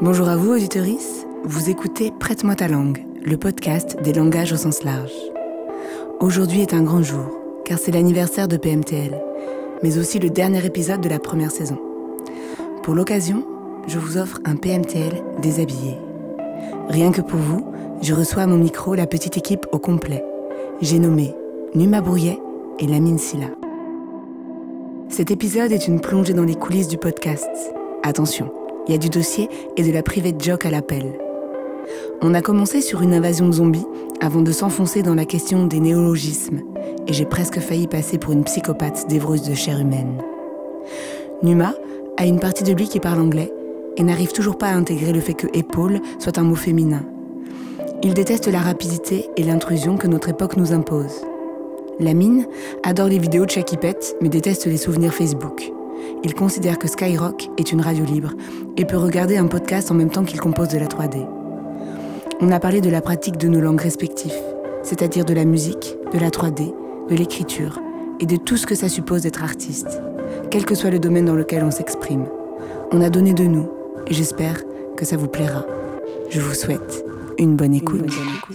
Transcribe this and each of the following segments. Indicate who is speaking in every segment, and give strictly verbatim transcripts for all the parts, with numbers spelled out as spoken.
Speaker 1: Bonjour à vous, auditorices. Vous écoutez Prête-moi ta langue, le podcast des langages au sens large. Aujourd'hui est un grand jour, car c'est l'anniversaire de P M T L, mais aussi le dernier épisode de la première saison. Pour l'occasion, je vous offre un P M T L déshabillé. Rien que pour vous, je reçois à mon micro la petite équipe au complet. J'ai nommé Numa Brouillet et Lamine Silla. Cet épisode est une plongée dans les coulisses du podcast. Attention, il y a du dossier et de la private joke à l'appel. On a commencé sur une invasion de zombies avant de s'enfoncer dans la question des néologismes, et j'ai presque failli passer pour une psychopathe dévoreuse de chair humaine. Numa a une partie de lui qui parle anglais et n'arrive toujours pas à intégrer le fait que épaule soit un mot féminin. Il déteste la rapidité et l'intrusion que notre époque nous impose. Lamine adore les vidéos de Chakipette, mais déteste les souvenirs Facebook. Il considère que Skyrock est une radio libre et peut regarder un podcast en même temps qu'il compose de la trois D. On a parlé de la pratique de nos langues respectives, c'est-à-dire de la musique, de la trois D, de l'écriture et de tout ce que ça suppose d'être artiste, quel que soit le domaine dans lequel on s'exprime. On a donné de nous et j'espère que ça vous plaira. Je vous souhaite une bonne écoute. Une bonne écoute.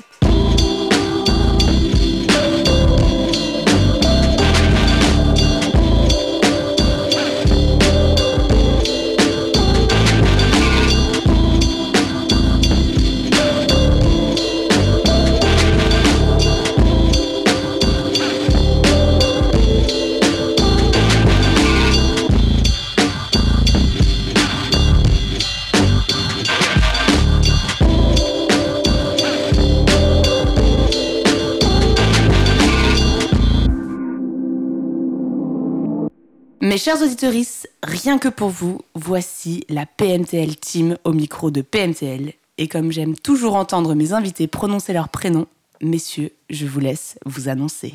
Speaker 1: Mes chers auditorices, rien que pour vous, voici la P M T L Team au micro de P M T L. Et comme j'aime toujours entendre mes invités prononcer leur prénom, messieurs, je vous laisse vous annoncer.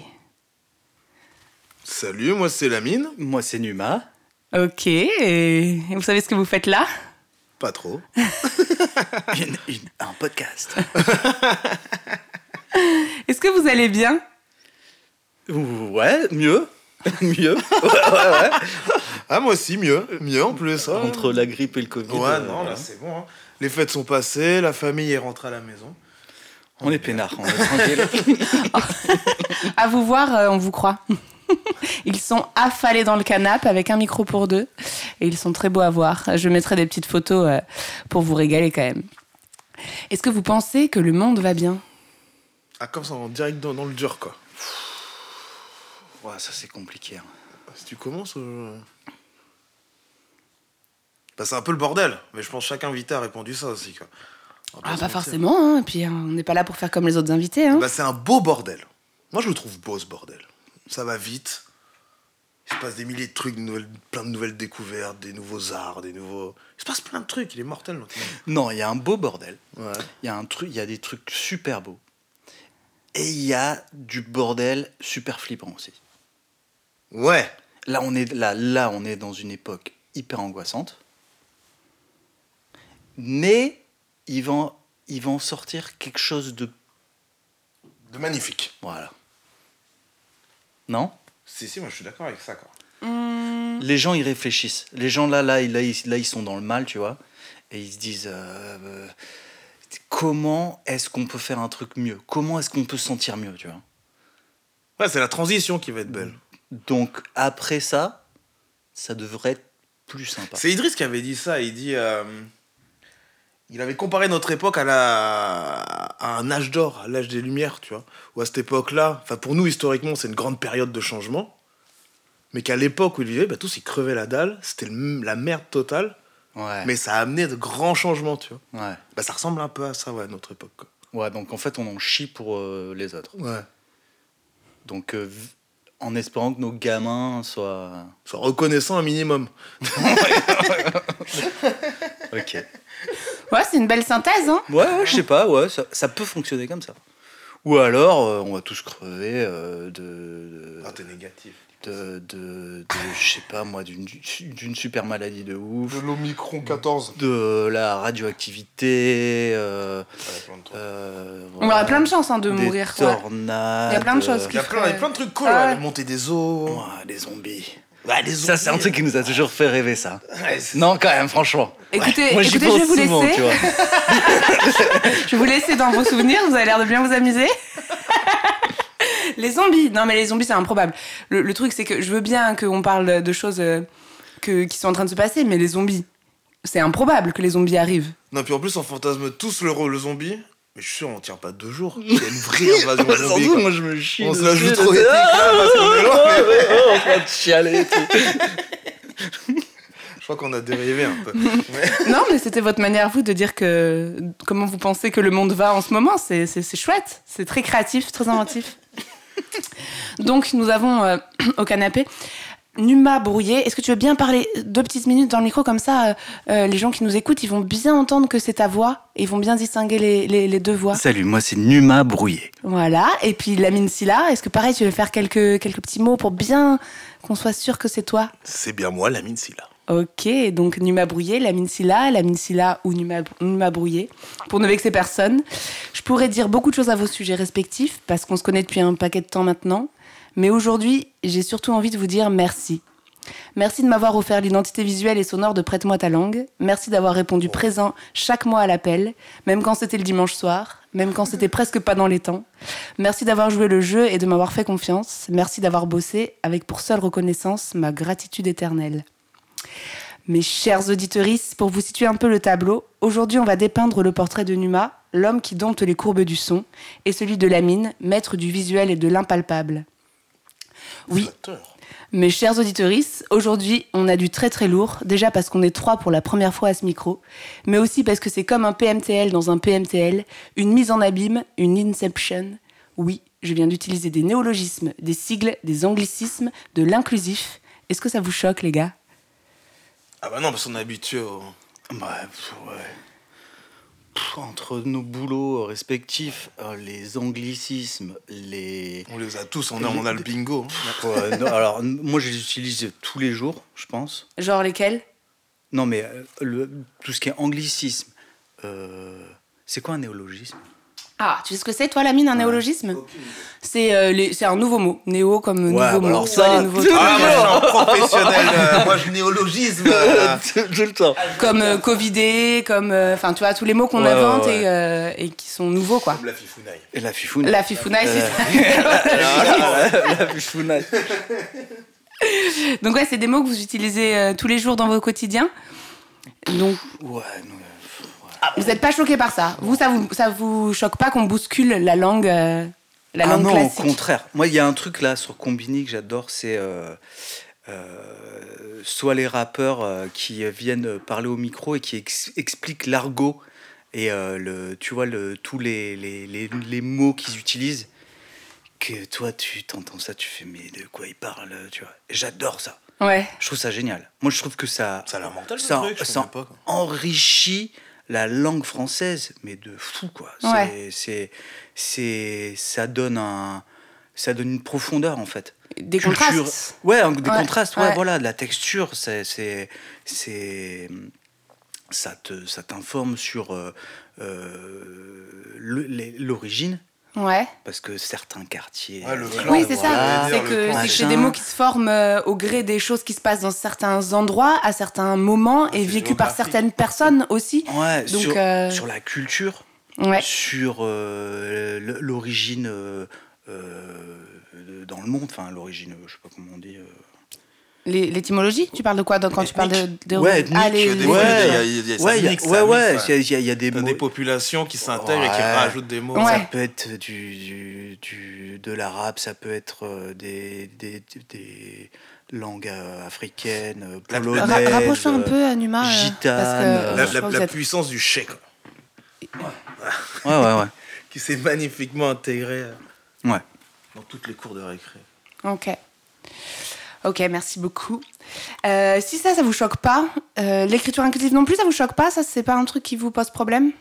Speaker 2: Salut, moi c'est Lamine.
Speaker 3: Moi c'est Numa.
Speaker 1: Ok, et vous savez ce que vous faites là ?
Speaker 2: Pas trop.
Speaker 3: une, une, un podcast.
Speaker 1: Est-ce que vous allez bien ?
Speaker 3: Ouais, mieux. Mieux. Ouais, ouais, ouais.
Speaker 2: Ah, moi aussi, mieux. Mieux en plus. Hein.
Speaker 3: Entre la grippe et le Covid.
Speaker 2: Ouais,
Speaker 3: euh,
Speaker 2: non,
Speaker 3: voilà.
Speaker 2: là c'est bon. Hein. Les fêtes sont passées, la famille est rentrée à la maison.
Speaker 3: On, on est peinard, on est tranquille.
Speaker 1: À vous voir, euh, on vous croit. Ils sont affalés dans le canapé avec un micro pour deux. Et ils sont très beaux à voir. Je mettrai des petites photos euh, pour vous régaler quand même. Est-ce que vous pensez que le monde va bien ?
Speaker 2: Ah, comme ça, en direct dans, dans le dur, quoi.
Speaker 3: Ouais, ça c'est compliqué. Hein.
Speaker 2: Si tu commences... Euh... Bah, c'est un peu le bordel. Mais je pense que chaque invité a répondu ça aussi, quoi.
Speaker 1: Ah, pas forcément, hein. Et puis, on n'est pas là pour faire comme les autres invités, hein.
Speaker 2: Bah, c'est un beau bordel. Moi, je le trouve beau, ce bordel. Ça va vite. Il se passe des milliers de trucs, de nouvelles, plein de nouvelles découvertes, des nouveaux arts, des nouveaux... Il se passe plein de trucs, il est mortel, notre monde.
Speaker 3: Non, il y a un beau bordel.
Speaker 2: Ouais.
Speaker 3: Il y a un truc, il y a des trucs super beaux. Et il y a du bordel super flippant aussi.
Speaker 2: Ouais.
Speaker 3: Là, on est, là, là, on est dans une époque hyper angoissante. Mais ils vont, ils vont sortir quelque chose de...
Speaker 2: De magnifique.
Speaker 3: Voilà. Non ?
Speaker 2: Si, si, moi je suis d'accord avec ça, quoi.
Speaker 1: Mmh.
Speaker 3: Les gens, ils réfléchissent. Les gens, là, là, là, ils, là, ils sont dans le mal, tu vois. Et ils se disent... Euh, euh, comment est-ce qu'on peut faire un truc mieux ? Comment est-ce qu'on peut se sentir mieux, tu vois ?
Speaker 2: Ouais, c'est la transition qui va être belle.
Speaker 3: Donc, après ça, ça devrait être plus sympa.
Speaker 2: C'est Idriss qui avait dit ça. Il dit... Euh, il avait comparé notre époque à, la, à un âge d'or, à l'âge des Lumières, tu vois. Où à cette époque-là, enfin pour nous, historiquement, c'est une grande période de changement. Mais qu'à l'époque où il vivait, bah, tous ils crevaient la dalle. C'était le, la merde totale.
Speaker 3: Ouais.
Speaker 2: Mais ça a amené de grands changements, tu vois.
Speaker 3: Ouais.
Speaker 2: Bah, ça ressemble un peu à ça, ouais, notre époque, quoi.
Speaker 3: Ouais, donc en fait, on en chie pour euh, les autres.
Speaker 2: Ouais.
Speaker 3: Donc, euh, en espérant que nos gamins soient...
Speaker 2: Sois reconnaissant un minimum.
Speaker 3: Ok.
Speaker 1: Ouais, c'est une belle synthèse, hein.
Speaker 3: Ouais, ouais, je sais pas, ouais, ça, ça peut fonctionner comme ça. Ou alors, euh, on va tous crever euh, de... de
Speaker 2: Ah, t'es négatif.
Speaker 3: De, de, de je sais pas moi, d'une, d'une super maladie de ouf.
Speaker 2: De l'Omicron quatorze.
Speaker 3: De la radioactivité. Euh,
Speaker 2: ouais, plein de trucs.
Speaker 3: Euh,
Speaker 1: On aurait plein de chance hein, de
Speaker 3: des
Speaker 1: mourir.
Speaker 3: Tornades.
Speaker 1: Il y a plein de choses
Speaker 2: Il y a plein, il y a plein de trucs cool,
Speaker 1: Ah
Speaker 2: ouais.
Speaker 1: ouais.
Speaker 2: Monter des eaux.
Speaker 3: Ouais, des zombies.
Speaker 2: Bah, les
Speaker 3: Ça, c'est un
Speaker 2: zombies,
Speaker 3: truc qui nous a toujours fait rêver, ça.
Speaker 2: Ouais, c'est-
Speaker 3: Non, quand même, franchement.
Speaker 4: Écoutez,
Speaker 3: Moi, j'y
Speaker 4: écoutez je vais
Speaker 3: pense
Speaker 4: vous
Speaker 3: souvent,
Speaker 4: laisser.
Speaker 3: tu vois.
Speaker 4: Je vais vous laisser dans vos souvenirs, vous avez l'air de bien vous amuser. Les zombies, non mais les zombies c'est improbable. Le, le truc c'est que je veux bien qu'on parle de choses euh, que, qui sont en train de se passer, mais les zombies, c'est improbable que les zombies arrivent.
Speaker 2: Non, puis en plus, on fantasme tous le, le zombie. Mais je suis sûr, on tient pas deux jours. Il y a une vraie invasion zombie.
Speaker 3: Surtout,
Speaker 2: quoi.
Speaker 3: moi, je me chie.
Speaker 2: On se
Speaker 3: dessus,
Speaker 2: la joue
Speaker 3: là,
Speaker 2: trop
Speaker 3: c'est-
Speaker 2: épique là parce qu'on est loin, mais-
Speaker 3: On va te chialer et tout.
Speaker 2: Je crois qu'on a dérivé un peu. Mais-
Speaker 4: Non mais c'était votre manière vous de dire que comment vous pensez que le monde va en ce moment, c'est, c'est, c'est chouette, c'est très créatif, très inventif. Donc nous avons euh, au canapé Numa Brouillé. Est-ce que tu veux bien parler deux petites minutes dans le micro comme ça euh, euh, les gens qui nous écoutent, ils vont bien entendre que c'est ta voix et ils vont bien distinguer les, les, les deux voix.
Speaker 3: Salut, moi, c'est Numa Brouillé.
Speaker 4: Voilà, et puis Lamine Silla, est-ce que pareil tu veux faire quelques, quelques petits mots pour bien qu'on soit sûr que c'est toi?
Speaker 2: C'est bien moi, Lamine Silla.
Speaker 4: Ok, donc Numa Brouillé, Lamine Silla, Lamine Silla ou Numa, Numa Brouillé, pour ne vexer personne. Je pourrais dire beaucoup de choses à vos sujets respectifs, parce qu'on se connaît depuis un paquet de temps maintenant, mais aujourd'hui, j'ai surtout envie de vous dire merci. Merci de m'avoir offert l'identité visuelle et sonore de Prête-moi ta langue. Merci d'avoir répondu présent chaque mois à l'appel, même quand c'était le dimanche soir, même quand c'était presque pas dans les temps. Merci d'avoir joué le jeu et de m'avoir fait confiance. Merci d'avoir bossé avec pour seule reconnaissance ma gratitude éternelle. Mes chers auditeuristes, pour vous situer un peu le tableau, aujourd'hui on va dépeindre le portrait de Numa, l'homme qui dompte les courbes du son, et celui de Lamine, maître du visuel et de l'impalpable. Oui,
Speaker 2: Flatteur.
Speaker 4: mes chers auditeuristes, aujourd'hui on a du très très lourd, déjà parce qu'on est trois pour la première fois à ce micro, mais aussi parce que c'est comme un P M T L dans un P M T L, une mise en abîme, une inception. Oui, je viens d'utiliser des néologismes, des sigles, des anglicismes, de l'inclusif. Est-ce que ça vous choque les gars ?
Speaker 2: Ah bah non, parce qu'on est habitué au...
Speaker 3: Bah, pff, ouais. Pff, entre nos boulots respectifs, euh, les anglicismes, les...
Speaker 2: On les a tous, on a, on a le bingo. hein.
Speaker 3: Ouais, non, alors, n- moi, je les utilise tous les jours, je pense.
Speaker 4: Genre lesquels ?
Speaker 3: Non, mais euh, le, tout ce qui est anglicisme, euh, c'est quoi un néologisme?
Speaker 4: Ah, tu sais ce que c'est, toi, Lamine, un néologisme ? C'est, euh, les- c'est un nouveau mot. Néo comme nouveau
Speaker 3: bah
Speaker 4: mot.
Speaker 3: alors
Speaker 4: Tu vois,
Speaker 3: ça,
Speaker 4: les nouveaux
Speaker 3: tout
Speaker 4: trucs.
Speaker 2: Ah, moi je suis un professionnel. euh, moi je néologisme. euh,
Speaker 3: Tout le temps.
Speaker 4: Comme euh, Covidé, comme... Enfin, tu vois, tous les mots qu'on
Speaker 3: Ouais,
Speaker 4: invente
Speaker 3: ouais, ouais.
Speaker 4: Et, euh, et qui sont nouveaux, quoi.
Speaker 2: Comme la fifounaille.
Speaker 3: Et la fifoune.
Speaker 4: La fifounaille, c'est
Speaker 3: Euh,
Speaker 4: ça.
Speaker 3: la, la fifounaille.
Speaker 4: Donc ouais, c'est des mots que vous utilisez euh, tous les jours dans votre quotidien. Donc,
Speaker 3: Ouais, non,
Speaker 4: vous n'êtes pas choqués par ça. Vous, ça vous, ça vous choque pas qu'on bouscule la langue, euh, la
Speaker 3: ah
Speaker 4: langue
Speaker 3: non,
Speaker 4: classique ?
Speaker 3: au contraire. Moi, il y a un truc là sur Combini que j'adore, c'est euh, euh, soit les rappeurs euh, qui viennent parler au micro et qui ex- expliquent l'argot et euh, le, tu vois le, tous les, les, les, les mots qu'ils utilisent. Que toi, tu t'entends ça, tu fais mais de quoi ils parlent, tu vois. Et j'adore ça.
Speaker 4: Ouais.
Speaker 3: Je trouve ça génial. Moi, je trouve que ça,
Speaker 2: Ça a l'air mental, ce
Speaker 3: ça,
Speaker 2: truc, je
Speaker 3: ça
Speaker 2: comprends pas, quoi.
Speaker 3: enrichit la langue française, mais de fou, quoi. C'est,
Speaker 4: Ouais.
Speaker 3: c'est, c'est, ça donne un, ça donne une profondeur, en fait.
Speaker 4: Des
Speaker 3: Culture-
Speaker 4: contrastes.
Speaker 3: Ouais, un- des
Speaker 4: Ouais,
Speaker 3: contrastes, ouais,
Speaker 4: ouais.
Speaker 3: voilà, de la texture, c'est, c'est, c'est, ça te, ça t'informe sur euh, euh, le- les- l'origine,
Speaker 4: Ouais.
Speaker 3: parce que certains quartiers.
Speaker 2: Ouais, le
Speaker 3: euh,
Speaker 2: clan,
Speaker 4: Oui, c'est
Speaker 2: voilà,
Speaker 4: ça.
Speaker 2: dire
Speaker 4: C'est
Speaker 2: le
Speaker 4: que,
Speaker 2: clan.
Speaker 4: c'est que c'est
Speaker 3: Machin.
Speaker 4: des mots qui se forment euh, au gré des choses qui se passent dans certains endroits, à certains moments, et
Speaker 2: c'est
Speaker 4: vécus par
Speaker 2: géographique.
Speaker 4: certaines personnes aussi.
Speaker 3: Ouais,
Speaker 4: Donc,
Speaker 3: sur,
Speaker 4: euh,
Speaker 3: sur la culture.
Speaker 4: Ouais.
Speaker 3: Sur euh, l- l'origine euh, euh, de- dans le monde, enfin l'origine, euh, je sais pas comment on dit. euh.
Speaker 4: Les- L'étymologie, tu parles de quoi donc, quand tu parles de, de...
Speaker 3: Ouais,
Speaker 4: Ah,
Speaker 3: ethnique,
Speaker 4: les-
Speaker 2: Il y a des
Speaker 4: les-
Speaker 2: mots,
Speaker 3: Ouais.
Speaker 2: il y a- il y a- ça
Speaker 3: Ouais, il y a-
Speaker 2: mixe,
Speaker 3: ouais,
Speaker 2: ça
Speaker 3: ouais,
Speaker 2: mixe,
Speaker 3: il y a- il y, a- il y a des
Speaker 2: T'as
Speaker 3: mots.
Speaker 2: des populations qui s'intègrent et qui
Speaker 3: Ouais.
Speaker 2: rajoutent des mots.
Speaker 4: Ouais.
Speaker 3: Ça peut être du, du, du- de l'arabe, ça peut être euh, des, des, des langues euh, africaines, euh,
Speaker 2: La-
Speaker 3: polonaises.
Speaker 4: Ra- Rapproche-toi un
Speaker 3: euh,
Speaker 4: peu, Numa. euh,
Speaker 3: gitane,
Speaker 4: parce que,
Speaker 3: euh,
Speaker 4: euh,
Speaker 2: La,
Speaker 4: je
Speaker 2: la-
Speaker 4: crois que
Speaker 2: la
Speaker 4: vous êtes-
Speaker 2: puissance du chèque,
Speaker 3: Ouais, ouais, ouais.
Speaker 2: qui s'est magnifiquement intégrée euh,
Speaker 3: Ouais.
Speaker 2: dans toutes les cours de récré.
Speaker 4: Ok. Ok, merci beaucoup. Euh, si ça, ça vous choque pas, euh, l'écriture inclusive non plus, ça vous choque pas? Ça, c'est pas un truc qui vous pose problème?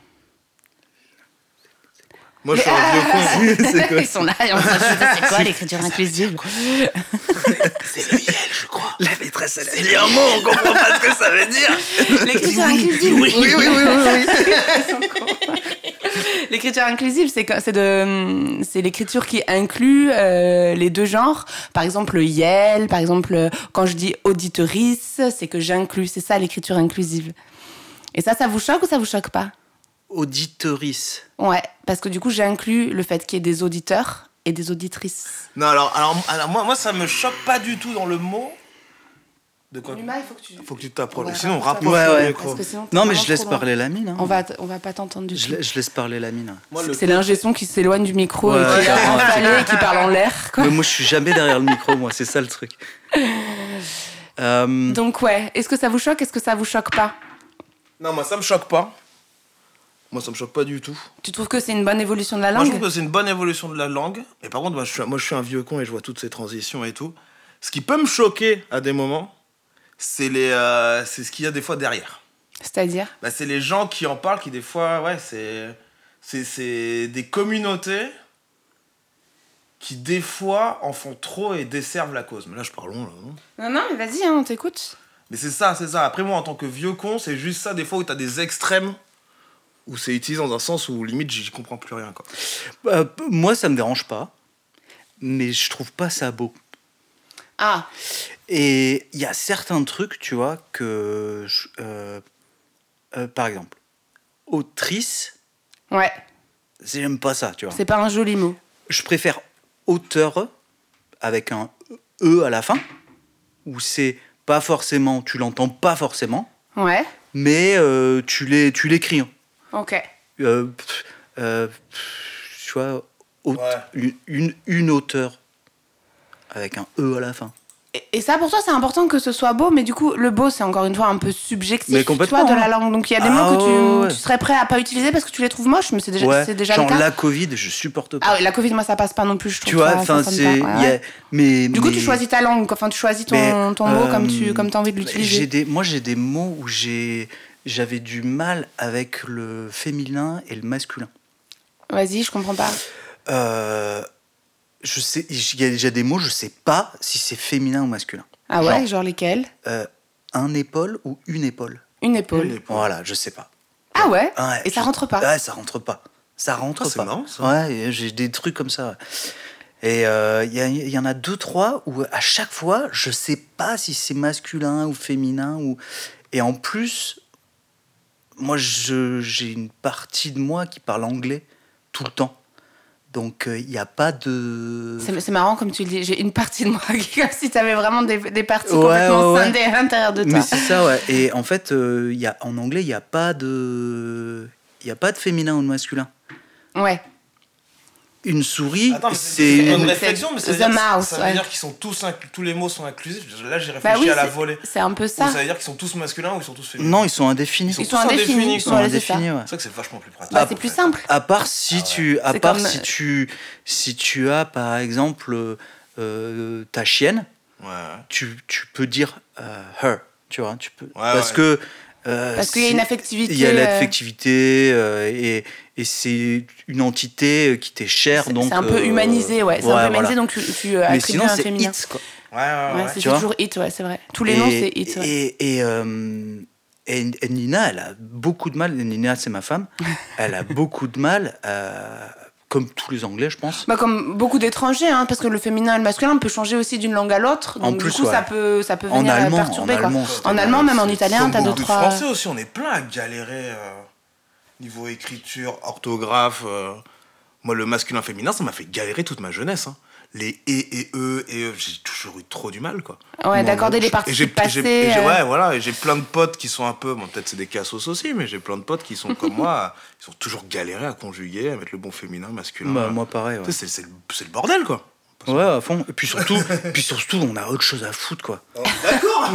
Speaker 2: Moi, je suis un vieux con.
Speaker 3: C'est quoi
Speaker 4: Ils sont là et on se dit, c'est quoi l'écriture inclusive?
Speaker 2: C'est le Yel, je crois.
Speaker 3: La maîtresse, elle a dit un mot, on comprend pas ce que ça veut dire.
Speaker 4: L'écriture inclusive?
Speaker 3: Oui, oui, oui, oui, oui.
Speaker 4: L'écriture inclusive, c'est, c'est, de, c'est l'écriture qui inclut euh, les deux genres. Par exemple, le yel, par exemple, quand je dis auditorice, c'est que j'inclus. C'est ça, l'écriture inclusive. Et ça, ça vous choque ou ça vous choque pas?
Speaker 3: Auditorice.
Speaker 4: Ouais, parce que du coup, j'inclus le fait qu'il y ait des auditeurs et des auditrices.
Speaker 2: Non, alors, alors, alors moi, moi, ça me choque pas du tout dans le mot. De quoi?
Speaker 4: Numa, il faut que tu...
Speaker 2: Faut que tu t'approches.
Speaker 4: Ouais,
Speaker 2: Sinon,
Speaker 4: rapproche-toi.
Speaker 2: rapproche
Speaker 3: Ouais, ouais.
Speaker 2: le micro.
Speaker 4: Parce que sinon, t'es
Speaker 3: Non, mais
Speaker 4: vraiment
Speaker 3: je laisse
Speaker 4: trop loin.
Speaker 3: parler la mine. Hein.
Speaker 4: On va, t- on va pas t'entendre du
Speaker 3: Je,
Speaker 4: tout.
Speaker 3: la- je laisse parler la mine.
Speaker 2: Moi, le
Speaker 4: C'est l'ingé son qui s'éloigne du micro
Speaker 3: Ouais,
Speaker 4: et qui est
Speaker 3: carrément.
Speaker 4: emballé et qui parle en l'air, quoi.
Speaker 3: Mais moi, je suis jamais derrière le micro, moi, c'est ça le truc. Euh,
Speaker 4: Donc ouais, est-ce que ça vous choque? Est-ce que ça vous choque pas?
Speaker 2: Non, moi, ça me choque pas. Moi, ça me choque pas du tout.
Speaker 4: Tu trouves que c'est une bonne évolution de la
Speaker 2: Moi, je
Speaker 4: langue?
Speaker 2: trouve que c'est une bonne évolution de la langue. Et par contre, moi, je suis, moi, je suis un vieux con et je vois toutes ces transitions et tout. Ce qui peut me choquer à des moments, c'est, les, euh, c'est ce qu'il y a des fois derrière.
Speaker 4: C'est-à-dire?
Speaker 2: Bah, c'est les gens qui en parlent qui, des fois, ouais, c'est, c'est, c'est des communautés qui, des fois, en font trop et desservent la cause. Mais là, je parle long, là, non?
Speaker 4: Non, non, mais vas-y, hein, on t'écoute.
Speaker 2: Mais c'est ça, c'est ça. Après, moi, en tant que vieux con, c'est juste ça, des fois, où t'as des extrêmes, où c'est utilisé dans un sens où, limite, j'y comprends plus rien, quoi.
Speaker 3: euh, moi, ça me dérange pas, mais je trouve pas ça beau.
Speaker 4: Ah,
Speaker 3: Et il y a certains trucs, tu vois, que. je- euh, euh, par exemple, autrice,
Speaker 4: ouais,
Speaker 3: j'aime pas ça, tu vois.
Speaker 4: c'est pas un joli mot.
Speaker 3: Je préfère auteur avec un E à la fin, où c'est pas forcément, tu l'entends pas forcément,
Speaker 4: Ouais,
Speaker 3: mais euh, tu, l'é- tu l'écris. hein.
Speaker 4: ok.
Speaker 3: Euh, pff, euh, pff, tu vois, aute-
Speaker 2: Ouais.
Speaker 3: une, une, une auteure avec un E à la fin.
Speaker 4: Et, et ça, pour toi, c'est important que ce soit beau, mais du coup, le beau, c'est encore une fois un peu subjectif,
Speaker 3: Mais
Speaker 4: tu
Speaker 3: complètement,
Speaker 4: vois, de la
Speaker 3: hein.
Speaker 4: langue. Donc il y a des
Speaker 3: Ah,
Speaker 4: mots que tu,
Speaker 3: ouais, ouais.
Speaker 4: tu serais prêt à pas utiliser parce que tu les trouves moches, mais c'est déjà,
Speaker 3: Ouais,
Speaker 4: c'est déjà
Speaker 3: genre
Speaker 4: le cas.
Speaker 3: la Covid, je supporte pas.
Speaker 4: Ah oui, la Covid, moi, ça passe pas non plus, je trouve.
Speaker 3: tu vois,
Speaker 4: ça, ça
Speaker 3: enfin,
Speaker 4: sonne
Speaker 3: c'est.
Speaker 4: pas. Ouais,
Speaker 3: il y a-
Speaker 4: ouais.
Speaker 3: mais,
Speaker 4: Du coup,
Speaker 3: mais-
Speaker 4: tu choisis ta langue, quoi. Enfin, tu choisis ton,
Speaker 3: mais,
Speaker 4: ton mot
Speaker 3: euh,
Speaker 4: comme tu comme as envie de
Speaker 3: j'ai
Speaker 4: l'utiliser.
Speaker 3: des, moi, j'ai des mots où j'ai, j'avais du mal avec le féminin et le masculin.
Speaker 4: Vas-y, je comprends pas.
Speaker 3: Euh, je sais, il y a déjà des mots, je sais pas si c'est féminin ou masculin.
Speaker 4: Ah ouais,
Speaker 3: Genre,
Speaker 4: genre lesquels?
Speaker 3: euh, un épaule ou une épaule.
Speaker 4: Une épaule.
Speaker 2: Une épaule.
Speaker 3: Voilà, je sais pas.
Speaker 4: Ah ouais,
Speaker 3: Ouais,
Speaker 4: et ça
Speaker 3: je-
Speaker 4: rentre pas.
Speaker 3: Ouais, ça rentre pas. Ça rentre
Speaker 2: Ah, c'est
Speaker 3: pas.
Speaker 2: marrant, ça.
Speaker 3: Ouais, et j'ai des trucs comme ça. Et il euh, y, a- y en a deux, trois où à chaque fois, je sais pas si c'est masculin ou féminin. Ou... Et en plus, moi, je, j'ai une partie de moi qui parle anglais tout le temps. Donc, il n'y a pas de...
Speaker 4: C'est, c'est marrant comme tu le dis, j'ai une partie de moi qui est comme si t'avais vraiment des, des parties
Speaker 3: Ouais,
Speaker 4: complètement
Speaker 3: ouais, ouais.
Speaker 4: scindées à l'intérieur de toi.
Speaker 3: Mais c'est ça, ouais. Et en fait, euh, y a, en anglais, il n'y a pas de... Il n'y a pas de féminin ou de masculin.
Speaker 4: Ouais.
Speaker 3: Une souris,
Speaker 2: Attends, mais
Speaker 3: c'est...
Speaker 2: c'est une bonne
Speaker 3: une-
Speaker 2: réflexion, mais ça veut
Speaker 4: The
Speaker 2: dire,
Speaker 4: mouse,
Speaker 2: ça veut
Speaker 4: ouais.
Speaker 2: dire qu'ils sont tous inclus, tous les mots sont inclusifs. Là, j'ai
Speaker 4: Bah
Speaker 2: réfléchi
Speaker 4: oui,
Speaker 2: à la
Speaker 4: c'est,
Speaker 2: volée.
Speaker 4: c'est un peu
Speaker 2: Ou
Speaker 4: ça.
Speaker 2: ça veut dire qu'ils sont tous masculins ou ils sont tous féminins.
Speaker 3: Non, ils sont indéfinis.
Speaker 2: Ils
Speaker 4: Ils sont
Speaker 2: tous
Speaker 4: indéfinis.
Speaker 2: indéfinis,
Speaker 3: Ils sont
Speaker 4: Ouais, c'est ça.
Speaker 3: indéfinis, ouais.
Speaker 2: C'est vrai que c'est vachement plus pratique.
Speaker 4: Bah, c'est plus simple.
Speaker 3: À part si
Speaker 2: Ah ouais.
Speaker 3: tu, à
Speaker 4: C'est
Speaker 3: part
Speaker 4: comme-
Speaker 3: si tu, si tu as par exemple euh, euh, ta chienne,
Speaker 2: Ouais, ouais.
Speaker 3: tu, tu peux dire euh, her, tu vois, tu peux,
Speaker 2: Ouais,
Speaker 3: parce
Speaker 2: ouais.
Speaker 3: que euh,
Speaker 4: Parce qu'il y a
Speaker 3: c'est-
Speaker 4: une affectivité.
Speaker 3: il y a
Speaker 4: euh,
Speaker 3: l'affectivité euh, et, et c'est une entité qui t'est chère,
Speaker 4: c'est,
Speaker 3: donc
Speaker 4: c'est un peu
Speaker 3: euh,
Speaker 4: humanisé, ouais. C'est un peu humanisé,
Speaker 3: voilà.
Speaker 4: donc tu, tu euh,
Speaker 3: Mais
Speaker 4: attribues
Speaker 3: sinon
Speaker 4: un
Speaker 3: c'est
Speaker 4: féminin.
Speaker 3: it, quoi.
Speaker 2: Ouais, ouais,
Speaker 4: Ouais,
Speaker 2: ouais.
Speaker 4: c'est
Speaker 3: Tu vois
Speaker 4: toujours it, ouais, c'est vrai. Tous les
Speaker 3: et,
Speaker 4: noms, c'est it. Ouais.
Speaker 3: Et, et, euh, et- et Nina, elle a beaucoup de mal. Nina, c'est ma femme. Elle a beaucoup de mal, euh, comme tous les Anglais, je pense.
Speaker 4: Bah, comme beaucoup d'étrangers, hein, parce que le féminin et le masculin peut changer aussi d'une langue à l'autre.
Speaker 3: En
Speaker 4: Donc
Speaker 3: plus,
Speaker 4: du coup,
Speaker 3: ouais.
Speaker 4: ça peut, ça peut
Speaker 3: En
Speaker 4: venir euh,
Speaker 3: allemand,
Speaker 4: perturber.
Speaker 3: en
Speaker 4: quoi.
Speaker 3: allemand,
Speaker 4: En allemand, même en italien,
Speaker 2: Comme
Speaker 4: t'as deux,
Speaker 2: beaucoup de
Speaker 4: trois.
Speaker 2: français aussi, on est plein à galérer euh, niveau écriture, orthographe. euh. Moi, le masculin féminin, ça m'a fait galérer toute ma jeunesse. hein. Les et et e et e, j'ai toujours eu trop du mal, quoi.
Speaker 4: Ouais,
Speaker 3: Non,
Speaker 4: d'accorder
Speaker 3: mais
Speaker 4: les
Speaker 2: Et j'ai,
Speaker 4: participes
Speaker 2: et
Speaker 4: passés.
Speaker 2: j'ai- et j'ai-
Speaker 4: euh,
Speaker 2: ouais, voilà, et j'ai plein de potes qui sont un peu, bon, peut-être c'est des cassos aussi, mais j'ai plein de potes qui sont comme moi, ils ont toujours galéré à conjuguer, à mettre le bon féminin, masculin.
Speaker 3: Bah, moi, pareil. Ouais.
Speaker 2: Tu sais, c'est, c'est, le, c'est le bordel, quoi.
Speaker 3: Ouais, à fond. Et puis surtout, puis surtout, on a autre chose à foutre, quoi.
Speaker 2: D'accord.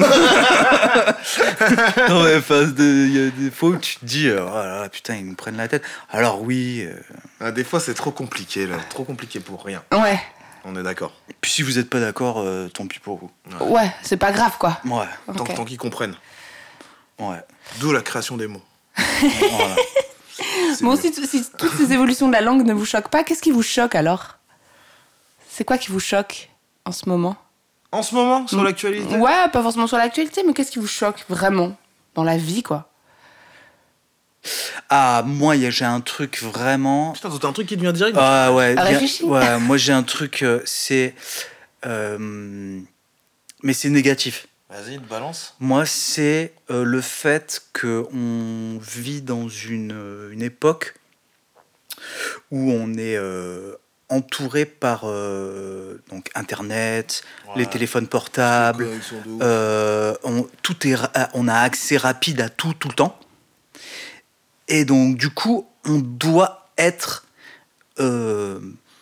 Speaker 3: Non, mais face de, il y a des fois où tu te dis, euh, oh là là, putain, ils nous prennent la tête. Alors oui. euh,
Speaker 2: Ah, des fois, c'est trop compliqué, là, trop compliqué pour rien.
Speaker 4: Ouais,
Speaker 2: On est d'accord.
Speaker 3: Puis si vous n'êtes pas d'accord, euh, tant pis pour vous.
Speaker 4: ouais, c'est pas grave, quoi.
Speaker 3: Ouais,
Speaker 2: Tant,
Speaker 4: Ok.
Speaker 2: tant qu'ils comprennent.
Speaker 3: ouais.
Speaker 2: D'où la création des mots.
Speaker 3: Voilà.
Speaker 2: C'est
Speaker 4: Bon,
Speaker 2: mieux.
Speaker 4: si, si toutes ces évolutions de la langue ne vous choquent pas, qu'est-ce qui vous choque alors? C'est quoi qui vous choque en ce moment?
Speaker 2: En ce moment, sur
Speaker 4: Mm.
Speaker 2: l'actualité
Speaker 4: Ouais, pas forcément sur l'actualité, mais qu'est-ce qui vous choque vraiment dans la vie, quoi?
Speaker 3: Ah, moi, y a- j'ai un truc vraiment.
Speaker 2: Putain, t'as un truc qui te vient direct.
Speaker 3: Ah ouais,
Speaker 4: Ah,
Speaker 3: bien-
Speaker 4: réfléchis.
Speaker 3: ouais, moi j'ai un truc, euh, c'est. euh, mais c'est négatif.
Speaker 2: Vas-y, te balance.
Speaker 3: Moi, c'est euh, le fait qu'on vit dans une, euh, une époque où on est euh, entouré par euh, donc Internet,
Speaker 2: Ouais.
Speaker 3: les téléphones portables,
Speaker 2: Ils sont de ouf.
Speaker 3: euh, on, tout est, ra- on a accès rapide à tout, tout le temps. Et donc, du coup, on doit être... euh,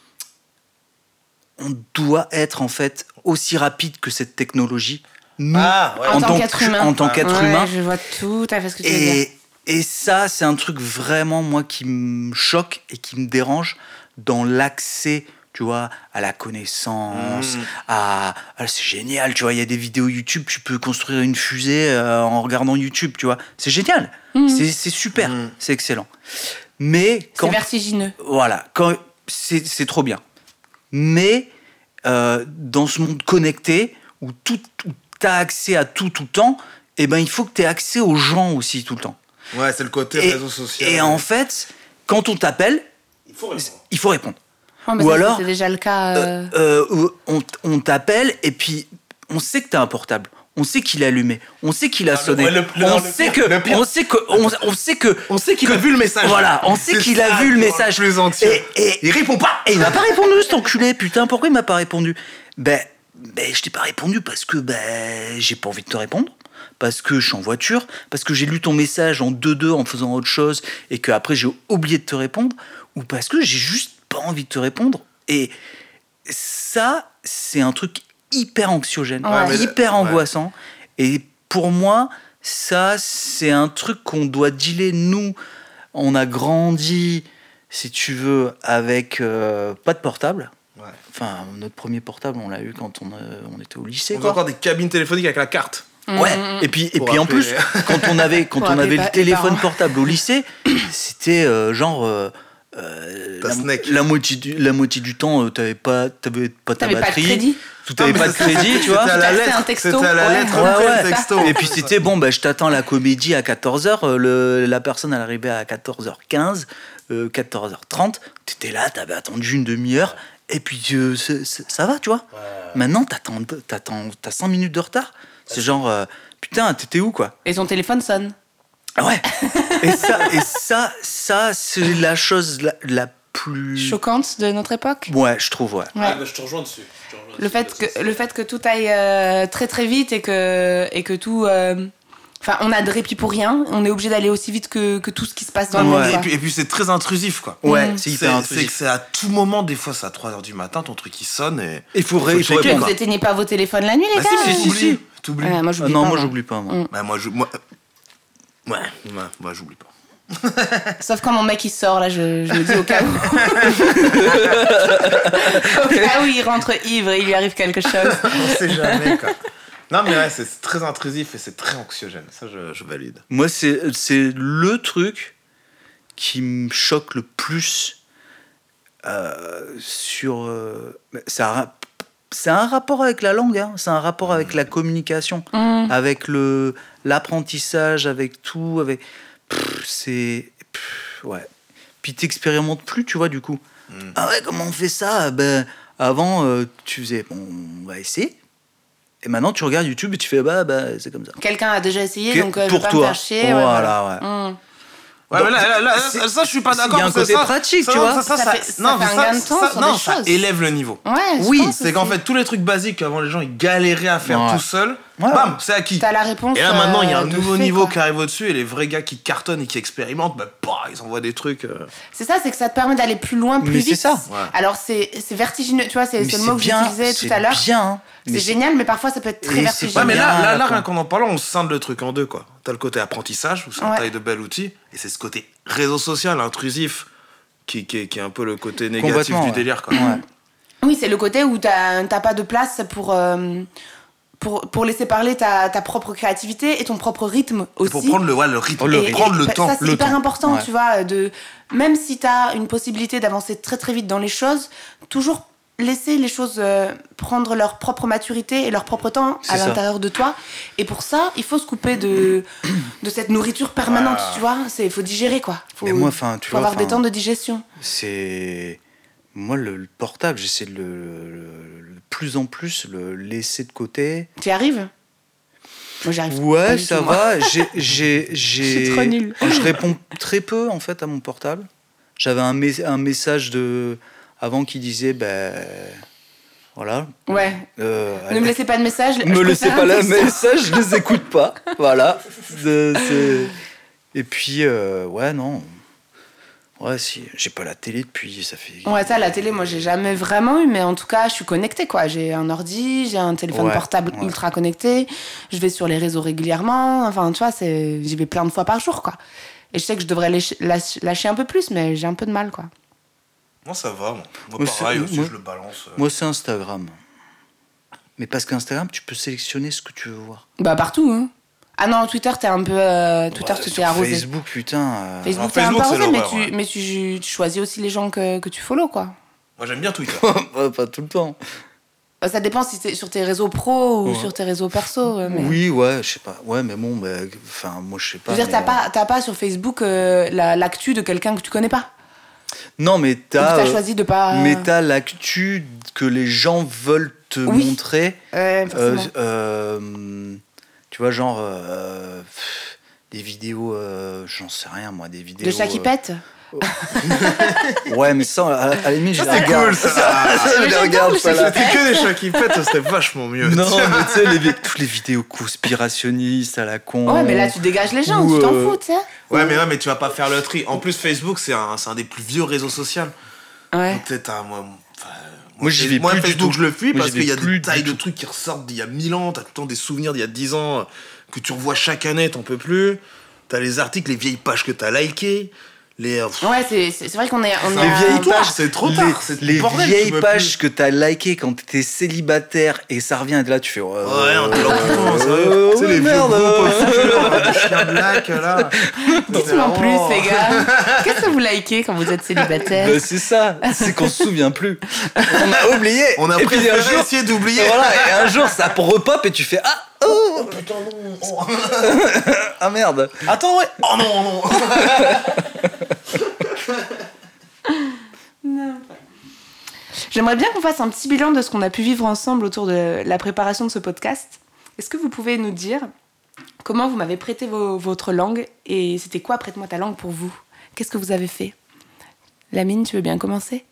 Speaker 3: on doit être, en fait, aussi rapide que cette technologie. Nous,
Speaker 2: Ah, ouais.
Speaker 4: En tant
Speaker 3: tant
Speaker 4: qu'être
Speaker 3: que-
Speaker 4: humain.
Speaker 3: en tant qu'être
Speaker 4: Ouais,
Speaker 3: humain.
Speaker 4: je vois tout à fait ce que tu veux dire.
Speaker 3: Et, et ça, c'est un truc vraiment, moi, qui me choque et qui me dérange dans l'accès, tu vois, à la connaissance,
Speaker 2: Mmh.
Speaker 3: à... à- c'est génial, tu vois, il y a des vidéos YouTube, tu peux construire une fusée euh, en regardant YouTube, tu vois. C'est génial,
Speaker 4: Mhm.
Speaker 3: c'est, c'est super,
Speaker 2: Mmh.
Speaker 3: c'est excellent. Mais quand...
Speaker 4: C'est vertigineux.
Speaker 3: Voilà, quand... c'est, c'est trop bien. Mais euh, dans ce monde connecté, où tout... tu as accès à tout tout le temps, eh ben, il faut que tu aies accès aux gens aussi tout le temps.
Speaker 2: Ouais, c'est le côté
Speaker 3: Et,
Speaker 2: réseau social.
Speaker 3: et en fait, quand on t'appelle,
Speaker 2: il faut répondre.
Speaker 3: il faut répondre.
Speaker 4: Ouais, mais
Speaker 3: Ou
Speaker 4: ça,
Speaker 3: alors,
Speaker 4: c'est déjà le cas. euh,
Speaker 3: Euh, euh, on, on t'appelle et puis on sait que tu as un portable. On sait qu'il est allumé. On sait qu'il a
Speaker 2: Ah,
Speaker 3: sonné.
Speaker 2: ouais, le- le-
Speaker 3: on,
Speaker 2: le
Speaker 3: sait
Speaker 2: pire-
Speaker 3: que,
Speaker 2: le pire.
Speaker 3: on sait que, on, on sait que,
Speaker 2: On sait qu'il
Speaker 3: que-
Speaker 2: a vu le message.
Speaker 3: Voilà, on sait
Speaker 2: C'est
Speaker 3: qu'il a
Speaker 2: ça,
Speaker 3: vu le
Speaker 2: qui rend
Speaker 3: message.
Speaker 2: plus anxieux.
Speaker 3: Et, et,
Speaker 2: Il répond pas.
Speaker 3: et il m'a pas répondu, cet enculé. Putain, pourquoi il m'a pas répondu? Ben, ben, je t'ai pas répondu parce que ben, j'ai pas envie de te répondre. Parce que je suis en voiture, parce que j'ai lu ton message en deux deux en faisant autre chose et que après j'ai oublié de te répondre, ou parce que j'ai juste pas envie de te répondre. Et ça, c'est un truc hyper anxiogène,
Speaker 4: Ouais,
Speaker 2: mais-
Speaker 3: hyper
Speaker 2: ouais.
Speaker 3: angoissant. Et pour moi, ça, c'est un truc qu'on doit dealer. Nous, on a grandi, si tu veux, avec euh, pas de portable.
Speaker 2: Ouais.
Speaker 3: Enfin, notre premier portable, on l'a eu quand on, euh, on était au lycée.
Speaker 2: On a
Speaker 3: quoi.
Speaker 2: encore des cabines téléphoniques avec la carte.
Speaker 3: Ouais,
Speaker 4: Mm, mm,
Speaker 3: et puis, et
Speaker 2: Pour
Speaker 3: puis en
Speaker 2: appeler
Speaker 3: plus,
Speaker 2: les-
Speaker 3: quand on avait, quand
Speaker 4: Pour
Speaker 3: on
Speaker 4: appeler
Speaker 3: avait
Speaker 4: pa-
Speaker 3: le
Speaker 4: les
Speaker 3: téléphone
Speaker 4: parents.
Speaker 3: portable au lycée, c'était euh, genre. euh, euh,
Speaker 2: Ta
Speaker 3: la,
Speaker 2: snack.
Speaker 3: la moitié du, la moitié du temps, euh, t'avais pas, t'avais pas ta
Speaker 4: T'avais pas de
Speaker 3: batterie.
Speaker 4: crédit.
Speaker 3: Tout t'avais
Speaker 2: Ah,
Speaker 3: pas
Speaker 2: mais
Speaker 3: de
Speaker 2: c'est-
Speaker 3: crédit, tu vois.
Speaker 2: C'était à la
Speaker 4: C'était
Speaker 2: lettre.
Speaker 4: un texto.
Speaker 2: C'était à la
Speaker 4: Ouais.
Speaker 2: lettre.
Speaker 3: Ouais,
Speaker 2: après,
Speaker 3: ouais.
Speaker 2: le texto.
Speaker 3: Et puis c'était bon, bah, je t'attends à la comédie à quatorze heures. euh, le, la personne, elle arrivait à quatorze heures quinze, euh, quatorze heures trente. T'étais là, t'avais attendu une demi-heure. Et puis euh, c'est- c'est- ça va, tu vois. Maintenant, t'attends, t'attends, t'as cinq minutes de retard. C'est genre, euh, putain, t'étais où, quoi?
Speaker 4: Et son téléphone sonne.
Speaker 3: Ah ouais. Et ça, et ça, ça c'est la chose la, la plus.
Speaker 4: Choquante de notre époque.
Speaker 3: Ouais, je trouve, ouais.
Speaker 4: Ouais.
Speaker 2: Ah, bah, je te rejoins dessus. Je te rejoins
Speaker 4: Le
Speaker 2: dessus.
Speaker 4: fait que le fait que tout aille euh, très très vite et que et que tout euh, enfin on a de répit pour rien, on est obligé d'aller aussi vite que, que tout ce qui se passe dans le
Speaker 3: Ouais.
Speaker 4: monde.
Speaker 2: Et
Speaker 4: quoi.
Speaker 2: puis, et puis c'est très intrusif, quoi.
Speaker 3: Ouais,
Speaker 4: Mm.
Speaker 3: c'est
Speaker 2: C'est
Speaker 3: hyper
Speaker 2: c'est
Speaker 3: intrusif.
Speaker 2: que c'est à tout moment, des fois c'est à trois heures du matin, ton truc il sonne et.
Speaker 3: Il faut,
Speaker 2: Faut
Speaker 3: ré- il faut
Speaker 2: checker,
Speaker 3: répondre.
Speaker 4: Vous éteignez pas vos téléphones la nuit les
Speaker 2: Bah
Speaker 4: gars
Speaker 2: si, si, si,
Speaker 3: si,
Speaker 2: si.
Speaker 3: si.
Speaker 2: T'oublies.
Speaker 4: Ouais, moi
Speaker 3: Ah
Speaker 4: j'oublie
Speaker 3: non,
Speaker 4: pas.
Speaker 3: moi
Speaker 4: moi.
Speaker 3: j'oublie pas. Moi.
Speaker 4: Mm.
Speaker 2: Bah, moi, je, moi, ouais, moi, moi j'oublie pas.
Speaker 4: Sauf quand mon mec il sort là, je, je me dis au cas où. Au cas où il rentre ivre et il lui arrive quelque chose.
Speaker 2: On sait jamais, quoi. Non, mais ouais, c'est très intrusif et c'est très anxiogène. Ça, je, je valide.
Speaker 3: Moi, c'est, c'est le truc qui me choque le plus euh, sur. Euh, ça a, ra- c'est un rapport avec la langue, hein, c'est un rapport avec la communication,
Speaker 4: Mm.
Speaker 3: avec le, l'apprentissage, avec tout. Avec, pff, c'est. Pff, ouais. Puis t'expérimentes plus, tu vois, du coup.
Speaker 2: Mm.
Speaker 3: Ah ouais, comment on fait ça? Ben, avant, euh, tu faisais, bon, on va essayer. Et maintenant, tu regardes YouTube et tu fais, bah, bah c'est comme ça.
Speaker 4: Quelqu'un a déjà essayé
Speaker 3: Que-
Speaker 4: donc euh, je
Speaker 3: pour
Speaker 4: vais pas
Speaker 3: toi.
Speaker 4: me faire chier. ouais,
Speaker 3: Voilà, ouais.
Speaker 4: Mm.
Speaker 2: Ouais,
Speaker 3: Donc,
Speaker 2: mais là, là, là,
Speaker 3: c'est-
Speaker 2: ça, je suis pas
Speaker 3: il y a
Speaker 2: d'accord.
Speaker 3: un
Speaker 2: parce que
Speaker 3: côté
Speaker 2: ça-
Speaker 3: pratique,
Speaker 2: ça,
Speaker 3: tu
Speaker 2: non,
Speaker 3: vois.
Speaker 2: Ça, ça,
Speaker 4: Ça
Speaker 2: ça,
Speaker 4: fait- ça
Speaker 2: non,
Speaker 4: fait
Speaker 2: mais
Speaker 4: un
Speaker 2: ça,
Speaker 4: gain de temps
Speaker 2: ça-
Speaker 4: sur
Speaker 2: non,
Speaker 4: des
Speaker 2: ça
Speaker 4: choses.
Speaker 2: élève le niveau.
Speaker 4: Ouais, je
Speaker 3: Oui,
Speaker 4: pense
Speaker 2: C'est qu'en
Speaker 4: aussi.
Speaker 2: fait, tous les trucs basiques qu'avant les gens ils galéraient à faire
Speaker 3: Ouais.
Speaker 2: tout seuls,
Speaker 3: Ouais.
Speaker 2: bam, c'est acquis.
Speaker 4: T'as la réponse.
Speaker 2: Et là maintenant, il y a un
Speaker 4: euh, de
Speaker 2: nouveau
Speaker 4: fait,
Speaker 2: niveau
Speaker 4: quoi.
Speaker 2: qui arrive au-dessus et les vrais gars qui cartonnent et qui expérimentent, bah, bah, ils envoient des trucs. euh,
Speaker 4: C'est ça, c'est que ça te permet d'aller plus loin, plus
Speaker 3: Mais
Speaker 4: vite.
Speaker 3: c'est ça.
Speaker 2: Ouais.
Speaker 4: Alors c'est c'est vertigineux, tu vois, c'est
Speaker 3: Mais
Speaker 4: c'est le mot que
Speaker 3: bien,
Speaker 4: j'utilisais
Speaker 3: c'est
Speaker 4: tout à l'heure.
Speaker 3: bien, hein. Mais
Speaker 4: C'est génial, mais parfois ça peut être très
Speaker 3: Et c'est
Speaker 4: vertigineux.
Speaker 3: pas
Speaker 2: Ouais, mais
Speaker 3: bien,
Speaker 2: là, là,
Speaker 3: là,
Speaker 2: là
Speaker 3: quoi.
Speaker 2: rien qu'en en parlant, on scinde le truc en deux, quoi. T'as le côté apprentissage, où c'est un
Speaker 4: Ouais.
Speaker 2: taille de bel outil, et c'est ce côté réseau social, intrusif, qui, qui, est, qui est un peu le côté négatif
Speaker 3: Complètement,
Speaker 2: du
Speaker 3: ouais.
Speaker 2: délire, quoi.
Speaker 3: Ouais.
Speaker 4: Oui, c'est le côté où t'as t'as pas de place pour, euh, pour, pour laisser parler ta, ta propre créativité et ton propre rythme
Speaker 2: Et
Speaker 4: aussi.
Speaker 2: pour prendre le, ouais, le rythme,
Speaker 3: le
Speaker 2: et,
Speaker 3: rythme.
Speaker 2: prendre le
Speaker 4: bah,
Speaker 2: temps.
Speaker 4: Ça, c'est
Speaker 3: le
Speaker 4: hyper
Speaker 3: temps.
Speaker 4: important,
Speaker 3: Ouais.
Speaker 4: tu vois. De, même si t'as une possibilité d'avancer très très vite dans les choses, toujours laisser les choses euh, prendre leur propre maturité et leur propre temps
Speaker 3: C'est
Speaker 4: à
Speaker 3: ça.
Speaker 4: l'intérieur de toi. Et pour ça, il faut se couper de, de cette nourriture permanente,
Speaker 2: Ah.
Speaker 4: tu vois. Il faut digérer, quoi. Faut,
Speaker 3: Mais moi, enfin, tu
Speaker 4: faut
Speaker 3: vois,
Speaker 4: avoir des
Speaker 3: enfin,
Speaker 4: temps de digestion.
Speaker 3: c'est moi le, le portable, j'essaie de le, le, le plus en plus le laisser de côté.
Speaker 4: Tu y arrives? Moi, j'y arrive pas
Speaker 3: Ouais,
Speaker 4: du
Speaker 3: ça
Speaker 4: tout, moi.
Speaker 3: va. J'ai, j'ai, j'ai...
Speaker 4: Je suis trop nulle.
Speaker 3: Je réponds très peu en fait à mon portable. J'avais un, mes- un message de avant qui disait ben voilà.
Speaker 4: Ouais.
Speaker 3: Euh,
Speaker 4: Ne me laissez pas de message. je
Speaker 3: me laissez
Speaker 4: préfère
Speaker 3: pas
Speaker 4: un
Speaker 3: le
Speaker 4: texto.
Speaker 3: message, je les écoute pas. Voilà. De- c'est- Et puis euh, ouais non. Ouais si j'ai pas la télé depuis ça fait.
Speaker 4: Ouais, ça, la télé, moi, j'ai jamais vraiment eu, mais en tout cas, je suis connectée, quoi. J'ai un ordi, j'ai un téléphone
Speaker 3: Ouais,
Speaker 4: portable
Speaker 3: ouais.
Speaker 4: ultra connecté, je vais sur les réseaux régulièrement, enfin, tu vois, c'est... j'y vais plein de fois par jour, quoi. Et je sais que je devrais lâcher, lâcher- lâcher un peu plus, mais j'ai un peu de mal, quoi.
Speaker 2: Moi, ça va. Moi, moi
Speaker 3: Moi,
Speaker 2: pareil
Speaker 3: c'est-
Speaker 2: aussi,
Speaker 3: moi-
Speaker 2: je le balance. euh.
Speaker 3: Moi c'est Instagram. Mais parce qu'Instagram tu peux sélectionner ce que tu veux voir.
Speaker 4: Bah, partout, hein. Ah non, Twitter, t'es un peu... euh, Twitter,
Speaker 3: Ouais,
Speaker 4: tu
Speaker 3: sur
Speaker 4: t'es arrosé.
Speaker 3: Facebook putain. euh,
Speaker 4: Facebook,
Speaker 2: Alors,
Speaker 4: t'es un peu
Speaker 2: Facebook, c'est
Speaker 4: arrosé, mais,
Speaker 2: l'horreur,
Speaker 4: tu,
Speaker 2: ouais.
Speaker 4: mais tu, tu choisis aussi les gens que, que tu follow, quoi.
Speaker 2: Moi, j'aime bien Twitter.
Speaker 3: pas, pas tout le temps.
Speaker 4: Bah, ça dépend si c'est sur tes réseaux pro ou
Speaker 3: Ouais.
Speaker 4: sur tes réseaux perso. euh, Mais...
Speaker 3: Oui, ouais, je sais pas. Ouais, mais bon, bah, enfin, moi, je sais
Speaker 4: Je
Speaker 3: pas.
Speaker 4: veux dire,
Speaker 3: mais,
Speaker 4: t'as
Speaker 3: euh,
Speaker 4: pas, t'as pas sur Facebook euh, la- l'actu de quelqu'un que tu connais pas.
Speaker 3: Non, mais
Speaker 4: Ou que
Speaker 3: t'as.
Speaker 4: t'as
Speaker 3: euh,
Speaker 4: choisi de pas...
Speaker 3: Mais t'as l'actu que les gens veulent te
Speaker 4: Oui.
Speaker 3: montrer.
Speaker 4: Ouais,
Speaker 3: Euh,
Speaker 4: forcément.
Speaker 3: euh, tu vois, genre. euh, pff, des vidéos. euh, J'en sais rien, moi, des vidéos.
Speaker 4: De chat qui
Speaker 3: euh,
Speaker 4: pète.
Speaker 3: Ouais, mais ça, à, à la limite, je
Speaker 2: Ça,
Speaker 3: les
Speaker 2: c'est
Speaker 3: regarde.
Speaker 2: cool, ça.
Speaker 3: je les
Speaker 4: J'adore
Speaker 3: regarde,
Speaker 4: les
Speaker 3: ça,
Speaker 4: chats
Speaker 3: là.
Speaker 4: qui
Speaker 2: C'était que des chats qui pètent, ça, c'était vachement mieux.
Speaker 3: Non, mais tu sais, les, vi- toutes les vidéos conspirationnistes à la con.
Speaker 4: Ouais, mais là, tu dégages les gens,
Speaker 3: Ou,
Speaker 4: tu t'en
Speaker 3: euh,
Speaker 4: fous, tu sais.
Speaker 2: Ouais, mais, ouais, mais tu vas pas faire le tri. En plus, Facebook, c'est un, c'est un des plus vieux réseaux sociaux.
Speaker 4: Ouais.
Speaker 2: Donc, peut-être, hein, moi, enfin,
Speaker 3: Moi, j'y vais
Speaker 2: moi,
Speaker 3: plus du
Speaker 2: Facebook,
Speaker 3: tout.
Speaker 2: je le fuis
Speaker 3: Moi,
Speaker 2: parce
Speaker 3: j'y vais
Speaker 2: qu'il y a
Speaker 3: plus
Speaker 2: des
Speaker 3: du
Speaker 2: tailles de
Speaker 3: tout.
Speaker 2: trucs qui ressortent d'il y a mille ans. T'as tout le temps des souvenirs d'il y a dix ans euh, que tu revois chaque année, t'en peux plus. T'as les articles, les vieilles pages que t'as likées. Les, euh, pff,
Speaker 4: Ouais, c'est, c'est, c'est vrai qu'on est. On
Speaker 2: les
Speaker 4: est à-
Speaker 2: vieilles
Speaker 3: pages,
Speaker 2: pages, c'est trop tard.
Speaker 3: Les,
Speaker 2: c'est
Speaker 3: les
Speaker 2: bordel, tu
Speaker 3: vieilles
Speaker 2: peux
Speaker 3: pages
Speaker 2: plus.
Speaker 3: que t'as likées quand t'étais célibataire et ça revient et là tu fais ouais,
Speaker 2: Ouais, on est là,
Speaker 3: euh,
Speaker 2: c'est
Speaker 3: euh,
Speaker 2: Tu sais, les
Speaker 3: ouais,
Speaker 2: vieux
Speaker 3: merde,
Speaker 2: groupes
Speaker 3: euh.
Speaker 2: obscurs, des chiens de lac, là.
Speaker 4: Dites-moi en
Speaker 2: Oh.
Speaker 4: plus, les gars. Qu'est-ce que vous likez quand vous êtes célibataire?
Speaker 3: Bah, c'est ça, c'est qu'on se souvient plus. On a oublié.
Speaker 2: On a
Speaker 3: et puis un
Speaker 2: préféré
Speaker 3: jour,
Speaker 2: essayer d'oublier.
Speaker 3: voilà, et un jour ça repop et tu fais ah oh,
Speaker 2: Oh putain, non. Oh.
Speaker 3: ah merde.
Speaker 2: Attends, ouais. Oh non, non.
Speaker 4: Non. J'aimerais bien qu'on fasse un petit bilan de ce qu'on a pu vivre ensemble autour de la préparation de ce podcast. Est-ce que vous pouvez nous dire comment vous m'avez prêté vos- votre langue et c'était quoi Prête-moi ta langue pour vous? Qu'est-ce que vous avez fait? Lamine, tu veux bien commencer?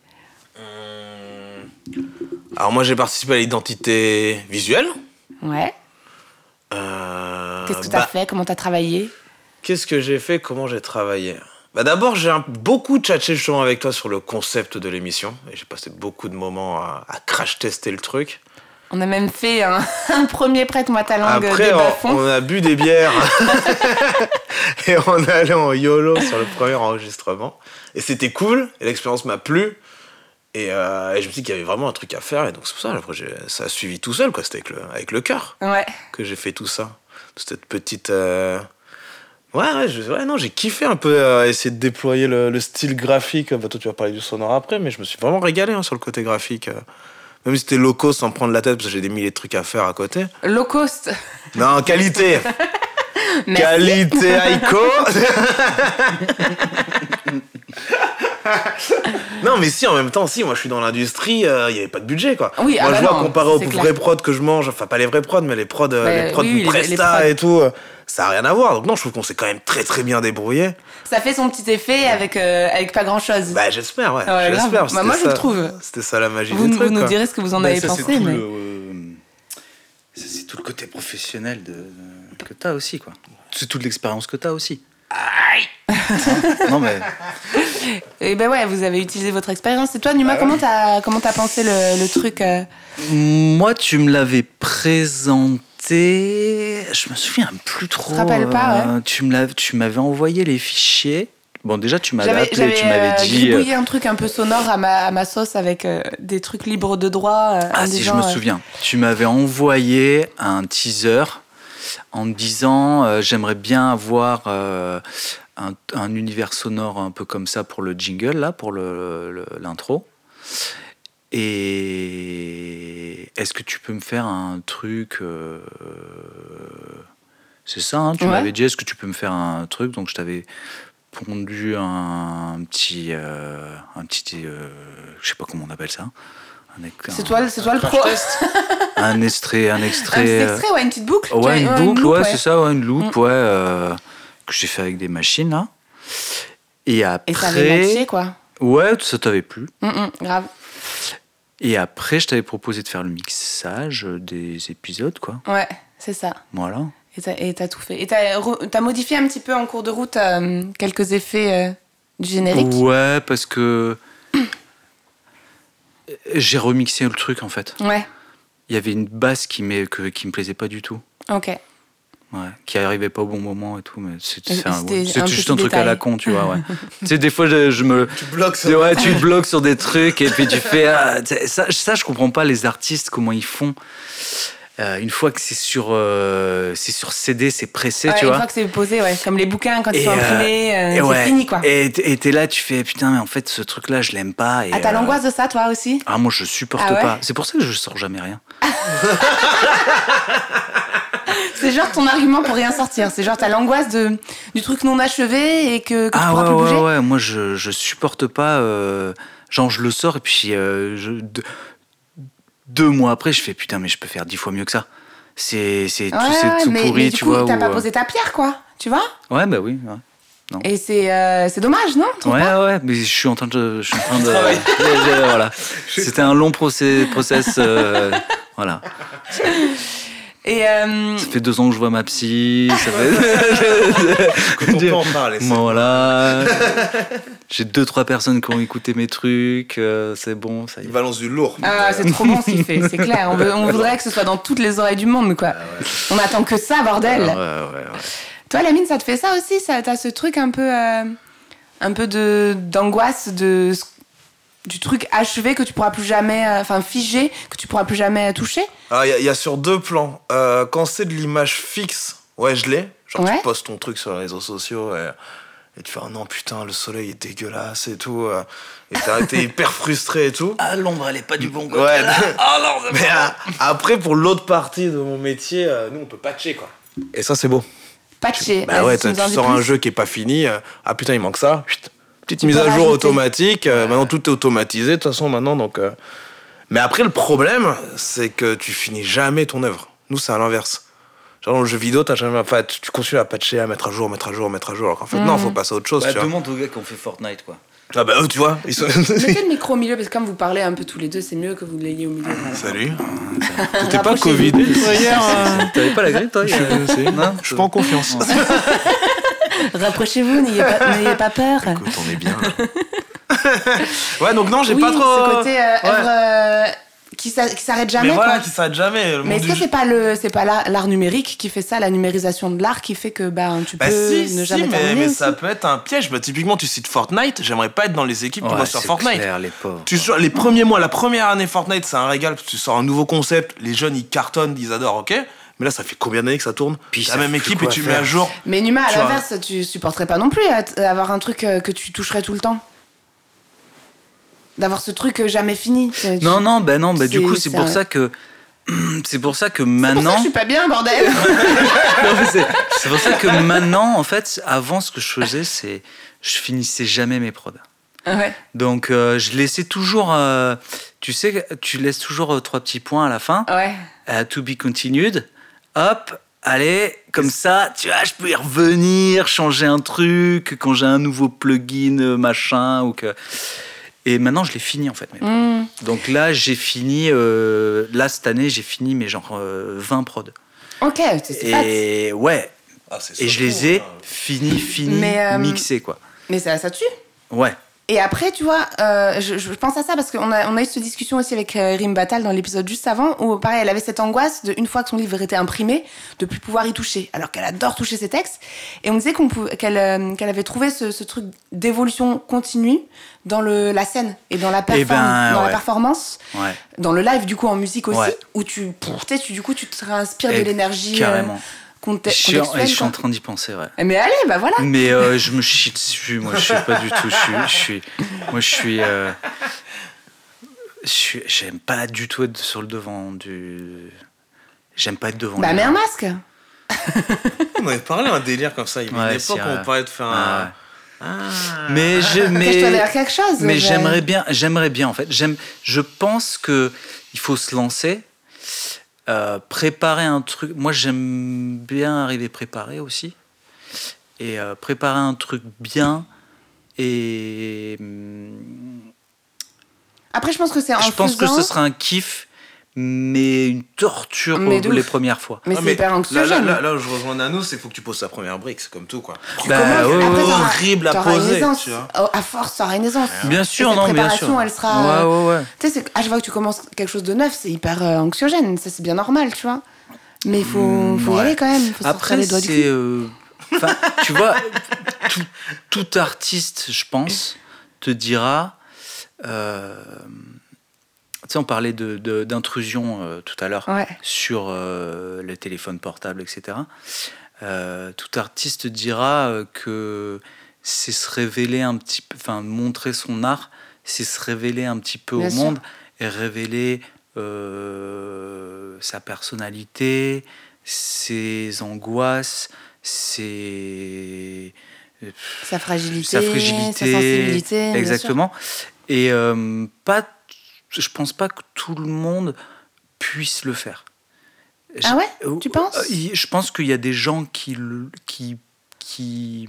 Speaker 2: Alors moi j'ai participé à l'identité visuelle.
Speaker 4: Ouais.
Speaker 2: Euh,
Speaker 4: Qu'est-ce que
Speaker 2: bah,
Speaker 4: t'as fait? Comment t'as travaillé?
Speaker 2: Qu'est-ce que j'ai fait? Comment j'ai travaillé? Bah d'abord j'ai un- beaucoup tchatché justement avec toi sur le concept de l'émission et j'ai passé beaucoup de moments à, à crash tester le truc.
Speaker 4: On a même fait un, un premier Prête-moi ta langue
Speaker 2: Après
Speaker 4: de
Speaker 2: on,
Speaker 4: bas-fond.
Speaker 2: on a bu des bières et on est allé en YOLO sur le premier enregistrement et c'était cool et l'expérience m'a plu. Et, euh, et je me suis dit qu'il y avait vraiment un truc à faire et donc c'est pour ça après j'ai- ça a suivi tout seul quoi, c'était avec le, avec le cœur
Speaker 4: Ouais.
Speaker 2: que j'ai fait tout ça, cette petite euh... ouais ouais, je, ouais non j'ai kiffé un peu euh, essayer de déployer le, le style graphique. Bah, toi tu vas parler du sonore après mais je me suis vraiment régalé hein, sur le côté graphique euh. Même si c'était low cost sans prendre la tête parce que j'ai des milliers de trucs à faire à côté.
Speaker 4: Low cost.
Speaker 2: Non, qualité.
Speaker 4: Merci.
Speaker 2: Qualité Aiko. Non mais si en même temps si moi je suis dans l'industrie il euh, y avait pas de budget quoi.
Speaker 4: Oui,
Speaker 2: moi
Speaker 4: ah
Speaker 2: je
Speaker 4: bah
Speaker 2: vois
Speaker 4: non,
Speaker 2: comparé aux
Speaker 4: c'est
Speaker 2: vrais
Speaker 4: clair.
Speaker 2: prods que je mange, enfin pas les vrais prods mais les prods euh,
Speaker 4: Bah,
Speaker 2: les prods
Speaker 4: oui,
Speaker 2: du
Speaker 4: oui, les- les
Speaker 2: Presta
Speaker 4: prods.
Speaker 2: et tout euh, ça a rien à voir donc non je trouve qu'on s'est quand même très très bien débrouillé.
Speaker 4: Ça fait son petit effet avec, euh, avec pas grand-chose.
Speaker 2: Bah j'espère ouais,
Speaker 4: Ouais,
Speaker 2: j'espère.
Speaker 4: grave.
Speaker 2: C'était
Speaker 4: Bah, moi, je
Speaker 2: ça-
Speaker 4: le trouve.
Speaker 2: C'était ça la magie
Speaker 4: vous
Speaker 2: du
Speaker 4: vous
Speaker 2: truc
Speaker 4: nous
Speaker 2: quoi.
Speaker 4: direz ce que vous en
Speaker 3: Bah,
Speaker 4: avez
Speaker 3: ça, c'est
Speaker 4: pensé.
Speaker 3: tout
Speaker 4: Mais...
Speaker 3: le, euh, ça, c'est tout le côté professionnel de, de- que t'as aussi quoi. C'est toute l'expérience que t'as aussi. Hein non mais
Speaker 4: Et ben ouais, vous avez utilisé votre expérience. Et toi, Numa, comment t'as comment t'as pensé le, le truc euh
Speaker 3: moi tu me l'avais présenté, je me souviens plus trop.
Speaker 4: te rappelles pas,
Speaker 3: euh, Tu me l'avais, tu m'avais envoyé les fichiers. Bon déjà tu m'avais
Speaker 4: J'avais,
Speaker 3: appelé,
Speaker 4: j'avais
Speaker 3: tu m'avais
Speaker 4: euh,
Speaker 3: dit. euh,
Speaker 4: gribouillé un truc un peu sonore à ma, à ma sauce avec euh, des trucs libres de droit. euh, en
Speaker 3: Ah si,
Speaker 4: disant,
Speaker 3: je me
Speaker 4: euh,
Speaker 3: souviens. Tu m'avais envoyé un teaser en me disant euh, j'aimerais bien avoir euh, un, un univers sonore un peu comme ça pour le jingle, là, pour le, le- l'intro. Et est-ce que tu peux me faire un truc euh... C'est ça, hein, tu
Speaker 4: Ouais.
Speaker 3: m'avais dit, est-ce que tu peux me faire un truc? Donc je t'avais pondu un, un petit, euh, un petit, euh, je sais pas comment on appelle ça. Un,
Speaker 4: C'est toi, c'est toi le pro.
Speaker 3: Un extrait, un extrait.
Speaker 4: Un petit extrait, ouais, une petite boucle.
Speaker 3: Ouais,
Speaker 4: Tu-
Speaker 3: une
Speaker 4: ouais,
Speaker 3: boucle,
Speaker 4: loupe,
Speaker 3: ouais, c'est ça, ouais, une loupe,
Speaker 4: Mm.
Speaker 3: ouais, euh, que j'ai fait avec des machines, là. Et après.
Speaker 4: Et ça avait matché, quoi.
Speaker 3: Ouais, ça t'avait plu.
Speaker 4: Mm, mm, grave.
Speaker 3: Et après, je t'avais proposé de faire le mixage des épisodes, quoi.
Speaker 4: Ouais, c'est ça.
Speaker 3: Voilà.
Speaker 4: Et t'as, et t'as tout fait. Et t'as, re- t'as modifié un petit peu en cours de route euh, quelques effets euh, du générique.
Speaker 3: Ouais, parce que. J'ai remixé le truc, en fait.
Speaker 4: Ouais,
Speaker 3: Il y avait une basse qui, m'est, que, qui me plaisait pas du tout.
Speaker 4: ok.
Speaker 3: Ouais, qui arrivait pas au bon moment et tout, mais c'était,
Speaker 4: Et
Speaker 3: c'est un-
Speaker 4: c'était
Speaker 3: ouais, c'était
Speaker 4: un
Speaker 3: juste
Speaker 4: petit
Speaker 3: un truc à
Speaker 4: détail.
Speaker 3: la con, tu vois, ouais. Tu sais, des fois, je, je me.
Speaker 2: Tu bloques ça.
Speaker 3: Tu- Ouais, tu bloques sur des trucs et puis tu fais. ah, tu sais, ça, ça, je comprends pas les artistes, comment ils font. Euh, une fois que c'est sur, euh, c'est sur C D, c'est pressé,
Speaker 4: Ouais,
Speaker 3: tu
Speaker 4: une
Speaker 3: vois.
Speaker 4: fois que c'est posé, ouais, comme les bouquins quand ils
Speaker 3: Et,
Speaker 4: sont
Speaker 3: euh,
Speaker 4: imprimés, euh,
Speaker 3: et
Speaker 4: c'est
Speaker 3: ouais,
Speaker 4: fini, quoi.
Speaker 3: Et t'es et t'es là, tu fais putain, mais en fait, ce truc-là, je l'aime pas. Et,
Speaker 4: Ah, t'as
Speaker 3: euh,
Speaker 4: l'angoisse de ça, toi aussi?
Speaker 3: Ah, moi, je supporte
Speaker 4: Ah ouais
Speaker 3: pas. C'est pour ça que je sors jamais rien.
Speaker 4: C'est genre ton argument pour rien sortir. C'est genre t'as l'angoisse de, du truc non achevé et que, que tu
Speaker 3: Ah
Speaker 4: pourras
Speaker 3: ouais,
Speaker 4: plus
Speaker 3: ouais,
Speaker 4: bouger.
Speaker 3: ouais, moi, je, je supporte pas. euh, genre, je le sors et puis euh, je, deux, deux mois après, je fais putain, mais je peux faire dix fois mieux que ça. C'est, c'est tout,
Speaker 4: Ouais,
Speaker 3: c'est
Speaker 4: ouais,
Speaker 3: tout
Speaker 4: mais,
Speaker 3: pourri,
Speaker 4: mais du
Speaker 3: tu
Speaker 4: coup,
Speaker 3: vois.
Speaker 4: t'as
Speaker 3: ou,
Speaker 4: pas
Speaker 3: euh,
Speaker 4: posé ta pierre, quoi. Tu vois?
Speaker 3: Ouais, bah oui. Ouais.
Speaker 4: Et c'est, euh, c'est dommage, non? Tu trouves
Speaker 3: Ouais,
Speaker 4: pas
Speaker 3: ouais, mais je suis en train de. Je suis en train de voilà. C'était un long procès, process. euh, voilà.
Speaker 4: Et euh,
Speaker 3: Ça fait deux ans que je vois ma psy. Ça fait.
Speaker 2: Quand on peut en parler. c'est-
Speaker 3: Voilà. J'ai deux, trois personnes qui ont écouté mes trucs. euh, c'est bon, ça y
Speaker 2: Il
Speaker 3: est.
Speaker 2: balance du lourd.
Speaker 4: ah, c'est trop bon ce qu'il fait, c'est clair. On, veut- on voudrait que ce soit dans toutes les oreilles du monde, quoi. On attend que ça, bordel.
Speaker 3: Ouais, ouais, ouais.
Speaker 4: Toi, Lamine, ça te fait ça aussi? Ça, t'as ce truc un peu, euh, un peu de d'angoisse de du truc achevé que tu pourras plus jamais, euh, enfin figé que tu pourras plus jamais toucher?
Speaker 2: Alors, il y, a- il y a sur deux plans. Euh, quand c'est de l'image fixe, ouais, je l'ai. Genre,
Speaker 4: Ouais.
Speaker 2: tu postes ton truc sur les réseaux sociaux et, et tu fais, oh non, putain, le soleil est dégueulasse et tout. euh, et t'as été hyper frustré et tout.
Speaker 3: Ah, l'ombre, elle est pas du bon côté.
Speaker 2: Ouais.
Speaker 3: Oh non, c'est
Speaker 2: Mais euh, après, pour l'autre partie de mon métier, euh, nous, on peut patcher, quoi. Et ça, c'est beau.
Speaker 4: Patché.
Speaker 2: Bah
Speaker 4: Vas-y,
Speaker 2: ouais,
Speaker 4: tu
Speaker 2: tu
Speaker 4: nous en dis
Speaker 2: sors
Speaker 4: plus.
Speaker 2: un jeu qui est pas fini. euh, ah putain, il manque ça. Chut. Petite
Speaker 4: Tu
Speaker 2: mise
Speaker 4: peux
Speaker 2: à jour
Speaker 4: rajouter.
Speaker 2: automatique. euh, maintenant, tout est automatisé, de toute façon, maintenant. Donc, euh. Mais après, le problème, c'est que tu finis jamais ton œuvre. Nous, c'est à l'inverse. Genre, dans le jeu vidéo, t'as jamais, enfin, tu, tu continues à patcher, à mettre à jour, mettre à jour, mettre à jour. Alors qu'en fait, non, faut passer à autre chose.
Speaker 3: Bah,
Speaker 2: tu vois.
Speaker 3: demande aux gars qui ont fait Fortnite, quoi.
Speaker 2: Ah bah, eux, tu vois. Ils sont...
Speaker 4: Mettez le micro au milieu parce que comme vous parlez un peu tous les deux, c'est mieux que vous l'ayez au milieu. Voilà.
Speaker 2: Salut. T'étais pas
Speaker 4: Rapprochez-vous.
Speaker 2: Covidé toi, hier euh
Speaker 3: T'avais pas la grippe, toi
Speaker 2: Je sais.
Speaker 3: Non,
Speaker 2: Je suis pas en confiance.
Speaker 4: Rapprochez-vous, n'ayez pas, n'ayez pas peur.
Speaker 2: Écoute, on est bien. là. ouais, donc non, j'ai
Speaker 4: Oui,
Speaker 2: pas trop.
Speaker 4: ce côté euh,
Speaker 2: Ouais.
Speaker 4: œuvre euh, qui, s'a- qui s'arrête jamais.
Speaker 2: Mais voilà,
Speaker 4: quoi.
Speaker 2: qui s'arrête jamais. Le
Speaker 4: Mais
Speaker 2: monde
Speaker 4: est-ce
Speaker 2: du
Speaker 4: que
Speaker 2: jeu-
Speaker 4: c'est pas le, c'est pas l'art, l'art numérique qui fait ça, la numérisation de l'art qui fait que bah tu
Speaker 2: Bah
Speaker 4: peux
Speaker 2: si,
Speaker 4: ne
Speaker 2: si,
Speaker 4: jamais
Speaker 2: mais,
Speaker 4: terminer
Speaker 2: mais
Speaker 4: aussi.
Speaker 2: ça peut être un piège. Bah, typiquement, tu cites Fortnite, j'aimerais pas être dans les équipes qui
Speaker 3: Ouais,
Speaker 2: bossent sur
Speaker 3: c'est
Speaker 2: Fortnite.
Speaker 3: clair, les pauvres.
Speaker 2: Tu sors- les premiers mois, la première année Fortnite, c'est un régal, parce que tu sors un nouveau concept, les jeunes ils cartonnent, ils adorent, ok. Mais là, ça fait combien d'années que ça tourne?
Speaker 3: Puis
Speaker 2: La
Speaker 3: ça
Speaker 2: même
Speaker 3: fait
Speaker 2: équipe
Speaker 3: quoi
Speaker 2: et tu
Speaker 3: faire.
Speaker 2: mets à jour.
Speaker 4: Mais Numa, à
Speaker 2: Tu vois.
Speaker 4: l'inverse, tu supporterais pas non plus à t- avoir un truc euh, que tu toucherais tout le temps. D'avoir ce truc euh, jamais fini. Tu- tu-
Speaker 3: Non, non, bah non, bah du
Speaker 4: C'est-
Speaker 3: coup, c'est
Speaker 4: c'est
Speaker 3: pour
Speaker 4: un-
Speaker 3: ça que. C'est pour ça que
Speaker 4: C'est pour ça que
Speaker 3: maintenant.
Speaker 4: je suis pas bien, bordel.
Speaker 3: Non, mais c'est c'est pour ça que maintenant, en fait, avant, ce que je faisais, c'est. Je finissais jamais mes prods.
Speaker 4: ouais.
Speaker 3: Donc, euh, je laissais toujours. euh, tu sais, tu laisses toujours euh, trois petits points à la fin.
Speaker 4: Ouais.
Speaker 3: Euh, to be continued. Hop, allez, comme ça, tu vois, je peux y revenir, changer un truc, quand j'ai un nouveau plugin, euh, machin, ou que. Et maintenant, je l'ai fini, en fait. mes prods.
Speaker 4: Mm.
Speaker 3: Donc là, j'ai fini. euh, là, cette année, j'ai fini mes genre euh, vingt prods.
Speaker 4: Ok, c'est c'est fat.
Speaker 3: Et ouais.
Speaker 2: Ah, c'est
Speaker 3: Et je
Speaker 2: surtout,
Speaker 3: les ai
Speaker 2: hein.
Speaker 3: finis, finis,
Speaker 4: Mais, euh,
Speaker 3: mixés, quoi.
Speaker 4: Mais ça, ça tue.
Speaker 3: Ouais.
Speaker 4: Et après, tu vois, euh, je, je pense à ça parce qu'on a, on a eu cette discussion aussi avec euh, Rim Batal dans l'épisode juste avant, où pareil, elle avait cette angoisse de, une fois que son livre était imprimé, de plus pouvoir y toucher, alors qu'elle adore toucher ses textes. Et on disait qu'on pouvait, qu'elle, euh, qu'elle avait trouvé ce, ce truc d'évolution continue dans le, la scène et dans, la, perform-
Speaker 3: Eh ben,
Speaker 4: dans la
Speaker 3: ouais.
Speaker 4: performance,
Speaker 3: Ouais.
Speaker 4: dans le live du coup en musique aussi,
Speaker 3: Ouais.
Speaker 4: où tu, tu sais, tu, du coup, tu te réinspires de
Speaker 3: Et
Speaker 4: l'énergie euh,
Speaker 3: carrément.
Speaker 4: conte-
Speaker 3: Je suis, en,
Speaker 4: contextuelle.
Speaker 3: je suis en
Speaker 4: quoi.
Speaker 3: train d'y penser, ouais.
Speaker 4: Mais allez, bah voilà.
Speaker 3: Mais euh, je me chie dessus, moi je suis pas du tout. Je suis, je suis, moi je suis. euh, Je, j'aime pas du tout être sur le devant du. J'aime pas être devant.
Speaker 4: Bah, mets un masque.
Speaker 2: On avait parlé d'un délire comme ça. Il y a
Speaker 3: Ouais,
Speaker 2: une époque
Speaker 3: si,
Speaker 2: où on
Speaker 3: ouais.
Speaker 2: parlait de faire
Speaker 3: Ah,
Speaker 2: un.
Speaker 3: ouais.
Speaker 2: Ah.
Speaker 3: Mais je, mais,
Speaker 4: Cache-toi derrière quelque chose.
Speaker 3: mais
Speaker 4: ouais.
Speaker 3: j'aimerais bien, j'aimerais bien en fait. J'aime, je pense que il faut se lancer, euh, préparer un truc. Moi, j'aime bien arriver préparé aussi, et euh, préparer un truc bien. Et hum,
Speaker 4: Après, je pense que c'est en
Speaker 3: je pense que
Speaker 4: faisant,
Speaker 3: ce sera un kiff, mais une torture
Speaker 4: Mais de
Speaker 3: les
Speaker 4: ouf.
Speaker 3: premières fois.
Speaker 4: Mais
Speaker 2: Ah,
Speaker 4: c'est hyper
Speaker 2: là,
Speaker 4: anxiogène.
Speaker 2: là, là, là où je rejoins Nano, c'est qu'il faut que tu poses ta première brique, c'est comme tout quoi.
Speaker 3: Bah,
Speaker 4: Comment-
Speaker 3: ouais,
Speaker 4: Après,
Speaker 3: ouais,
Speaker 4: t'auras-
Speaker 2: horrible à
Speaker 4: t'auras une
Speaker 2: poser,
Speaker 4: aisance.
Speaker 2: tu vois.
Speaker 4: Oh, à force, t'auras une aisance.
Speaker 3: Bien
Speaker 4: Et
Speaker 3: sûr,
Speaker 4: cette
Speaker 3: non, bien
Speaker 4: préparation,
Speaker 3: sûr.
Speaker 4: elle sera.
Speaker 3: Ouais, ouais, ouais.
Speaker 4: Tu sais, c'est- à chaque fois que tu commences quelque chose de neuf, c'est hyper euh, anxiogène. Ça, c'est bien normal, tu vois. Mais il faut,
Speaker 3: Mm,
Speaker 4: faut y
Speaker 3: ouais.
Speaker 4: aller quand même. Il faut sortir
Speaker 3: Après,
Speaker 4: les doigts du
Speaker 3: c'est.
Speaker 4: cul.
Speaker 3: euh, 'fin, tu vois, tout, tout artiste, je pense, te dira. euh, tu sais, on parlait de, de- d'intrusion euh, tout à l'heure
Speaker 4: Ouais.
Speaker 3: sur euh, les téléphones portables, et cetera. Euh, tout artiste dira euh, que c'est se révéler un petit peu, enfin, montrer son art, c'est se révéler un petit peu
Speaker 4: Bien
Speaker 3: au
Speaker 4: sûr.
Speaker 3: monde et révéler euh, sa personnalité, ses angoisses, ses
Speaker 4: Sa fragilité,
Speaker 3: sa fragilité,
Speaker 4: sa sensibilité. bien sûr.
Speaker 3: exactement. Et euh, pas, je pense pas que tout le monde puisse le faire.
Speaker 4: Ah ouais
Speaker 3: Je-
Speaker 4: Tu penses
Speaker 3: euh, il- Je pense qu'il y a des gens qui le- qui qui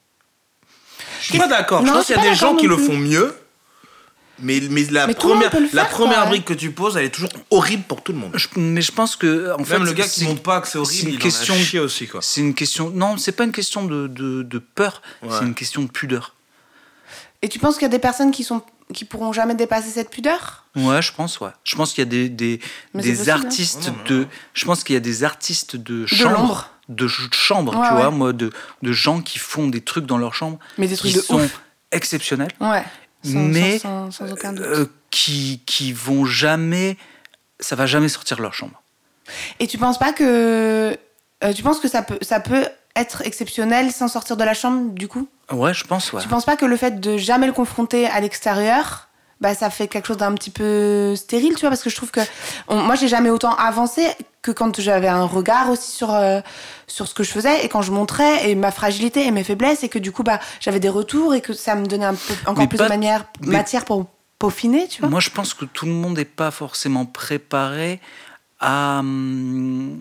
Speaker 2: Je suis pas d'accord. Je
Speaker 4: Non,
Speaker 2: pense
Speaker 4: je
Speaker 2: qu'il
Speaker 4: suis
Speaker 2: y a
Speaker 4: pas
Speaker 2: des gens
Speaker 4: d'accord
Speaker 2: qui
Speaker 4: non
Speaker 2: le
Speaker 4: plus.
Speaker 2: font mieux. Mais, mais la
Speaker 4: Mais tout le monde
Speaker 2: première,
Speaker 4: peut le
Speaker 2: la
Speaker 4: faire,
Speaker 2: première
Speaker 4: quoi.
Speaker 2: brique que tu poses, elle est toujours horrible pour tout le monde.
Speaker 3: je- mais je pense que en fait
Speaker 2: Même le gars qui
Speaker 3: c'est-
Speaker 2: montre pas que c'est
Speaker 3: c'est
Speaker 2: horrible,
Speaker 3: une
Speaker 2: il
Speaker 3: question
Speaker 2: en a
Speaker 3: de-
Speaker 2: chier aussi quoi.
Speaker 3: c'est une question non c'est pas une question de, de, de peur,
Speaker 2: Ouais.
Speaker 3: c'est une question de pudeur.
Speaker 4: Et tu penses qu'il y a des personnes qui sont qui pourront jamais dépasser cette pudeur?
Speaker 3: Ouais, je pense, ouais. Je pense qu'il y a des, des,
Speaker 4: Mais
Speaker 3: des
Speaker 4: c'est possible, hein.
Speaker 3: artistes
Speaker 2: Non, non,
Speaker 3: de.
Speaker 2: non.
Speaker 3: Je pense qu'il y a des artistes de
Speaker 4: De
Speaker 3: chambre.
Speaker 4: l'ombre.
Speaker 3: De ch- chambre,
Speaker 4: Ouais,
Speaker 3: tu
Speaker 4: ouais.
Speaker 3: vois, moi, de, de gens qui font des trucs dans leur chambre
Speaker 4: Mais des trucs
Speaker 3: qui
Speaker 4: de
Speaker 3: sont
Speaker 4: ouf.
Speaker 3: exceptionnels,
Speaker 4: Ouais. Sans,
Speaker 3: mais
Speaker 4: sans, sans, sans aucun doute.
Speaker 3: euh, qui, qui vont jamais. Ça va jamais sortir de leur chambre.
Speaker 4: Et tu penses pas que euh, tu penses que ça peut ça peut être exceptionnel sans sortir de la chambre du coup?
Speaker 3: Ouais, je pense, ouais.
Speaker 4: Tu penses pas que le fait de jamais le confronter à l'extérieur, bah ça fait quelque chose d'un petit peu stérile, tu vois, parce que je trouve que on- moi j'ai jamais autant avancé que quand j'avais un regard aussi sur euh, sur ce que je faisais et quand je montrais et ma fragilité et mes faiblesses et que du coup bah j'avais des retours et que ça me donnait un peu encore
Speaker 3: Mais
Speaker 4: plus
Speaker 3: pas-
Speaker 4: de manière
Speaker 3: mais-
Speaker 4: matière pour peaufiner, tu vois.
Speaker 3: Moi, je pense que tout le monde n'est pas forcément préparé à, hum,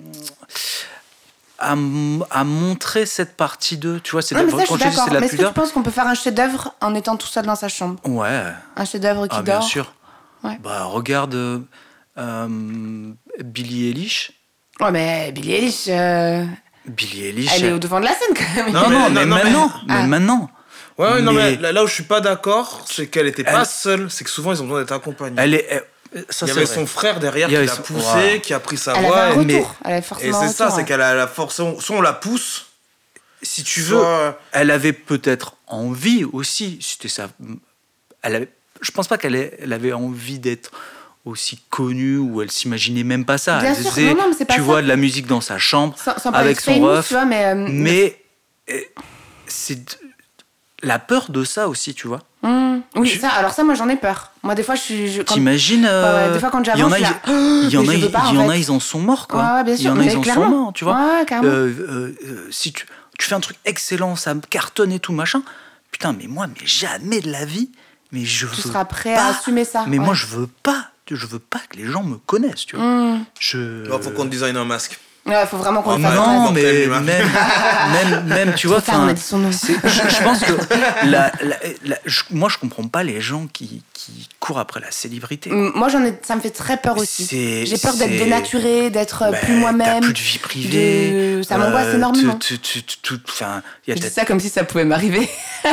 Speaker 3: à, m- à montrer cette partie d'eux. Tu vois, c'est
Speaker 4: Non,
Speaker 3: de-
Speaker 4: mais ça, je
Speaker 3: quand
Speaker 4: suis
Speaker 3: je dis
Speaker 4: d'accord.
Speaker 3: c'est de la
Speaker 4: Mais est-ce que tu
Speaker 3: pudeur.
Speaker 4: penses qu'on peut faire un chef-d'œuvre en étant tout seul dans sa chambre?
Speaker 3: Ouais.
Speaker 4: Un chef-d'œuvre qui
Speaker 3: Ah,
Speaker 4: dort.
Speaker 3: bien sûr.
Speaker 4: Ouais.
Speaker 3: Bah, regarde euh, euh, Billie Eilish.
Speaker 4: Ouais, mais Billie Eilish, euh,
Speaker 3: Billie Eilish.
Speaker 4: elle est au devant de la scène quand même.
Speaker 3: Non,
Speaker 2: mais-
Speaker 3: non,
Speaker 2: non,
Speaker 3: mais
Speaker 2: non, mais-
Speaker 3: maintenant. Mais
Speaker 4: Ah.
Speaker 3: maintenant.
Speaker 2: Ouais, ouais, non,
Speaker 3: Mais-
Speaker 2: mais là, là où je suis pas d'accord, c'est qu'elle était pas
Speaker 3: Elle-
Speaker 2: seule. C'est que souvent, ils ont besoin d'être accompagnés.
Speaker 3: Elle est. elle- ça,
Speaker 2: Il y
Speaker 3: c'est
Speaker 2: avait
Speaker 3: vrai.
Speaker 2: son frère derrière
Speaker 3: Il y
Speaker 2: qui
Speaker 3: avait
Speaker 2: l'a
Speaker 3: son-
Speaker 2: poussé,
Speaker 3: Voilà.
Speaker 2: qui a pris sa
Speaker 4: Elle avait
Speaker 2: voix.
Speaker 4: un
Speaker 2: et-
Speaker 4: retour.
Speaker 3: mais-
Speaker 4: Elle avait
Speaker 2: Et
Speaker 4: forcément
Speaker 2: c'est
Speaker 4: un
Speaker 2: ça,
Speaker 4: retour,
Speaker 2: c'est
Speaker 4: ouais.
Speaker 2: qu'elle a la force. Soit on la pousse,
Speaker 3: Si tu veux,
Speaker 2: soit.
Speaker 3: elle avait peut-être envie aussi. C'était ça. Elle avait, je pense pas qu'elle ait- elle avait envie d'être aussi connue ou elle s'imaginait même pas ça.
Speaker 4: Bien
Speaker 3: Elle
Speaker 4: sûr,
Speaker 3: faisait,
Speaker 4: non, non, mais c'est pas
Speaker 3: tu
Speaker 4: ça.
Speaker 3: vois, de la musique dans sa chambre
Speaker 4: Sans, sans
Speaker 3: avec
Speaker 4: parler
Speaker 3: son
Speaker 4: de famous,
Speaker 3: ref.
Speaker 4: tu vois, mais. euh,
Speaker 3: Mais euh, c'est d- la peur de ça aussi, tu vois.
Speaker 4: Hum, oui,
Speaker 3: Tu-
Speaker 4: ça, alors ça, moi j'en ai peur. Moi, des fois, je suis. je- quand-
Speaker 3: T'imagines
Speaker 4: Ouais,
Speaker 3: euh,
Speaker 4: ouais, des fois, quand
Speaker 3: il y en
Speaker 4: j'avance,
Speaker 3: a,
Speaker 4: je suis là,
Speaker 3: ils- il y en
Speaker 4: mais
Speaker 3: a,
Speaker 4: je veux pas,
Speaker 3: il y
Speaker 4: en
Speaker 3: en a,
Speaker 4: fait.
Speaker 3: ils en sont morts, quoi.
Speaker 4: Ouais, ouais, bien
Speaker 3: Il y
Speaker 4: sûr,
Speaker 3: en a,
Speaker 4: mais
Speaker 3: ils en sont
Speaker 4: clairement.
Speaker 3: morts, tu vois.
Speaker 4: Ouais, ouais, carrément.
Speaker 3: Euh, euh, euh, si tu, tu fais un truc excellent, ça me cartonne et tout machin. Putain, mais moi, mais jamais de la vie. Mais je
Speaker 4: Tu
Speaker 3: veux
Speaker 4: seras prêt
Speaker 3: pas.
Speaker 4: à assumer ça.
Speaker 3: Mais
Speaker 4: ouais.
Speaker 3: moi, je veux pas. Je veux pas que les gens me connaissent, tu vois.
Speaker 4: Hum.
Speaker 3: Je.
Speaker 2: Il faut qu'on te design un masque.
Speaker 4: Ouais, faut vraiment qu'on
Speaker 2: Oh,
Speaker 4: le fasse.
Speaker 2: non,
Speaker 3: Non,
Speaker 2: mortel,
Speaker 3: mais
Speaker 2: lui, hein.
Speaker 3: même, même, même, tu vois.
Speaker 4: Trop tard, on
Speaker 3: enfin,
Speaker 4: a dit son nom.
Speaker 3: c'est- Je, je pense que la, la- la- je- moi, je comprends pas les gens qui, qui courent après la célébrité.
Speaker 4: Hum, Moi, j'en ai, ça me fait très peur aussi.
Speaker 3: C'est-
Speaker 4: J'ai peur d'être
Speaker 3: c'est-
Speaker 4: dénaturée, d'être euh,
Speaker 3: Bah,
Speaker 4: plus moi-même.
Speaker 3: T'as plus de vie privée.
Speaker 4: de- Ça m'angoisse
Speaker 3: euh,
Speaker 4: énormément.
Speaker 3: tu- tu- tu- tu- enfin, il y a
Speaker 4: Je dis
Speaker 3: ta-
Speaker 4: ça comme si ça pouvait m'arriver.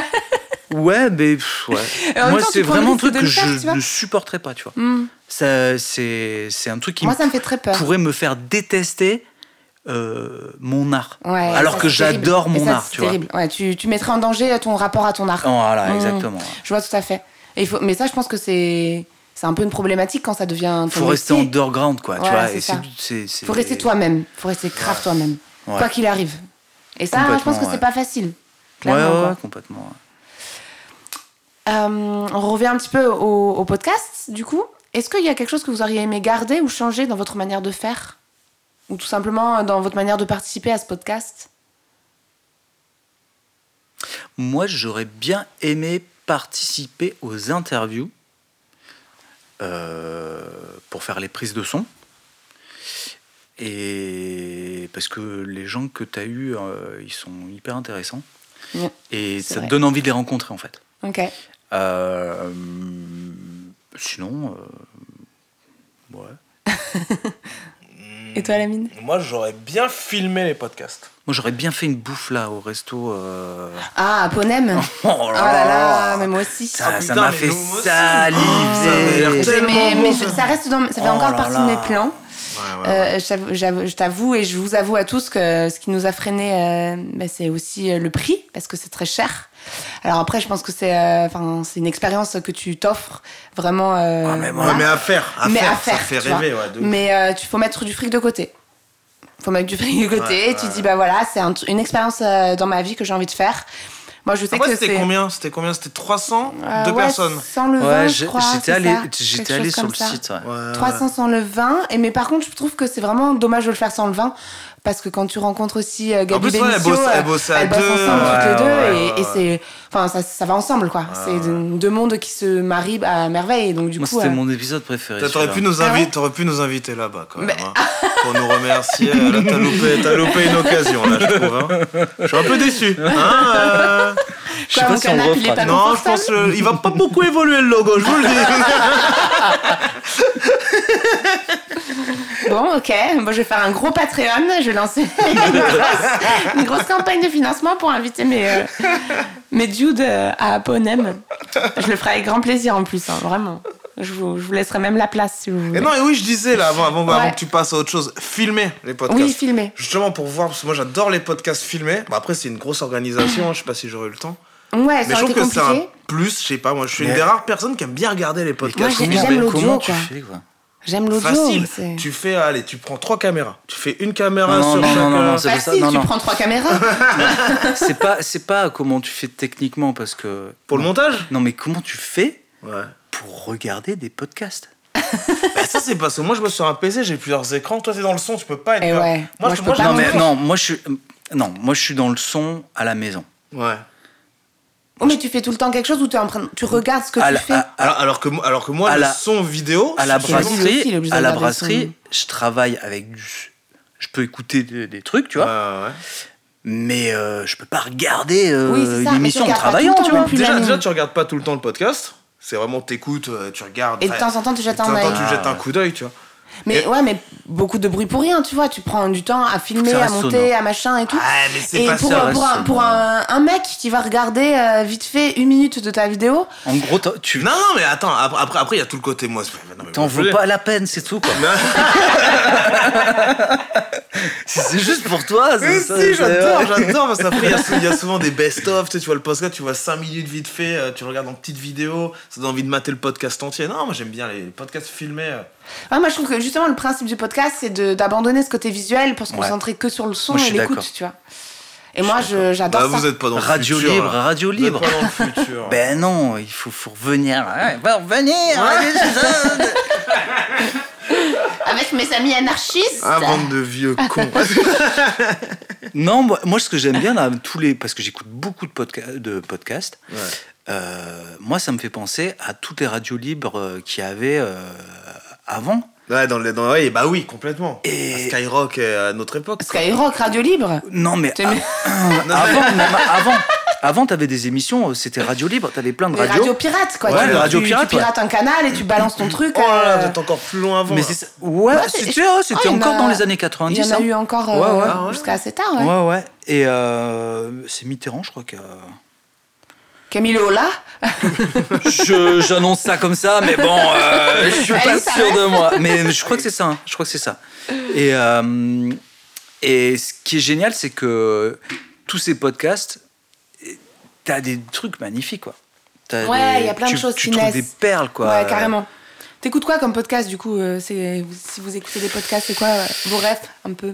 Speaker 3: Ouais, mais pff, ouais.
Speaker 4: Et en même
Speaker 3: Moi,
Speaker 4: temps,
Speaker 3: c'est
Speaker 4: tu prends le
Speaker 3: vraiment un
Speaker 4: risque
Speaker 3: truc
Speaker 4: de
Speaker 3: que
Speaker 4: le faire,
Speaker 3: je
Speaker 4: tu vois.
Speaker 3: ne supporterais pas, tu vois.
Speaker 4: Hum.
Speaker 3: Ça, c'est, c'est un truc qui
Speaker 4: Moi,
Speaker 3: me
Speaker 4: ça me fait très peur.
Speaker 3: pourrait me faire détester euh, mon art.
Speaker 4: Ouais,
Speaker 3: alors
Speaker 4: ça,
Speaker 3: que
Speaker 4: c'est terrible.
Speaker 3: j'adore
Speaker 4: Et
Speaker 3: mon
Speaker 4: ça,
Speaker 3: art,
Speaker 4: c'est
Speaker 3: tu vois.
Speaker 4: terrible. Ouais, tu, tu mettrais en danger ton rapport à ton art.
Speaker 3: Voilà,
Speaker 4: Mmh.
Speaker 3: exactement.
Speaker 4: Je vois tout à fait. Et il faut, mais ça, je pense que c'est, c'est un peu une problématique quand ça devient ton
Speaker 3: Faut rester
Speaker 4: métier.
Speaker 3: underground, quoi. tu
Speaker 4: Voilà,
Speaker 3: vois.
Speaker 4: c'est
Speaker 3: Et
Speaker 4: ça.
Speaker 3: c'est, c'est, c'est-
Speaker 4: Faut rester toi-même. Faut rester grave toi-même.
Speaker 3: Ouais.
Speaker 4: Quoi qu'il arrive. Et ça, je pense
Speaker 3: Complètement,
Speaker 4: que c'est
Speaker 3: ouais.
Speaker 4: pas facile.
Speaker 3: Ouais,
Speaker 4: Clairement,
Speaker 3: ouais,
Speaker 4: quoi.
Speaker 3: ouais, complètement. ouais.
Speaker 4: Euh, on revient un petit peu au, au podcast, du coup. Est-ce qu'il y a quelque chose que vous auriez aimé garder ou changer dans votre manière de faire ? Ou tout simplement dans votre manière de participer à ce podcast ?
Speaker 3: Moi, j'aurais bien aimé participer aux interviews euh, pour faire les prises de son. Et parce que les gens que tu as eus, euh, ils sont hyper intéressants.
Speaker 4: Mmh,
Speaker 3: et ça
Speaker 4: vrai.
Speaker 3: te donne envie de les rencontrer, en fait.
Speaker 4: Ok.
Speaker 3: Euh, sinon, euh, ouais.
Speaker 4: Et toi, Lamine ?
Speaker 2: Moi, j'aurais bien filmé les podcasts.
Speaker 3: Moi, j'aurais bien fait une bouffe là au resto. Euh...
Speaker 4: Ah, à Ponem.
Speaker 3: Oh
Speaker 4: Oh là là, mais moi aussi.
Speaker 3: Ça,
Speaker 2: Ah,
Speaker 3: ça
Speaker 2: putain,
Speaker 3: m'a
Speaker 2: mais
Speaker 3: fait
Speaker 2: nous aussi.
Speaker 3: saliver.
Speaker 2: Oh, ça avait l'air
Speaker 4: Mais-
Speaker 2: tellement
Speaker 4: mais,
Speaker 2: bon,
Speaker 4: mais
Speaker 2: ça.
Speaker 4: ça reste dans, ça fait
Speaker 3: Oh
Speaker 4: encore
Speaker 3: là
Speaker 4: partie
Speaker 3: là.
Speaker 4: de mes plans.
Speaker 2: Ouais, ouais, ouais.
Speaker 4: Euh, je t'avoue- j'avoue- je t'avoue et je vous avoue à tous que ce qui nous a freiné, euh, bah, c'est aussi euh, le prix, parce que c'est très cher. Alors après, je pense que c'est, euh, enfin, c'est une expérience que tu t'offres vraiment. euh,
Speaker 3: Ah, mais moi,
Speaker 2: Ouais,
Speaker 4: voilà.
Speaker 2: mais à faire, à
Speaker 4: Mais
Speaker 2: faire,
Speaker 4: à faire,
Speaker 2: ça fait
Speaker 4: tu vois.
Speaker 2: rêver, ouais, de ouf.
Speaker 4: Mais euh, tu faut mettre du fric de côté. Faut mettre du fric de côté.
Speaker 2: Ouais,
Speaker 4: et tu
Speaker 2: ouais.
Speaker 4: te dis bah voilà, c'est un tr- une expérience euh, dans ma vie que j'ai envie de faire. Moi, je sais
Speaker 2: Après,
Speaker 4: que
Speaker 2: c'était
Speaker 4: c'est
Speaker 2: combien C'était combien C'était trois cents
Speaker 4: Euh,
Speaker 2: Deux
Speaker 4: ouais,
Speaker 2: personnes.
Speaker 4: Sans le vin,
Speaker 3: Ouais,
Speaker 4: je
Speaker 3: j'ai-
Speaker 4: crois.
Speaker 3: j'étais
Speaker 4: c'est
Speaker 3: allé,
Speaker 4: ça
Speaker 3: j'étais
Speaker 4: Quelque
Speaker 3: allé
Speaker 4: chose
Speaker 3: sur
Speaker 4: comme
Speaker 3: le
Speaker 4: ça.
Speaker 3: site. Ouais.
Speaker 2: Ouais,
Speaker 4: trois cents
Speaker 2: ouais.
Speaker 4: sans le vin. Et mais par contre, je trouve que c'est vraiment dommage de le faire sans le vin. Parce que quand tu rencontres aussi euh, Gabi
Speaker 2: plus, ouais, elle
Speaker 4: Benicio,
Speaker 2: bosse- elle
Speaker 4: euh,
Speaker 2: bosse à
Speaker 4: elles bossent
Speaker 2: deux,
Speaker 4: ensemble toutes
Speaker 3: ouais,
Speaker 4: les deux.
Speaker 3: ouais,
Speaker 4: et,
Speaker 2: ouais,
Speaker 4: et
Speaker 2: ouais.
Speaker 4: c'est, enfin, ça, ça va ensemble, quoi. c'est
Speaker 2: ouais.
Speaker 4: deux, deux mondes qui se marient à merveille. Et donc, du
Speaker 3: Moi,
Speaker 4: coup,
Speaker 3: c'était
Speaker 4: euh,
Speaker 3: mon épisode préféré.
Speaker 2: T'aurais
Speaker 3: celui-là.
Speaker 2: pu, nous
Speaker 4: Ah ouais
Speaker 2: inviter, t'aurais pu nous inviter là-bas quand même.
Speaker 4: Mais-
Speaker 2: hein, pour nous remercier. Là, t'as loupé, t'as loupé une occasion, là, je trouve. Hein. Je suis un peu déçu. Hein, euh...
Speaker 3: Je sais
Speaker 4: Quoi,
Speaker 3: pas
Speaker 4: mon
Speaker 3: si on le
Speaker 4: canapé, il est
Speaker 3: refera.
Speaker 4: pas
Speaker 2: Non, je
Speaker 4: confortable
Speaker 2: pense qu'il va pas beaucoup évoluer le logo, je vous le dis.
Speaker 4: Bon, ok. Bon, je vais faire un gros Patreon. Je vais lancer une grosse, une grosse campagne de financement pour inviter mes, euh, mes dudes euh, à Ponem. Je le ferai avec grand plaisir en plus, hein, vraiment. Je vous, je vous laisserai même la place si vous voulez.
Speaker 2: Et non, et oui, je disais là, avant, avant,
Speaker 4: Ouais.
Speaker 2: avant que tu passes à autre chose, filmer les podcasts.
Speaker 4: Oui, filmer.
Speaker 2: Justement pour voir, parce que moi j'adore les podcasts filmés. Bon, après, c'est une grosse organisation, hein, je sais pas si j'aurai eu le temps.
Speaker 4: Ouais,
Speaker 2: Mais
Speaker 4: ça
Speaker 2: je
Speaker 4: aurait
Speaker 2: trouve
Speaker 4: été
Speaker 2: que c'est un
Speaker 4: compliqué.
Speaker 2: plus, je sais pas, moi je suis une
Speaker 3: Mais-
Speaker 2: des rares personnes qui aime bien regarder les
Speaker 4: Moi,
Speaker 2: podcasts.
Speaker 4: j'ai-
Speaker 3: Comment-
Speaker 4: j'aime
Speaker 3: mais
Speaker 4: l'audio,
Speaker 3: Comment tu
Speaker 4: quoi.
Speaker 3: fais, quoi
Speaker 4: J'aime l'audio.
Speaker 2: Facile.
Speaker 4: c'est-
Speaker 2: Tu fais, allez, tu prends trois caméras. Tu fais une caméra
Speaker 3: Non,
Speaker 2: sur
Speaker 3: non,
Speaker 2: chaque.
Speaker 3: non, non,
Speaker 2: euh,
Speaker 3: non, c'est pas ça.
Speaker 4: Facile,
Speaker 3: Non,
Speaker 4: tu
Speaker 3: non.
Speaker 4: prends trois caméras.
Speaker 3: C'est pas, c'est pas comment tu fais techniquement parce que.
Speaker 2: Pour le
Speaker 3: non.
Speaker 2: montage.
Speaker 3: Non, mais comment tu fais
Speaker 2: Ouais.
Speaker 3: pour regarder des podcasts
Speaker 2: Bah, ça c'est parce que moi je bosse sur un P C, j'ai plusieurs écrans. Toi t'es dans le son, tu peux pas être.
Speaker 4: Et
Speaker 2: là.
Speaker 4: ouais. Moi, je peux pas
Speaker 3: Non,
Speaker 4: non
Speaker 3: mais
Speaker 4: plus.
Speaker 3: non, moi je suis, non, moi je suis dans le son à la maison.
Speaker 2: Ouais.
Speaker 4: Oh, mais tu fais tout le temps quelque chose où tu es en train de... tu regardes ce que
Speaker 3: À
Speaker 4: tu
Speaker 3: la-
Speaker 4: fais.
Speaker 3: à-
Speaker 2: Alors, alors que, moi- alors que moi,
Speaker 3: À
Speaker 2: le
Speaker 3: la-
Speaker 2: son vidéo.
Speaker 3: À la
Speaker 2: je-
Speaker 4: Lui aussi,
Speaker 3: brasserie,
Speaker 4: il est obligé
Speaker 3: à
Speaker 4: de
Speaker 3: la
Speaker 4: regarder
Speaker 3: brasserie, je travaille avec du. Je peux écouter des, des trucs, tu
Speaker 2: Ouais,
Speaker 3: vois,
Speaker 2: ouais.
Speaker 3: mais euh, je peux pas regarder euh,
Speaker 4: Oui, c'est ça,
Speaker 3: une
Speaker 4: mais tu
Speaker 3: émission en
Speaker 4: regardes pas
Speaker 3: travaillant,
Speaker 4: tout le
Speaker 3: tu
Speaker 4: temps
Speaker 3: vois.
Speaker 4: non plus.
Speaker 2: Déjà,
Speaker 4: la
Speaker 2: déjà,
Speaker 4: ligne.
Speaker 2: tu regardes pas tout le temps le podcast. C'est vraiment t'écoutes, euh, tu regardes.
Speaker 4: Et de
Speaker 2: enfin,
Speaker 4: temps en temps, tu jettes
Speaker 2: de temps
Speaker 4: un
Speaker 2: en temps,
Speaker 4: œil.
Speaker 2: tu jettes
Speaker 3: Ah,
Speaker 2: un
Speaker 3: ouais.
Speaker 2: coup d'œil, tu vois.
Speaker 4: Mais
Speaker 2: Et-
Speaker 4: ouais, mais beaucoup de bruit pour rien, tu vois. Tu prends du temps à filmer,
Speaker 3: ça
Speaker 4: à
Speaker 3: reste
Speaker 4: monter,
Speaker 3: sonore.
Speaker 4: à machin et tout.
Speaker 2: Ah, mais c'est
Speaker 4: Et
Speaker 2: pas
Speaker 4: pour,
Speaker 2: ça.
Speaker 3: ça,
Speaker 4: pour,
Speaker 3: reste
Speaker 4: un, pour un, un mec qui va regarder euh, vite fait une minute de ta vidéo,
Speaker 3: En gros, t'en- tu
Speaker 2: Non, non, mais attends, après, après, après, il y a tout le côté moi. c'est- non, mais
Speaker 3: t'en
Speaker 2: moi, je
Speaker 3: vaux
Speaker 2: veux
Speaker 3: pas la peine, c'est tout, quoi.
Speaker 2: dire-
Speaker 3: Si c'est juste pour toi,
Speaker 2: Mais
Speaker 3: c'est ça.
Speaker 2: si,
Speaker 3: c'est-
Speaker 2: j'adore, j'adore, parce qu'après, il y a sou- il y, a souvent des best-of, tu sais, tu vois le podcast, tu vois cinq minutes vite fait, euh, tu regardes en petite vidéo, ça donne envie de mater le podcast entier. Non, moi j'aime bien les podcasts filmés. euh.
Speaker 4: ouais, moi je trouve que justement le principe du podcast c'est de- d'abandonner ce côté visuel pour se
Speaker 3: Ouais.
Speaker 4: concentrer que sur le son
Speaker 3: Moi, je
Speaker 4: et
Speaker 3: suis
Speaker 4: l'écoute,
Speaker 3: d'accord.
Speaker 4: tu vois. Et moi je- j'adore
Speaker 2: Bah,
Speaker 4: ça.
Speaker 2: vous êtes pas dans le
Speaker 3: Radio
Speaker 2: futur.
Speaker 3: libre,
Speaker 2: hein.
Speaker 3: radio
Speaker 2: Vous êtes
Speaker 3: libre.
Speaker 2: pas dans le futur.
Speaker 3: Ben non, il faut, faut revenir. Ouais, va revenir. allez, c'est ça.
Speaker 4: Avec mes amis anarchistes.
Speaker 2: Ah, bande de vieux cons.
Speaker 3: Non, moi, moi, ce que j'aime bien là, tous les, parce que j'écoute beaucoup de, podca- de podcasts.
Speaker 2: Ouais.
Speaker 3: euh, moi, ça me fait penser à toutes les radios libres euh, qu'il y avait euh, avant.
Speaker 2: Ouais, dans les, dans, ouais, bah oui, complètement.
Speaker 3: Et-
Speaker 2: À Skyrock euh, à notre époque. quoi.
Speaker 4: Skyrock, Radio Libre.
Speaker 3: Non, mais
Speaker 4: T'es-
Speaker 3: a- avant, même avant, avant, t'avais des émissions, euh, c'était radio libre. T'avais plein de
Speaker 4: Les
Speaker 3: radios.
Speaker 4: radios pirates, quoi.
Speaker 3: Ouais,
Speaker 4: tu,
Speaker 3: les radios
Speaker 4: tu-
Speaker 3: pirates,
Speaker 4: tu pirates un canal et tu balances ton truc.
Speaker 2: Oh là là,
Speaker 4: euh,
Speaker 2: vous êtes encore plus loin avant.
Speaker 3: Mais
Speaker 2: là.
Speaker 3: c'est ça. Ouais,
Speaker 4: Ouais, c'est-
Speaker 3: c'était, ah, c'était
Speaker 4: oh, il y en
Speaker 3: encore
Speaker 4: a-
Speaker 3: dans les années
Speaker 4: Il
Speaker 3: quatre-vingt-dix.
Speaker 4: y en a
Speaker 3: hein.
Speaker 4: eu encore euh,
Speaker 3: Ouais, ouais.
Speaker 2: Ah ouais.
Speaker 4: jusqu'à assez tard, ouais.
Speaker 3: Ouais, ouais. Et euh, c'est Mitterrand, je crois que.
Speaker 4: Camille Lola.
Speaker 3: Je, j'annonce ça comme ça, mais bon, euh, je suis pas
Speaker 4: Allez, ça
Speaker 3: sûr
Speaker 4: reste.
Speaker 3: de moi. Mais je crois que c'est ça. hein. Je crois que c'est ça. Et, euh, et ce qui est génial, c'est que tous ces podcasts, t'as des trucs magnifiques, quoi. T'as
Speaker 4: Ouais,
Speaker 3: des-
Speaker 4: il y a plein de
Speaker 3: tu-
Speaker 4: choses
Speaker 3: tu
Speaker 4: qui
Speaker 3: trouves
Speaker 4: naissent.
Speaker 3: des perles, quoi.
Speaker 4: Ouais, carrément. T'écoutes quoi comme podcast, du coup euh, c'est, si vous écoutez des podcasts, c'est quoi euh, vos rêves, un peu?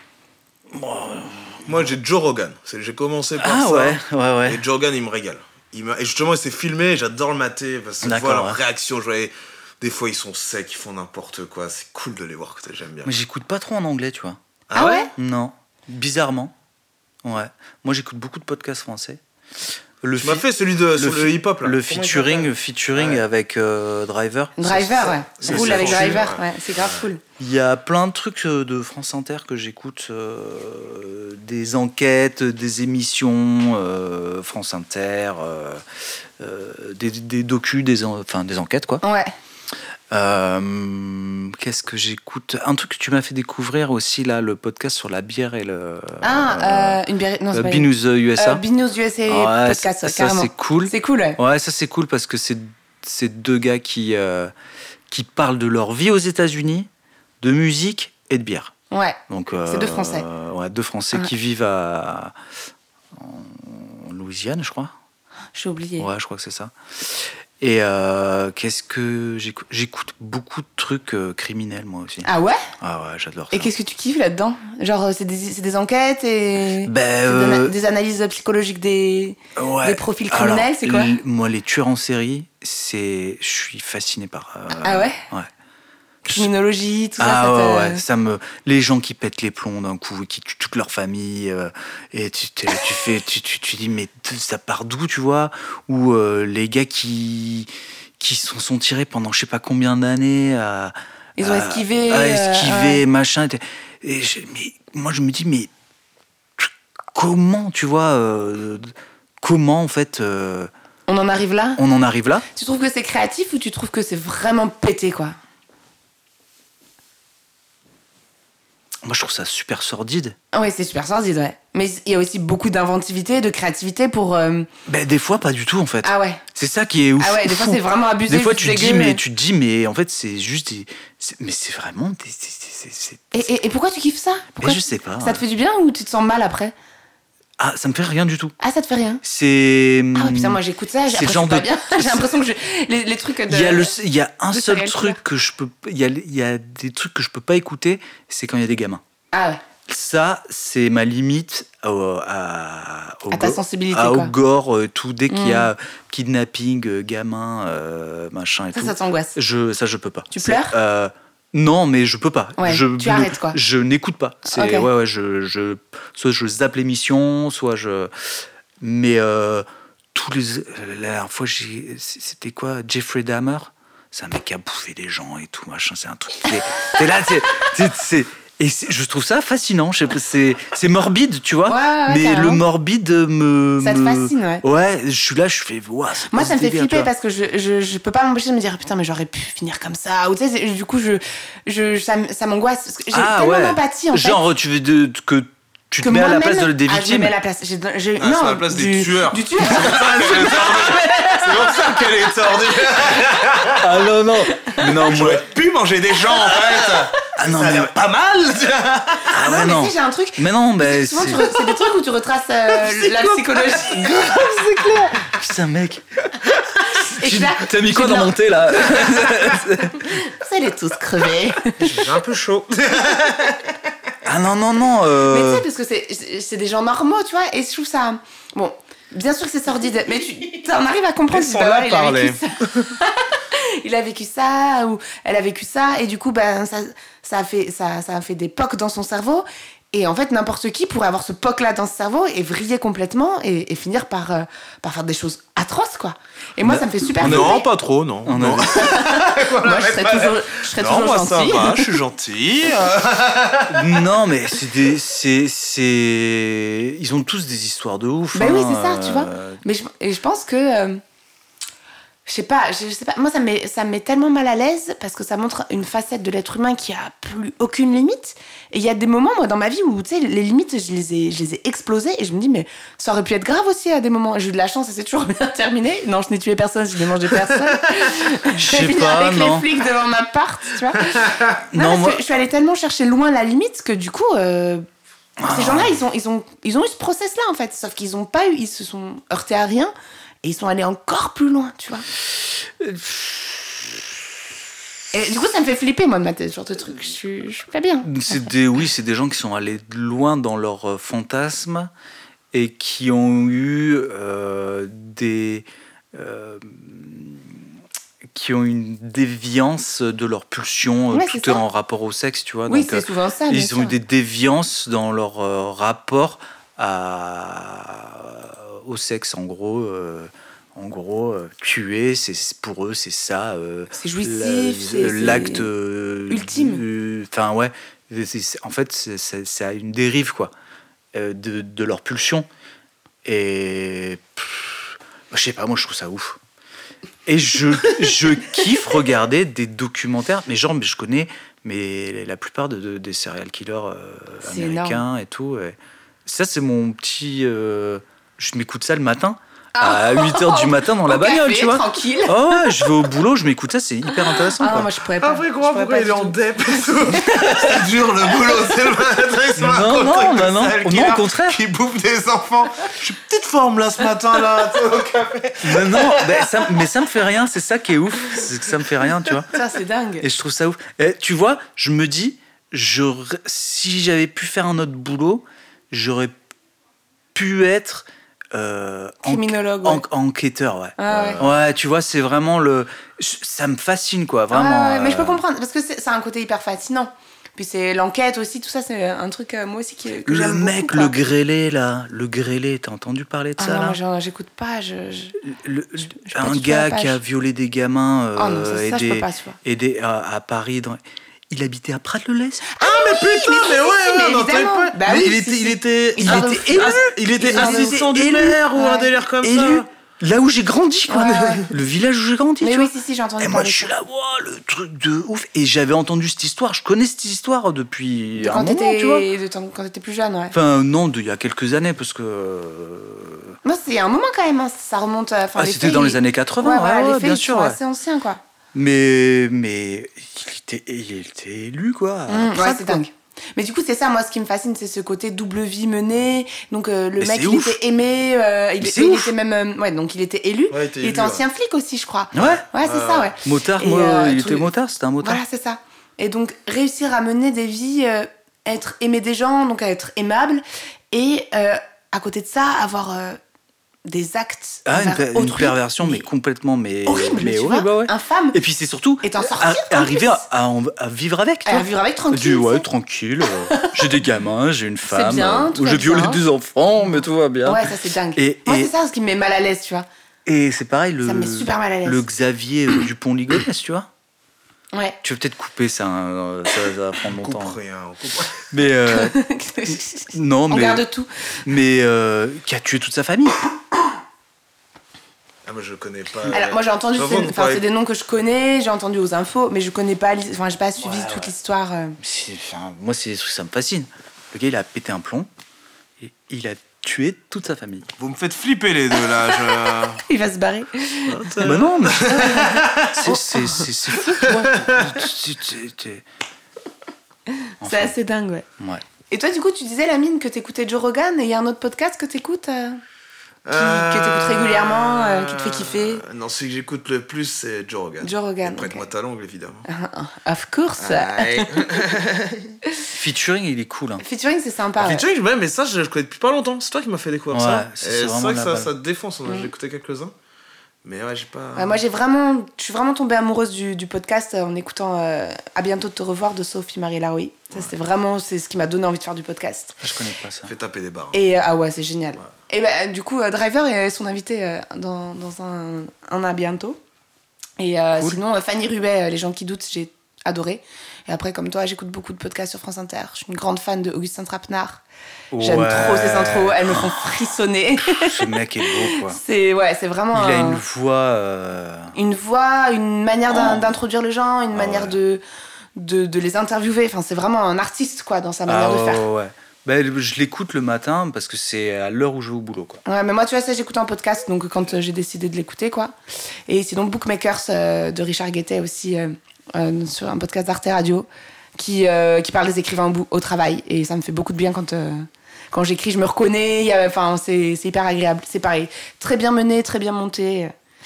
Speaker 2: Moi, j'ai Joe Rogan. C'est- J'ai commencé par
Speaker 3: Ah
Speaker 2: ça.
Speaker 3: ouais, ouais, ouais.
Speaker 2: Et Joe Rogan, il me régale. Il me- Et justement, c'est filmé, j'adore le mater, parce que je
Speaker 3: D'accord,
Speaker 2: vois leur
Speaker 3: ouais.
Speaker 2: réaction. Je vois les- Des fois, ils sont secs, ils font n'importe quoi. C'est cool de les voir, que j'aime bien.
Speaker 3: Mais j'écoute pas trop en anglais, tu vois.
Speaker 4: Ah ouais?
Speaker 3: Non, bizarrement. Ouais. Moi, j'écoute beaucoup de podcasts français. Le
Speaker 2: tu m'as fait celui de sur le,
Speaker 3: fi-
Speaker 2: hip-hop là.
Speaker 3: Le
Speaker 2: Comment il
Speaker 3: featuring,
Speaker 2: s'appelle
Speaker 3: featuring
Speaker 2: Ouais.
Speaker 3: avec euh, Driver.
Speaker 4: Driver,
Speaker 2: c'est-
Speaker 4: ouais.
Speaker 2: c'est-
Speaker 4: C'est cool
Speaker 2: c'est
Speaker 4: avec
Speaker 2: franchement,
Speaker 4: Driver,
Speaker 2: ouais.
Speaker 4: ouais. C'est grave cool.
Speaker 3: Il y a plein de trucs euh, de France Inter que j'écoute, euh, des enquêtes, des émissions euh, France Inter, euh, euh, des, des docus, des, en- enfin, des enquêtes quoi.
Speaker 4: Ouais.
Speaker 3: Euh, qu'est-ce que j'écoute? Un truc que tu m'as fait découvrir aussi là, le podcast sur la bière et le.
Speaker 4: Ah, euh, une bière. Non, c'est
Speaker 3: euh,
Speaker 4: pas une-
Speaker 3: Binous U S A.
Speaker 4: Euh, Binous U S A
Speaker 3: Ouais,
Speaker 4: podcast,
Speaker 3: ça, ça,
Speaker 4: carrément.
Speaker 3: c'est cool.
Speaker 4: C'est cool, ouais.
Speaker 3: Ouais, ça c'est cool parce que c'est c'est deux gars qui euh, qui parlent de leur vie aux États-Unis, de musique et de bière.
Speaker 4: Ouais.
Speaker 3: Donc
Speaker 4: C'est deux Français.
Speaker 3: euh, ouais, deux Français
Speaker 4: Ouais.
Speaker 3: qui vivent à en Louisiane, je crois.
Speaker 4: J'ai oublié.
Speaker 3: Ouais, je crois que c'est ça. Et euh, qu'est-ce que j'écoute J'écoute beaucoup de trucs euh, criminels moi aussi.
Speaker 4: Ah ouais?
Speaker 3: Ah ouais, j'adore ça.
Speaker 4: Et qu'est-ce que tu kiffes là-dedans? Genre, euh, c'est des, c'est des enquêtes et
Speaker 3: Ben,
Speaker 4: c'est
Speaker 3: euh,
Speaker 4: d'ana- des analyses psychologiques des,
Speaker 3: Ouais.
Speaker 4: des profils criminels,
Speaker 3: Alors,
Speaker 4: c'est quoi?
Speaker 3: l- Moi, les tueurs en série, c'est, je suis fasciné par. euh,
Speaker 4: Ah ouais?
Speaker 3: Ouais.
Speaker 4: Criminologie, tout ça,
Speaker 3: Ah
Speaker 4: ça
Speaker 3: ouais,
Speaker 4: te...
Speaker 3: ouais, ça me, les gens qui pètent les plombs d'un coup, qui tuent toute leur famille, euh, et tu, t'es- tu fais, tu, tu, tu dis mais ça part d'où, tu vois? Ou euh, les gars qui, qui se sont, sont tirés pendant je sais pas combien d'années à,
Speaker 4: Ils ont
Speaker 3: à-
Speaker 4: esquivé,
Speaker 3: à
Speaker 4: euh,
Speaker 3: esquiver,
Speaker 4: ouais.
Speaker 3: machin. Et, et je- mais moi je me dis mais comment, tu vois, euh, comment en fait euh,
Speaker 4: On en arrive là?
Speaker 3: on en arrive là?
Speaker 4: Tu trouves que c'est créatif ou tu trouves que c'est vraiment pété, quoi?
Speaker 3: Moi je trouve ça super sordide.
Speaker 4: Ah ouais, c'est super sordide, ouais. Mais il y a aussi beaucoup d'inventivité, de créativité pour... euh,
Speaker 3: Ben des fois pas du tout en fait.
Speaker 4: Ah ouais.
Speaker 3: C'est ça qui est ouf.
Speaker 4: Ah ouais, des fois
Speaker 3: fou.
Speaker 4: c'est vraiment abusé.
Speaker 3: Des fois
Speaker 4: juste
Speaker 3: tu te dis
Speaker 4: dégueu,
Speaker 3: mais
Speaker 4: et-
Speaker 3: tu te dis mais en fait c'est juste des- c'est- mais c'est vraiment des- c'est- c'est- c'est- c'est-
Speaker 4: Et, et, et pourquoi tu kiffes ça? Pourquoi
Speaker 3: je sais pas.
Speaker 4: Ça te fait du bien ou tu te sens mal après?
Speaker 3: Ah ça me fait rien du tout.
Speaker 4: Ah, ça te fait rien?
Speaker 3: C'est
Speaker 4: Ah ouais, putain, moi j'écoute ça, j'ai
Speaker 3: c'est le
Speaker 4: l'impression
Speaker 3: genre
Speaker 4: pas
Speaker 3: de-
Speaker 4: bien. J'ai l'impression que je... les, les trucs de...
Speaker 3: il y a le il y a un
Speaker 4: de
Speaker 3: seul
Speaker 4: serial
Speaker 3: truc
Speaker 4: killer.
Speaker 3: que je peux il y a il y a des trucs que je peux pas écouter, c'est quand il y a des gamins.
Speaker 4: Ah ouais.
Speaker 3: Ça, c'est ma limite au, à, au
Speaker 4: À ta
Speaker 3: gore-
Speaker 4: sensibilité,
Speaker 3: à-
Speaker 4: quoi.
Speaker 3: au gore, euh, tout. Dès qu'il y
Speaker 4: Mm.
Speaker 3: a kidnapping, euh, gamin, euh, machin et
Speaker 4: Ça,
Speaker 3: tout.
Speaker 4: ça t'angoisse.
Speaker 3: Je, ça, je peux pas.
Speaker 4: Tu
Speaker 3: C'est,
Speaker 4: pleures
Speaker 3: euh, Non, mais je peux pas.
Speaker 4: Ouais,
Speaker 3: je,
Speaker 4: tu
Speaker 3: ne-
Speaker 4: arrêtes, quoi.
Speaker 3: Je n'écoute pas. C'est,
Speaker 4: Ok.
Speaker 3: ouais, ouais, je, je, soit je zappe l'émission, soit je. Mais euh, tous les. La dernière fois, j'ai, c'était quoi? Jeffrey Dahmer? C'est un mec qui a bouffé des gens et tout, machin. C'est un truc. T'es, t'es là, t'es, t'es- c'est. Et c'est- je trouve ça fascinant. Je sais pas, c'est, c'est morbide, tu vois.
Speaker 4: Ouais, ouais, ouais,
Speaker 3: mais
Speaker 4: carrément.
Speaker 3: le morbide me.
Speaker 4: Ça te
Speaker 3: me-
Speaker 4: fascine, ouais.
Speaker 3: Ouais, je suis là, je fais. Ouah, c'est
Speaker 4: Moi,
Speaker 3: quoi
Speaker 4: ça me
Speaker 3: ce
Speaker 4: fait
Speaker 3: délire,
Speaker 4: flipper
Speaker 3: tu vois.
Speaker 4: parce que je, je, je peux pas m'empêcher de me dire putain, mais j'aurais pu finir comme ça. Ou tu sais, c'est- du coup, je, je, ça, m- ça m'angoisse. Parce que j'ai
Speaker 3: Ah,
Speaker 4: tellement
Speaker 3: ouais.
Speaker 4: d'empathie en fait.
Speaker 3: Genre, tu veux de, que tu te
Speaker 4: que
Speaker 3: mets à la
Speaker 4: moi-même-
Speaker 3: place de, des
Speaker 4: Ah, je me
Speaker 3: victimes.
Speaker 4: mets à la place. J'ai, j'ai-
Speaker 2: Ah,
Speaker 4: non,
Speaker 2: c'est à la place
Speaker 4: du,
Speaker 2: des tueurs.
Speaker 4: Du tueur.
Speaker 2: C'est pour ça qu'elle est tordue.
Speaker 3: Ah non, non. Mais non, moi.
Speaker 2: J'aurais pu manger des gens en fait.
Speaker 3: Ah non,
Speaker 2: ça a
Speaker 3: mais.
Speaker 2: l'air pas mal.
Speaker 3: Ah ouais,
Speaker 4: non, mais
Speaker 3: non.
Speaker 4: tu sais, j'ai un truc.
Speaker 3: Mais non, bah.
Speaker 4: Souvent,
Speaker 3: c'est-
Speaker 4: tu re- c'est des trucs où tu retraces euh, la psychologie.
Speaker 3: Putain, mec.
Speaker 4: Et je suis là,
Speaker 3: T'as mis quoi
Speaker 4: j'ai
Speaker 3: dans
Speaker 4: de
Speaker 3: mon thé là?
Speaker 4: Vous allez tous crever.
Speaker 2: J'ai un peu chaud.
Speaker 3: Ah non, non, non.
Speaker 4: Mais
Speaker 3: Euh...
Speaker 4: tu sais, parce que c'est- c'est c'est des gens normaux, tu vois, et je trouve ça. Bon, bien sûr que c'est sordide, mais tu en arrives à comprendre. tu dis,
Speaker 2: Laissons-la
Speaker 4: bah ouais, il a
Speaker 2: parler.
Speaker 4: vécu ça. Il a vécu ça, ou elle a vécu ça, et du coup, ben, ça, ça, a fait, ça, ça a fait des pocs dans son cerveau. Et en fait, n'importe qui pourrait avoir ce poc-là dans ce cerveau et vriller complètement et, et finir par, euh, par faire des choses atroces, quoi. Et moi, ça me fait super
Speaker 2: Non,
Speaker 4: flipper.
Speaker 2: pas trop, non.
Speaker 3: On a-
Speaker 2: non.
Speaker 4: Moi, je serais toujours, je serais
Speaker 2: Non,
Speaker 4: toujours
Speaker 2: moi ça
Speaker 4: gentille.
Speaker 2: va, je suis gentil.
Speaker 3: Non, mais c'est des. C'est, c'est... Ils ont tous des histoires de ouf.
Speaker 4: Bah
Speaker 3: hein,
Speaker 4: oui, c'est ça, tu vois.
Speaker 3: euh,
Speaker 4: Mais je, et je pense que. euh, je sais pas, je, je sais pas. Moi, ça me, met, ça me met tellement mal à l'aise parce que ça montre une facette de l'être humain qui a plus aucune limite. Et il y a des moments, moi, dans ma vie où, tu sais, les limites, je les, ai, je les ai explosées et je me dis, mais ça aurait pu être grave aussi à des moments. J'ai eu de la chance et c'est toujours bien terminé. Non, je n'ai tué personne, je n'ai mangé personne.
Speaker 3: Je sais
Speaker 4: fini
Speaker 3: pas,
Speaker 4: avec
Speaker 3: non.
Speaker 4: les flics devant ma porte, tu vois. Non,
Speaker 3: Non,
Speaker 4: parce
Speaker 3: moi-
Speaker 4: que je suis allée tellement chercher loin la limite que du coup. euh, Ces gens-là, ils ont, ils, ont, ils ont eu ce process-là, en fait. Sauf qu'ils ont pas eu, ils se sont heurtés à rien et ils sont allés encore plus loin, tu vois. Et du coup, ça me fait flipper, moi, de mater ce genre de truc. Je suis, je suis pas bien.
Speaker 3: C'est des, oui, c'est des gens qui sont allés loin dans leurs euh, fantasmes et qui ont eu euh, des. euh, qui ont une déviance de leur pulsion,
Speaker 4: Ouais,
Speaker 3: tout
Speaker 4: c'est
Speaker 3: est
Speaker 4: ça.
Speaker 3: en rapport au sexe, tu vois.
Speaker 4: Oui,
Speaker 3: donc,
Speaker 4: c'est
Speaker 3: euh,
Speaker 4: souvent ça. bien
Speaker 3: ils ont
Speaker 4: sûr.
Speaker 3: eu des déviances dans leur euh, rapport à... au sexe, en gros. euh, En gros, euh, tuer, c'est, pour eux, c'est ça. euh,
Speaker 4: C'est jouissif,
Speaker 3: la-
Speaker 4: c'est- c'est
Speaker 3: l'acte euh,
Speaker 4: ultime.
Speaker 3: du- Enfin, ouais. c'est- c'est- en fait, c'est, c'est, c'est une dérive, quoi, euh, de, de leur pulsion. Et. pff, je sais pas, moi, je trouve ça ouf. Et je, je kiffe regarder des documentaires, mais genre, mais je connais mais la plupart de, de- des serial killers euh,
Speaker 4: C'est
Speaker 3: américains et tout. Et ça, c'est mon petit. euh, je m'écoute ça le matin,
Speaker 4: Ah.
Speaker 3: à huit heures du matin dans la
Speaker 4: Au
Speaker 3: bagnole,
Speaker 4: café,
Speaker 3: tu vois.
Speaker 4: tranquille.
Speaker 3: Oh, ouais, je vais au boulot, je m'écoute ça, c'est hyper intéressant.
Speaker 4: Ah,
Speaker 3: quoi.
Speaker 4: moi je pourrais pas.
Speaker 2: Après,
Speaker 4: Je
Speaker 2: comment
Speaker 4: pourrais
Speaker 2: pourquoi
Speaker 4: pas
Speaker 2: il est
Speaker 4: du
Speaker 2: en
Speaker 4: tout.
Speaker 2: dep et tout. C'est dur le boulot, c'est le matin, c'est
Speaker 3: Non,
Speaker 2: un
Speaker 3: non,
Speaker 2: truc de
Speaker 3: bah non,
Speaker 2: serial
Speaker 3: non,
Speaker 2: killer
Speaker 3: au contraire.
Speaker 2: Qui bouffe des enfants. Je suis petite forme là ce matin là, tu sais, au café.
Speaker 3: Mais non, bah, ça, mais ça me fait rien, c'est ça qui est ouf, c'est que ça me fait rien, tu vois.
Speaker 4: Ça, c'est dingue.
Speaker 3: Et je trouve ça ouf. Et tu vois, je me dis, j'aurais- si j'avais pu faire un autre boulot, j'aurais pu être euh, en-
Speaker 4: Criminologue,
Speaker 3: en-
Speaker 4: ouais.
Speaker 3: enquêteur, ouais.
Speaker 4: Ah ouais.
Speaker 3: Ouais, tu vois, c'est vraiment le. Ça me fascine, quoi,
Speaker 4: Ah
Speaker 3: vraiment.
Speaker 4: ouais, ouais, mais je peux
Speaker 3: euh,
Speaker 4: comprendre, parce que c'est, c'est un côté hyper fascinant. Puis c'est l'enquête aussi, tout ça, c'est un truc, euh, moi aussi, qui, que
Speaker 3: Le
Speaker 4: j'aime
Speaker 3: mec,
Speaker 4: beaucoup,
Speaker 3: le
Speaker 4: quoi.
Speaker 3: grêlé, là, le grêlé, t'as entendu parler de
Speaker 4: Ah
Speaker 3: ça,
Speaker 4: non,
Speaker 3: là
Speaker 4: moi j'en- j'écoute pas, je... je-
Speaker 3: Le-
Speaker 4: je peux
Speaker 3: Un
Speaker 4: pas du tout
Speaker 3: gars
Speaker 4: la page.
Speaker 3: qui a violé des gamins euh,
Speaker 4: Oh non, ça,
Speaker 3: et
Speaker 4: ça, je peux
Speaker 3: des-
Speaker 4: pas, tu vois.
Speaker 3: et des- à, à Paris. Dans... Il habitait à Prat-le-Lez.
Speaker 2: Ah mais putain, mais ouais,
Speaker 4: mais
Speaker 2: ouais, non, t'avais
Speaker 4: évidemment.
Speaker 2: pas.
Speaker 4: Bah
Speaker 2: mais
Speaker 4: oui,
Speaker 2: il
Speaker 4: si,
Speaker 2: était,
Speaker 4: si.
Speaker 2: il était,
Speaker 3: Il
Speaker 2: ah,
Speaker 3: était élu.
Speaker 2: ah, il était
Speaker 3: Il
Speaker 2: assistant
Speaker 3: était
Speaker 2: du
Speaker 3: élu.
Speaker 2: maire ou un
Speaker 4: Ouais.
Speaker 2: délire comme
Speaker 3: Élu.
Speaker 2: ça.
Speaker 3: Là où j'ai grandi, quoi.
Speaker 4: Ouais, ouais.
Speaker 3: Le village où j'ai grandi,
Speaker 4: Mais
Speaker 3: tu
Speaker 4: oui,
Speaker 3: vois.
Speaker 4: si, si, j'ai entendu
Speaker 3: Et moi,
Speaker 4: parler
Speaker 3: je suis
Speaker 4: de ça.
Speaker 3: là, wow, le truc de ouf. Et j'avais entendu cette histoire. Je connais cette histoire depuis
Speaker 4: De
Speaker 3: un
Speaker 4: quand,
Speaker 3: moment,
Speaker 4: t'étais,
Speaker 3: tu vois.
Speaker 4: de temps- quand t'étais plus jeune, ouais.
Speaker 3: Enfin, non, d'il y a quelques années, parce que. euh,
Speaker 4: Moi, c'est un moment quand même, hein, ça remonte. euh, Enfin,
Speaker 3: Ah,
Speaker 4: les
Speaker 3: c'était
Speaker 4: faits,
Speaker 3: dans
Speaker 4: ils-
Speaker 3: les années quatre-vingts,
Speaker 4: Ouais,
Speaker 3: ouais,
Speaker 4: voilà,
Speaker 3: ouais,
Speaker 4: les faits,
Speaker 3: bien
Speaker 4: ils
Speaker 3: sûr.
Speaker 4: sont
Speaker 3: ouais.
Speaker 4: assez anciens, quoi.
Speaker 3: Mais, mais il était, il était élu, quoi. à
Speaker 4: Mmh, ouais,
Speaker 3: Prat,
Speaker 4: c'est
Speaker 3: quoi.
Speaker 4: dingue. Mais du coup, c'est ça, moi, ce qui me fascine, c'est ce côté double vie menée. Donc, euh, le
Speaker 3: Mais
Speaker 4: mec,
Speaker 3: c'est
Speaker 4: il
Speaker 3: ouf.
Speaker 4: était aimé, euh, il,
Speaker 3: Mais
Speaker 4: il
Speaker 3: c'est ouf.
Speaker 4: était même. euh, ouais, donc il était élu.
Speaker 2: Ouais, il était
Speaker 4: il
Speaker 2: élu,
Speaker 4: était
Speaker 2: ouais.
Speaker 4: ancien flic aussi, je crois.
Speaker 3: Ouais.
Speaker 4: Ouais, c'est
Speaker 2: Euh,
Speaker 4: ça, ouais.
Speaker 3: Motard,
Speaker 4: Et,
Speaker 3: moi,
Speaker 4: euh,
Speaker 3: il
Speaker 4: tout
Speaker 3: était
Speaker 4: le-
Speaker 3: motard, c'était un motard.
Speaker 4: Voilà, c'est ça. Et donc, réussir à mener des vies, euh, être aimé des gens, donc à être aimable. Et euh, à côté de ça, avoir euh, des actes.
Speaker 3: Ah, une,
Speaker 4: envers
Speaker 3: per- une
Speaker 4: autrui,
Speaker 3: perversion, mais,
Speaker 4: mais
Speaker 3: complètement, mais.
Speaker 4: horrible,
Speaker 3: mais
Speaker 4: tu
Speaker 3: horrible,
Speaker 4: vois.
Speaker 3: ouais.
Speaker 4: Infâme.
Speaker 3: Et puis c'est surtout
Speaker 4: Et t'en
Speaker 3: à-
Speaker 4: sortir, en
Speaker 3: arriver
Speaker 4: plus.
Speaker 3: à, à en- à vivre avec. tu
Speaker 4: À
Speaker 3: vois.
Speaker 4: vivre avec tranquille.
Speaker 3: Du, ouais,
Speaker 4: tu sais.
Speaker 3: tranquille. euh, j'ai des gamins, j'ai une femme.
Speaker 4: bien,
Speaker 3: euh,
Speaker 4: tout
Speaker 3: où
Speaker 4: va
Speaker 3: j'ai violé
Speaker 4: bien.
Speaker 3: des enfants, mais tout va bien.
Speaker 4: Ouais, ça c'est dingue.
Speaker 3: Et-
Speaker 4: Moi,
Speaker 3: et-
Speaker 4: c'est ça ce qui me met mal à l'aise, tu vois.
Speaker 3: Et c'est pareil, le,
Speaker 4: Ça me met super mal à l'aise.
Speaker 3: le Xavier euh, Dupont-Ligonnès, tu vois.
Speaker 4: Ouais.
Speaker 3: Tu veux peut-être couper ça, hein, ça, ça va prendre
Speaker 2: On coupe
Speaker 3: longtemps.
Speaker 2: rien, on coupe rien.
Speaker 3: Mais euh, non,
Speaker 4: On
Speaker 3: mais
Speaker 4: garde tout.
Speaker 3: mais euh, qui a tué toute sa famille.
Speaker 2: Ah, moi je connais pas.
Speaker 4: Alors, moi j'ai entendu,
Speaker 2: J'avoue,
Speaker 4: c'est,
Speaker 2: vous
Speaker 4: enfin,
Speaker 2: parlez-
Speaker 4: c'est des noms que je connais, j'ai entendu aux infos, mais je connais pas, l'hi- enfin, j'ai pas suivi
Speaker 3: Ouais,
Speaker 4: toute
Speaker 3: ouais.
Speaker 4: l'histoire. euh.
Speaker 3: C'est- enfin, moi, c'est des trucs, ça me fascine. Le gars, il a pété un plomb et il a tué toute sa famille.
Speaker 2: Vous me faites flipper les deux là. Je...
Speaker 4: Il va se barrer.
Speaker 3: Bah non, mais c'est, c'est, c'est, c'est fou, tu vois. Tu- tu- tu- Enfin,
Speaker 4: C'est assez dingue, ouais.
Speaker 3: ouais.
Speaker 4: Et toi, du coup, tu disais, Lamine, que t'écoutais Joe Rogan, et il y a un autre podcast que t'écoutes euh, qui, que t'écoutes régulièrement, euh, qui te fait kiffer.
Speaker 2: Non, celui que j'écoute le plus, c'est Joe Rogan.
Speaker 4: Joe Rogan,
Speaker 2: Et Prête-moi
Speaker 4: ok.
Speaker 2: ta langue, évidemment.
Speaker 4: Of course.
Speaker 2: Ouais.
Speaker 3: Featuring, il est cool. Hein.
Speaker 4: Featuring, c'est sympa. ouais.
Speaker 2: Featuring, ouais, mais ça, je le connais depuis pas longtemps. C'est toi qui m'as fait découvrir
Speaker 3: Ouais,
Speaker 2: ça.
Speaker 3: c'est-
Speaker 2: Et
Speaker 3: c'est
Speaker 2: c'est
Speaker 3: vraiment
Speaker 2: vrai que
Speaker 3: la
Speaker 2: ça,
Speaker 3: balle.
Speaker 2: ça te défonce.
Speaker 4: Mm.
Speaker 2: J'ai écouté quelques-uns. Mais ouais, j'ai pas.
Speaker 4: Ouais, moi, j'ai vraiment, je suis vraiment tombée amoureuse du, du podcast euh, en écoutant euh, À bientôt de te revoir de Sophie Marie Laroui. Ça, c'était vraiment c'est ce qui m'a donné envie de faire du podcast.
Speaker 3: Je connais pas ça.
Speaker 2: Fait taper des barres.
Speaker 4: Et euh, ah ouais, c'est génial. Et ben du coup, euh, Driver est son invité euh, dans, dans un, un À bientôt. Et euh,
Speaker 3: Cool.
Speaker 4: sinon, euh, Fanny Rubet, euh, Les gens qui doutent, j'ai adoré. Et après, comme toi, j'écoute beaucoup de podcasts sur France Inter. Je suis une grande fan de Augustin Trapenard. J'aime
Speaker 3: Ouais.
Speaker 4: trop ses intros, elles me font frissonner.
Speaker 3: Ce mec est beau, quoi.
Speaker 4: c'est ouais, c'est vraiment
Speaker 3: Il a
Speaker 4: un-
Speaker 3: une voix. euh,
Speaker 4: une voix, une manière d'in-
Speaker 3: Oh.
Speaker 4: d'introduire les gens, une
Speaker 3: Ah
Speaker 4: manière
Speaker 3: ouais.
Speaker 4: de, de de les interviewer. Enfin, c'est vraiment un artiste quoi dans sa manière
Speaker 3: Ah,
Speaker 4: de faire.
Speaker 3: ouais, ouais. Ben, je l'écoute le matin parce que c'est à l'heure où je vais au boulot, quoi.
Speaker 4: Ouais, mais moi, tu vois, ça, j'écoute un podcast, donc quand euh, j'ai décidé de l'écouter, quoi. Et sinon, Bookmakers euh, de Richard Guettet aussi, euh, euh, sur un podcast d'Arte Radio, qui, euh, qui parle des écrivains au, bout- au travail. Et ça me fait beaucoup de bien quand, euh, quand j'écris, je me reconnais. il y a- Enfin, c'est, c'est hyper agréable. C'est pareil. Très bien mené, très bien monté.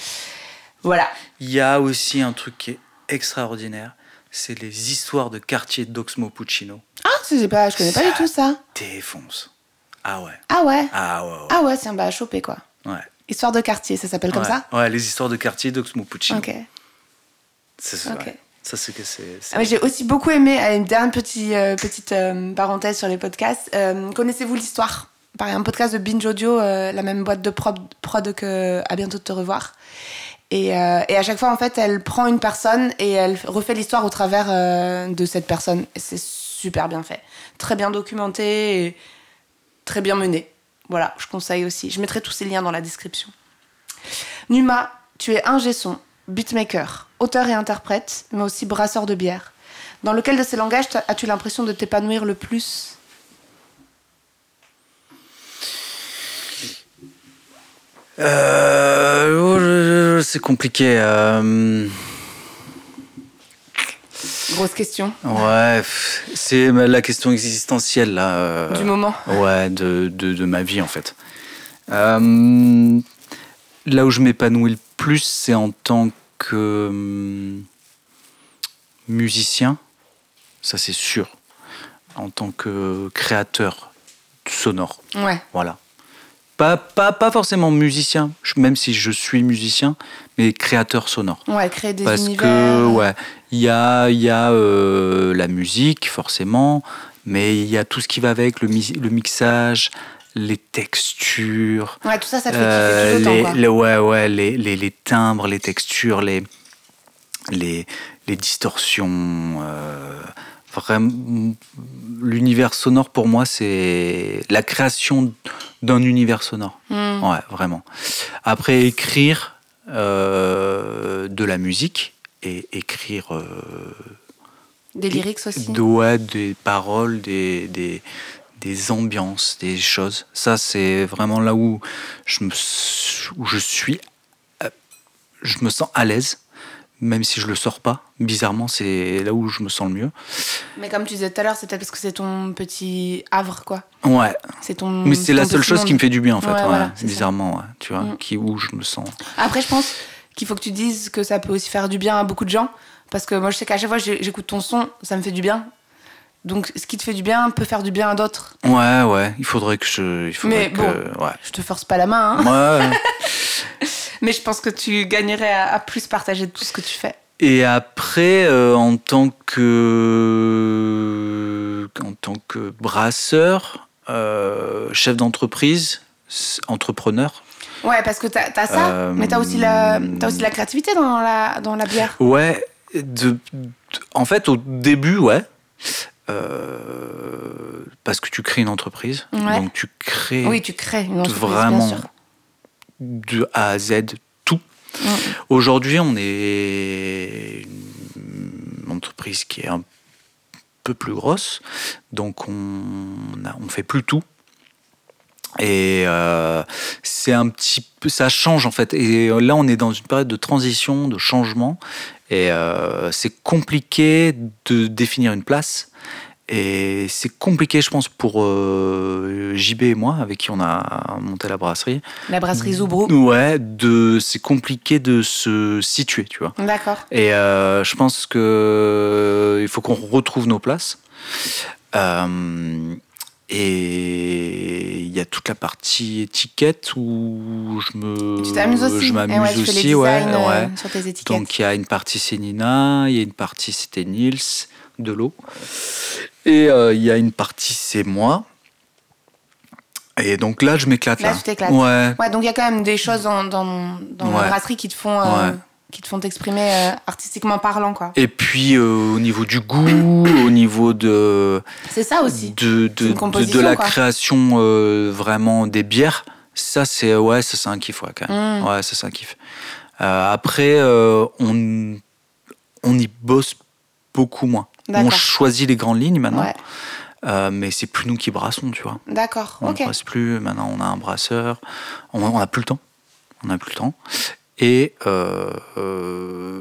Speaker 4: Voilà.
Speaker 3: Il y a aussi un truc qui est extraordinaire, c'est les histoires de quartier d'Oxmo Puccino.
Speaker 4: Ah, je sais pas, je connais pas
Speaker 3: Ça
Speaker 4: du tout ça.
Speaker 3: Défonce. Ah ouais.
Speaker 4: Ah ouais.
Speaker 3: Ah ouais, ouais.
Speaker 4: Ah ouais, c'est un bah à choper, quoi.
Speaker 3: Ouais.
Speaker 4: Histoire de quartier, ça s'appelle comme
Speaker 3: Ouais.
Speaker 4: ça.
Speaker 3: Ouais, les histoires de quartier d'Oxmo Puccino.
Speaker 4: Ok.
Speaker 3: C'est,
Speaker 4: Ok.
Speaker 3: ouais. Ça, c'est que c'est. c'est...
Speaker 4: Ah, mais j'ai aussi beaucoup aimé, allez, une dernière petite, euh, petite euh, parenthèse sur les podcasts. Euh, connaissez-vous l'histoire? Pareil, un podcast de Binge Audio, euh, la même boîte de prod, prod que À bientôt de te revoir. Et, euh, et à chaque fois, en fait, elle prend une personne et elle refait l'histoire au travers euh, de cette personne. Et c'est super bien fait. Très bien documenté et très bien mené. Voilà, je conseille aussi. Je mettrai tous ces liens dans la description. Numa, tu es ingé son, beatmaker, auteur et interprète, mais aussi brasseur de bière. Dans lequel de ces langages as-tu l'impression de t'épanouir le plus ?
Speaker 3: Euh, c'est compliqué. Euh...
Speaker 4: Grosse question.
Speaker 3: Ouais, c'est la question existentielle là. Euh...
Speaker 4: Du moment.
Speaker 3: Ouais, de, de, de ma vie en fait. Euh... Là où je m'épanouis le plus, c'est en tant que hum, musicien, ça c'est sûr. En tant que créateur sonore.
Speaker 4: Ouais.
Speaker 3: Voilà. Pas, pas, pas forcément musicien, même si je suis musicien, mais créateur sonore.
Speaker 4: Ouais, créer des
Speaker 3: Parce
Speaker 4: univers.
Speaker 3: que, ouais, il y a, y a euh, la musique, forcément, mais il y a tout ce qui va avec, le, mi- le mixage, les textures.
Speaker 4: Ouais, tout ça, ça te fait
Speaker 3: euh,
Speaker 4: kiffer tout
Speaker 3: les,
Speaker 4: autant, quoi.
Speaker 3: les, ouais, ouais, les, les, les timbres, les textures, les, les, les distorsions. Euh, vraiment, l'univers sonore, pour moi, c'est la création d'un univers sonore.
Speaker 4: Mm.
Speaker 3: Ouais, vraiment. Après, écrire euh, de la musique et écrire... Euh,
Speaker 4: Des lyrics aussi.
Speaker 3: de- ouais, des paroles, des, des, des ambiances, des choses. Ça, c'est vraiment là où je, me, où je suis... euh, Je me sens à l'aise, même si je le sors pas. Bizarrement, c'est là où je me sens le mieux.
Speaker 4: Mais comme tu disais tout à l'heure, c'est peut-être parce que c'est ton petit havre, quoi.
Speaker 3: Ouais.
Speaker 4: C'est ton.
Speaker 3: Mais c'est
Speaker 4: ton
Speaker 3: la seule
Speaker 4: petit
Speaker 3: chose
Speaker 4: monde.
Speaker 3: qui me fait du bien, en fait.
Speaker 4: Ouais,
Speaker 3: Ouais,
Speaker 4: voilà, c'est
Speaker 3: bizarrement, ouais, tu vois,
Speaker 4: Mm.
Speaker 3: qui, où je me sens...
Speaker 4: Après, je pense qu'il faut que tu dises que ça peut aussi faire du bien à beaucoup de gens. Parce que moi, je sais qu'à chaque fois que j'ai- j'écoute ton son, ça me fait du bien. Donc, ce qui te fait du bien peut faire du bien à d'autres.
Speaker 3: Ouais, ouais, il faudrait que je... Il faudrait
Speaker 4: Mais
Speaker 3: que,
Speaker 4: bon.
Speaker 3: ouais.
Speaker 4: Je te force pas la main, hein.
Speaker 3: Ouais.
Speaker 4: Mais je pense que tu gagnerais à, à plus partager de tout ce que tu fais.
Speaker 3: Et après, euh, en tant que... En tant que brasseur, euh, chef d'entreprise, s- entrepreneur,
Speaker 4: Ouais, parce que t'as, t'as ça,
Speaker 3: Euh,
Speaker 4: mais t'as aussi, la, t'as aussi la créativité dans la, dans la bière.
Speaker 3: ouais, de, de- en fait, au début, ouais. Euh, parce que tu crées une entreprise.
Speaker 4: Ouais.
Speaker 3: Donc tu crées
Speaker 4: Oui, tu crées une entreprise,
Speaker 3: vraiment
Speaker 4: bien sûr.
Speaker 3: de A à Z tout.
Speaker 4: Mm.
Speaker 3: Aujourd'hui, on est une entreprise qui est un peu plus grosse. Donc on a, on fait plus tout. Et euh, c'est un petit peu, ça change en fait. Et là, on est dans une période de transition, de changement, et euh, c'est compliqué de définir une place. Et c'est compliqué, je pense, pour euh, J B et moi, avec qui on a monté la brasserie.
Speaker 4: La brasserie Zoubrou.
Speaker 3: Ouais, de, c'est compliqué de se situer, tu vois.
Speaker 4: D'accord.
Speaker 3: Et euh, je pense que il faut qu'on retrouve nos places. Euh, et il y a toute la partie étiquette où je me,
Speaker 4: Et tu t'amuses aussi.
Speaker 3: je m'amuse
Speaker 4: Et ouais, tu fais les
Speaker 3: aussi, ouais,
Speaker 4: designs, euh,
Speaker 3: ouais.
Speaker 4: sur tes étiquettes.
Speaker 3: Donc il y a une partie c'est Nina, il y a une partie c'était Nils de l'eau, et euh, il y a une partie c'est moi. Et donc là je m'éclate là.
Speaker 4: Là, tu t'éclates.
Speaker 3: Ouais.
Speaker 4: Ouais, donc il y a quand même des choses dans, dans, dans la
Speaker 3: Ouais.
Speaker 4: brasserie qui te font, euh,
Speaker 3: Ouais.
Speaker 4: qui te font t'exprimer euh, artistiquement parlant, quoi.
Speaker 3: Et puis euh, au niveau du goût, au niveau de
Speaker 4: C'est ça aussi.
Speaker 3: de,
Speaker 4: C'est
Speaker 3: de,
Speaker 4: une
Speaker 3: de,
Speaker 4: composition,
Speaker 3: de la
Speaker 4: quoi.
Speaker 3: création euh, vraiment des bières, ça c'est ouais, ça c'est un kiff, ouais, quand même.
Speaker 4: Mm.
Speaker 3: Ouais, ça c'est un kiff. Euh, après, euh, on on y bosse beaucoup moins.
Speaker 4: D'accord.
Speaker 3: On choisit les grandes lignes maintenant,
Speaker 4: Ouais.
Speaker 3: euh, mais c'est plus nous qui brassons, tu vois.
Speaker 4: D'accord,
Speaker 3: On
Speaker 4: ok.
Speaker 3: ne brasse plus. Maintenant, on a un brasseur. On on a plus le temps. On a plus le temps. Et euh, euh,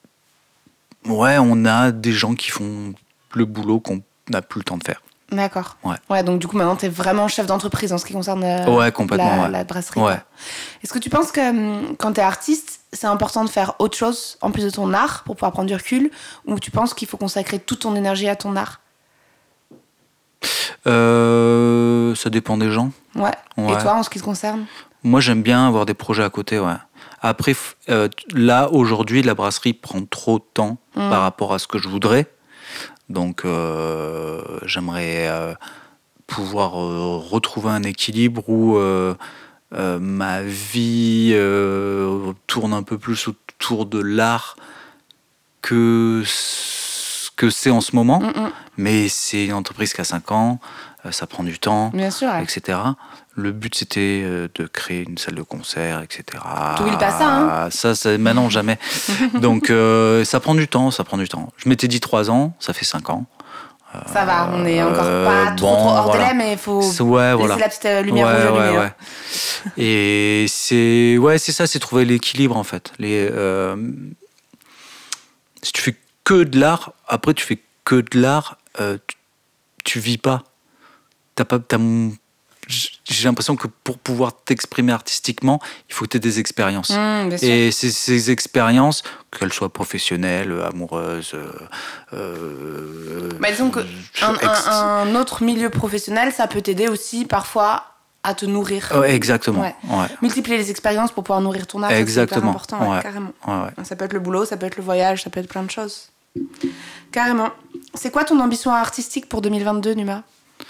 Speaker 3: ouais, on a des gens qui font le boulot qu'on n'a plus le temps de faire.
Speaker 4: D'accord.
Speaker 3: Ouais.
Speaker 4: Donc du coup, maintenant, t'es vraiment chef d'entreprise en ce qui concerne euh,
Speaker 3: Ouais, complètement,
Speaker 4: la,
Speaker 3: ouais.
Speaker 4: la brasserie.
Speaker 3: Ouais.
Speaker 4: quoi. Est-ce que tu penses que hum, quand t'es artiste, c'est important de faire autre chose en plus de ton art pour pouvoir prendre du recul, ou tu penses qu'il faut consacrer toute ton énergie à ton art?
Speaker 3: Euh, ça dépend des gens.
Speaker 4: Ouais.
Speaker 3: Ouais.
Speaker 4: Et toi, en ce qui te concerne?
Speaker 3: Moi, j'aime bien avoir des projets à côté, ouais. Après, euh, là, aujourd'hui, la brasserie prend trop de temps mmh. par rapport à ce que je voudrais. Donc, euh, j'aimerais euh, pouvoir euh, retrouver un équilibre où euh, euh, ma vie euh, tourne un peu plus autour de l'art que ce que c'est en ce moment. Mmh. Mais c'est une entreprise qui a cinq ans, euh, ça prend du temps,
Speaker 4: bien sûr, ouais.
Speaker 3: et cetera. Le but, c'était euh, de créer une salle de concert, et cetera.
Speaker 4: Tu oublies pas ça, hein?
Speaker 3: Ça, ça maintenant, jamais. Donc, euh, ça prend du temps, ça prend du temps. Je m'étais dit trois ans, ça fait cinq ans.
Speaker 4: Euh, ça va, on est encore pas trop, bon, trop hors
Speaker 3: voilà.
Speaker 4: délai, mais il faut
Speaker 3: ouais,
Speaker 4: laisser
Speaker 3: voilà.
Speaker 4: la petite lumière
Speaker 3: ouais,
Speaker 4: rouge
Speaker 3: ouais,
Speaker 4: allumée.
Speaker 3: Ouais. Et c'est, ouais, c'est ça, c'est trouver l'équilibre, en fait. Les, euh, si tu fais que de l'art, après, tu fais que de l'art, euh, tu, tu vis pas. T'as pas t'as, j'ai l'impression que pour pouvoir t'exprimer artistiquement, il faut que tu aies des expériences.
Speaker 4: Mmh,
Speaker 3: et ces, ces expériences, qu'elles soient professionnelles, amoureuses... Euh,
Speaker 4: bah, disons qu'un ex... un, un autre milieu professionnel, ça peut t'aider aussi parfois à te nourrir.
Speaker 3: Oh, exactement.
Speaker 4: Ouais.
Speaker 3: Ouais.
Speaker 4: Multiplier les expériences pour pouvoir nourrir ton art,
Speaker 3: exactement.
Speaker 4: c'est hyper important, ouais,
Speaker 3: ouais.
Speaker 4: carrément.
Speaker 3: Ouais, ouais.
Speaker 4: Ça peut être le boulot, ça peut être le voyage, ça peut être plein de choses. Carrément. C'est quoi ton ambition artistique pour deux mille vingt-deux, Numa ?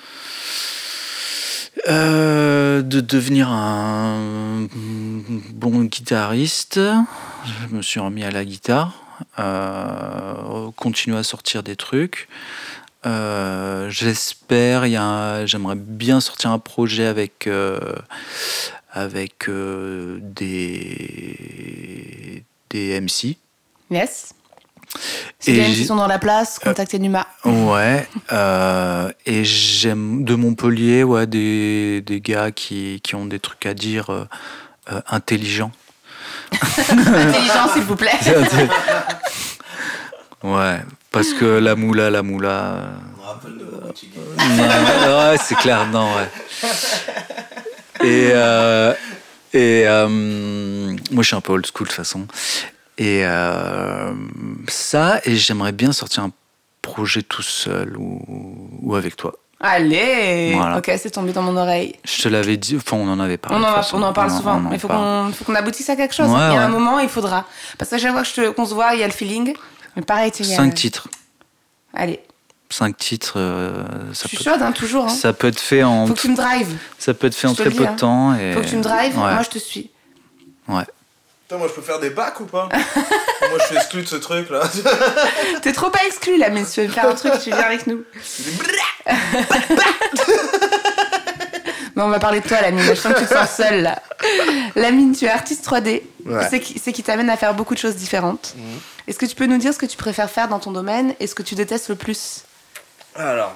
Speaker 3: Euh, de devenir un bon guitariste. Je me suis remis à la guitare. Euh, continuer à sortir des trucs. Euh, j'espère, y a un, j'aimerais bien sortir un projet avec, euh, avec euh, des, des M C.
Speaker 4: Yes. Si les M C sont dans la place, contactez Numa.
Speaker 3: Ouais. Euh, et j'aime de Montpellier, ouais, des, des gars qui, qui ont des trucs à dire euh, euh, intelligents.
Speaker 4: Intelligent, s'il vous plaît.
Speaker 3: Ouais, parce que la moula, la moula.
Speaker 2: On rappelle de mon petit
Speaker 3: euh, ouais, c'est clair, non, ouais. Et, euh, et euh, moi, je suis un peu old school de toute façon. Et euh, ça, et j'aimerais bien sortir un projet tout seul ou, ou avec toi.
Speaker 4: Allez,
Speaker 3: voilà.
Speaker 4: Ok, c'est tombé dans mon oreille.
Speaker 3: Je te l'avais dit, enfin on en avait parlé.
Speaker 4: On en,
Speaker 3: façon,
Speaker 4: on en parle
Speaker 3: on
Speaker 4: souvent,
Speaker 3: on
Speaker 4: mais il faut
Speaker 3: parle.
Speaker 4: qu'on, faut qu'on aboutisse à quelque chose.
Speaker 3: Ouais,
Speaker 4: il y a
Speaker 3: ouais.
Speaker 4: un moment, il faudra. Parce que chaque fois que je te, qu'on se voit, il y a le feeling. Mais pareil, tu sais.
Speaker 3: Cinq
Speaker 4: a...
Speaker 3: titres.
Speaker 4: Allez.
Speaker 3: Cinq titres. Euh, ça
Speaker 4: je suis
Speaker 3: peut,
Speaker 4: chaude, hein, toujours. Hein.
Speaker 3: Ça peut être fait en.
Speaker 4: Faut que tu me drives.
Speaker 3: Ça peut être fait
Speaker 4: je
Speaker 3: en très
Speaker 4: dis,
Speaker 3: peu
Speaker 4: hein.
Speaker 3: de temps. Et...
Speaker 4: Faut que tu me drives,
Speaker 3: ouais.
Speaker 4: moi je te suis.
Speaker 3: Ouais.
Speaker 2: Putain, moi je peux faire des bacs ou pas? Moi je suis exclu de ce truc là.
Speaker 4: T'es trop pas exclu là, mais si tu veux faire un truc, tu viens avec nous. Non, on va parler de toi, Lamine. Je sens que tu te sens seule là. Lamine, tu es artiste trois D.
Speaker 2: Ouais.
Speaker 4: C'est qui, c'est qui t'amène à faire beaucoup de choses différentes. Mmh. Est-ce que tu peux nous dire ce que tu préfères faire dans ton domaine et ce que tu détestes le plus?
Speaker 2: Alors.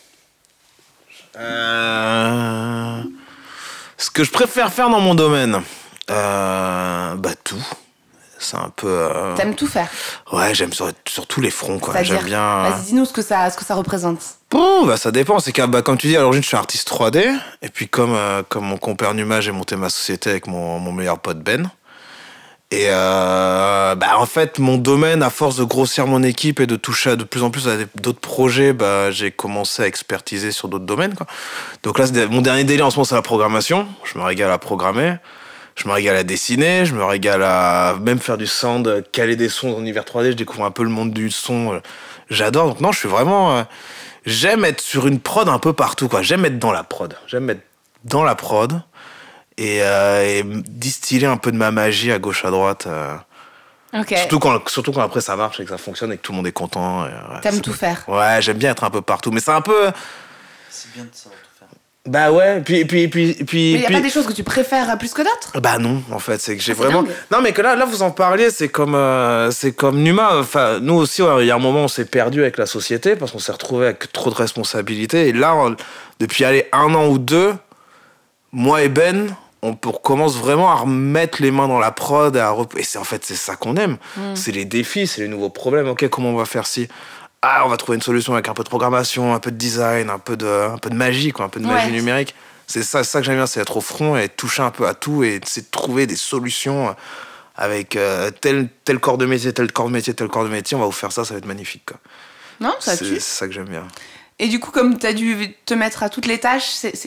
Speaker 2: Euh... Ce que je préfère faire dans mon domaine. Euh... Bah tout. C'est un peu. Euh...
Speaker 4: T'aimes tout faire?
Speaker 2: Ouais, j'aime sur, sur tous les fronts, quoi.
Speaker 4: C'est-à-dire,
Speaker 2: j'aime bien.
Speaker 4: Vas-y, dis-nous ce que ça, ce que ça représente.
Speaker 2: Bon, bah ça dépend. C'est que, bah, comme tu dis, à l'origine, je suis artiste trois D. Et puis, comme, euh, comme mon compère Numa, j'ai monté ma société avec mon, mon meilleur pote Ben. Et euh, bah, en fait, mon domaine, à force de grossir mon équipe et de toucher de plus en plus à d'autres projets, bah, j'ai commencé à expertiser sur d'autres domaines, quoi. Donc là, c'est, mon dernier délire en ce moment, c'est la programmation. Je me régale à programmer. Je me régale à dessiner, je me régale à même faire du sound, caler des sons dans l'univers trois D, je découvre un peu le monde du son, j'adore. Donc non, je suis vraiment... Euh, j'aime être sur une prod un peu partout, quoi. J'aime être dans la prod. J'aime être dans la prod et, euh, et distiller un peu de ma magie à gauche, à droite. Euh,
Speaker 4: okay.
Speaker 2: surtout, quand, surtout quand après ça marche et que ça fonctionne et que tout le monde est content. Et, ouais,
Speaker 4: T'aimes tout faire?
Speaker 2: Ouais, j'aime bien être un peu partout, mais c'est un peu...
Speaker 3: C'est bien de savoir tout faire.
Speaker 2: Bah ouais, puis puis puis puis.
Speaker 4: Mais y a
Speaker 2: puis...
Speaker 4: pas des choses que tu préfères plus que d'autres?
Speaker 2: Bah non, en fait, c'est que j'ai
Speaker 4: ah,
Speaker 2: vraiment.
Speaker 4: Dingue.
Speaker 2: Non, mais que là, là, vous en parliez, c'est comme euh, c'est comme Numa. Enfin, nous aussi, il y a un moment, on s'est perdu avec la société parce qu'on s'est retrouvé avec trop de responsabilités. Et là, on, depuis aller un an ou deux, moi et Ben, on, on commence vraiment à remettre les mains dans la prod, à rep... et c'est en fait c'est ça qu'on aime. Mm. C'est les défis, c'est les nouveaux problèmes. Ok, comment on va faire si? Ah, on va trouver une solution avec un peu de programmation, un peu de design, un peu de, un peu de magie, quoi, un peu de magie ouais. numérique. C'est ça, ça que j'aime bien, c'est être au front et toucher un peu à tout et c'est de trouver des solutions avec euh, tel, tel corps de métier, tel corps de métier, tel corps de métier. On va vous faire ça, ça va être magnifique, quoi.
Speaker 4: Non, ça
Speaker 2: c'est,
Speaker 4: tue.
Speaker 2: c'est ça que j'aime bien.
Speaker 4: Et du coup, comme tu as dû te mettre à toutes les tâches, c'est, c'est...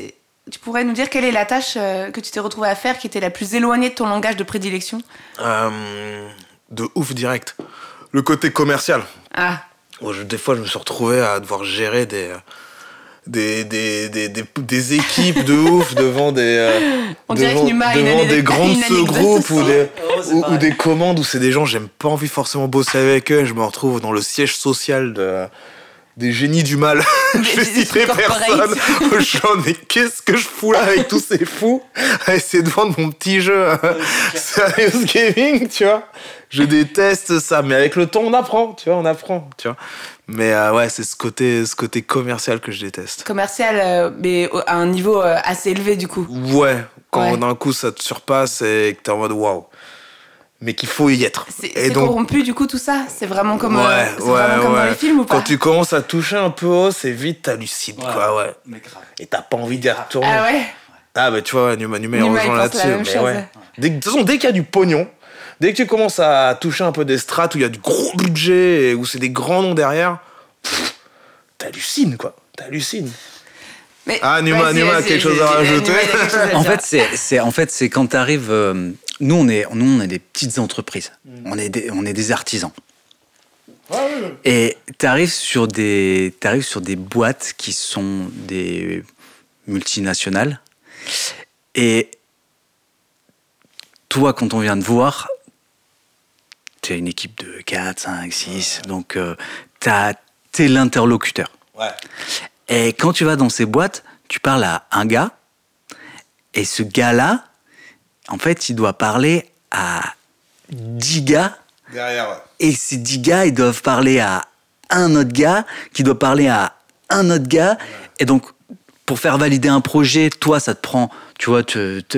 Speaker 4: tu pourrais nous dire quelle est la tâche euh, que tu t'es retrouvée à faire qui était la plus éloignée de ton langage de prédilection?
Speaker 2: Euh, de ouf direct. Le côté commercial.
Speaker 4: Ah.
Speaker 2: Bon, je- des fois, je me suis retrouvé à devoir gérer des, euh, des, des, des, des, des équipes de ouf devant des, euh,
Speaker 4: On dirait
Speaker 2: devant,
Speaker 4: que Numa a une
Speaker 2: devant
Speaker 4: année
Speaker 2: des
Speaker 4: de-
Speaker 2: grands
Speaker 4: une anecdote
Speaker 2: groupes ou
Speaker 4: aussi.
Speaker 2: des,
Speaker 3: Oh, c'est
Speaker 2: ou, ou
Speaker 3: pareil.
Speaker 2: des commandes où c'est des gens, j'aime pas envie forcément bosser avec eux. Je me retrouve dans le siège social de, des génies du mal. Je
Speaker 4: Des-
Speaker 2: vais
Speaker 4: des
Speaker 2: citer
Speaker 4: trucs
Speaker 2: personne.
Speaker 4: corporate.
Speaker 2: Je suis en, mais qu'est-ce que je fous là avec tous ces fous à essayer de vendre mon petit jeu euh, Serious Gaming, tu vois. Je déteste ça, mais avec le temps, on apprend, tu vois, on apprend, tu vois. Mais euh, ouais, c'est ce côté, ce côté commercial que je déteste.
Speaker 4: Commercial, euh, mais au- à un niveau euh, assez élevé du coup.
Speaker 2: Ouais, quand
Speaker 4: Ouais.
Speaker 2: d'un coup ça te surpasse et que t'es en mode waouh. Mais qu'il faut y être.
Speaker 4: C'est
Speaker 2: Et
Speaker 4: c'est
Speaker 2: donc,
Speaker 4: corrompu du coup tout ça? C'est vraiment comme,
Speaker 2: ouais,
Speaker 4: euh, c'est
Speaker 2: ouais,
Speaker 4: vraiment comme dans
Speaker 2: ouais.
Speaker 4: les films ou pas?
Speaker 2: Quand tu commences à toucher un peu haut, c'est vite, t'hallucines, quoi, ouais.
Speaker 3: Mais grave.
Speaker 2: Et t'as pas envie d'y retourner.
Speaker 4: Ah ouais?
Speaker 2: Ah bah tu vois, Numa, Numa, il
Speaker 4: Numa, il
Speaker 2: rejoint
Speaker 4: pense la
Speaker 2: là-dessus.
Speaker 4: même
Speaker 2: Mais
Speaker 4: chose.
Speaker 2: ouais. Dès, que- de toute façon, dès qu'il y a du pognon, dès que tu commences à toucher un peu des strates où il y a du gros budget, et où c'est des grands noms derrière, pff, t'hallucines, quoi. T'hallucines.
Speaker 4: Mais,
Speaker 2: Ah, Numa,
Speaker 4: vas-y,
Speaker 2: Numa a
Speaker 4: vas-y,
Speaker 2: quelque chose
Speaker 4: vas-y,
Speaker 2: à
Speaker 4: vas-y,
Speaker 2: rajouter.
Speaker 4: Numa, il a quelque chose à
Speaker 3: En
Speaker 4: dire.
Speaker 3: fait, c'est, c'est, en fait, c'est quand tu arrives. Euh, nous, on est, nous, on est des petites entreprises. On, est des, on est des artisans. Et tu arrives sur, des, t'arrives sur des boîtes qui sont des multinationales. Et toi, quand on vient te voir, tu as une équipe de quatre, cinq, six. Donc, euh, t'as- t'es l'interlocuteur.
Speaker 2: Ouais.
Speaker 3: Et quand tu vas dans ces boîtes, tu parles à un gars, et ce gars-là, en fait, il doit parler à dix gars,
Speaker 2: Derrière, ouais.
Speaker 3: et ces dix gars, ils doivent parler à un autre gars, qui doit parler à un autre gars, et donc, pour faire valider un projet, toi, ça te prend, tu vois, te, te-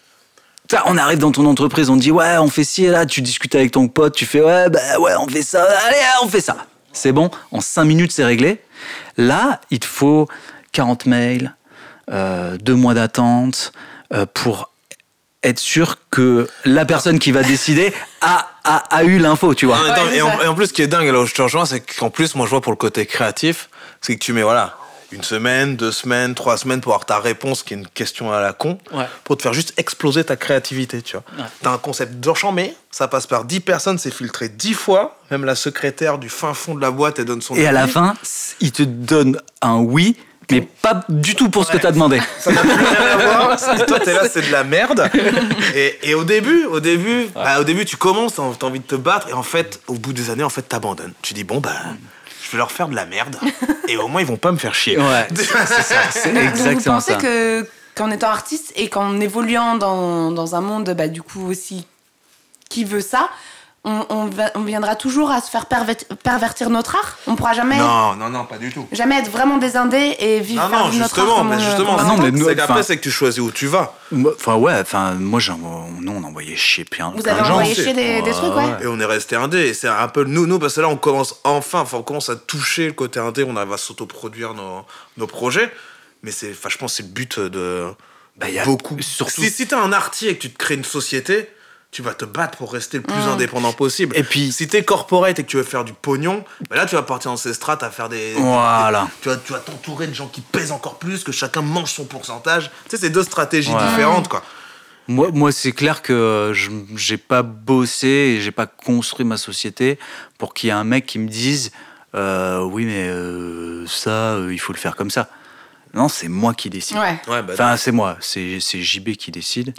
Speaker 3: Toi, on arrive dans ton entreprise, on te dit, ouais, on fait ci, et là, tu discutes avec ton pote, tu fais, ouais, bah ouais, on fait ça, allez, on fait ça. C'est bon, en cinq minutes, c'est réglé. Là, il te faut quarante mails, euh, deux mois d'attente, euh, pour être sûr que la personne qui va décider a, a, a eu l'info, tu vois.
Speaker 2: Non, mais attends,
Speaker 4: Ouais, c'est
Speaker 2: et, en,
Speaker 4: ça.
Speaker 2: et en plus, ce qui est dingue, là où je te rejoins, c'est qu'en plus, moi, je vois pour le côté créatif, c'est que tu mets, voilà, une semaine, deux semaines, trois semaines pour avoir ta réponse, qui est une question à la con,
Speaker 3: Ouais.
Speaker 2: pour te faire juste exploser ta créativité, tu vois.
Speaker 3: Ouais.
Speaker 2: T'as un concept d'enchambé, ça passe par dix personnes, c'est filtré dix fois, même la secrétaire du fin fond de la boîte, elle donne son
Speaker 3: Et à la
Speaker 2: avis.
Speaker 3: fin, il te donne un oui, mais pas du tout pour ce que tu as demandé.
Speaker 2: Ça n'a plus rien à voir. Et toi, t'es là, c'est de la merde. Et, et au début, au début, bah, au début, tu commences, t'as t'as envie de te battre, et en fait, au bout des années, en fait, t'abandonnes. Tu dis bon bah, je vais leur faire de la merde, et au moins ils vont pas me faire chier.
Speaker 3: Ouais, c'est ça, c'est
Speaker 4: Donc,
Speaker 3: exactement
Speaker 4: vous pensez
Speaker 3: ça.
Speaker 4: que qu'en étant artiste et qu'en évoluant dans, dans un monde bah, du coup aussi qui veut ça, on, on, va- on viendra toujours à se faire pervert- pervertir notre art? On pourra jamais,
Speaker 2: Non, non, non, pas du tout.
Speaker 4: jamais être vraiment des indés et vivre
Speaker 2: Non,
Speaker 4: faire
Speaker 2: non,
Speaker 4: vivre notre
Speaker 2: justement,
Speaker 4: art comme
Speaker 2: mais
Speaker 4: on-
Speaker 2: justement,
Speaker 4: comme
Speaker 3: Ah
Speaker 4: on
Speaker 3: non,
Speaker 4: entend.
Speaker 3: mais nous,
Speaker 2: c'est qu'après,
Speaker 3: enfin-
Speaker 2: c'est que tu choisis où tu vas.
Speaker 3: Moi- Enfin, ouais, enfin, moi, j'ai envo- nous, on envoyait chier plein,
Speaker 4: Vous
Speaker 3: plein
Speaker 4: avez
Speaker 3: de gens.
Speaker 4: envoyé
Speaker 2: aussi.
Speaker 4: chier des, des trucs, ouais.
Speaker 2: Et on est resté indé, et c'est un peu nous, nous, parce que là, on commence enfin, enfin, on commence à toucher le côté indé, on arrive à s'autoproduire nos, nos projets, mais c'est, enfin, je pense que c'est le but de
Speaker 3: Bah, y a-
Speaker 2: beaucoup.
Speaker 3: surtout-
Speaker 2: Si, si t'es un arty et que tu te crées une société, tu vas te battre pour rester le plus
Speaker 4: Mm.
Speaker 2: indépendant possible.
Speaker 3: Et puis-
Speaker 2: si t'es corporate et que tu veux faire du pognon, bah là, tu vas partir dans ces strates à faire des.
Speaker 3: Voilà.
Speaker 2: des- tu vas, tu vas t'entourer de gens qui pèsent encore plus, que chacun mange son pourcentage. Tu sais, c'est deux stratégies
Speaker 3: Ouais.
Speaker 2: différentes, quoi.
Speaker 3: Moi, moi c'est clair que je j'ai pas bossé et j'ai pas construit ma société pour qu'il y ait un mec qui me dise euh, oui, mais euh, ça, euh, il faut le faire comme ça. Non, c'est moi qui décide.
Speaker 4: Ouais.
Speaker 2: Ouais, bah,
Speaker 3: Enfin, c'est moi, c'est c'est J B qui décide.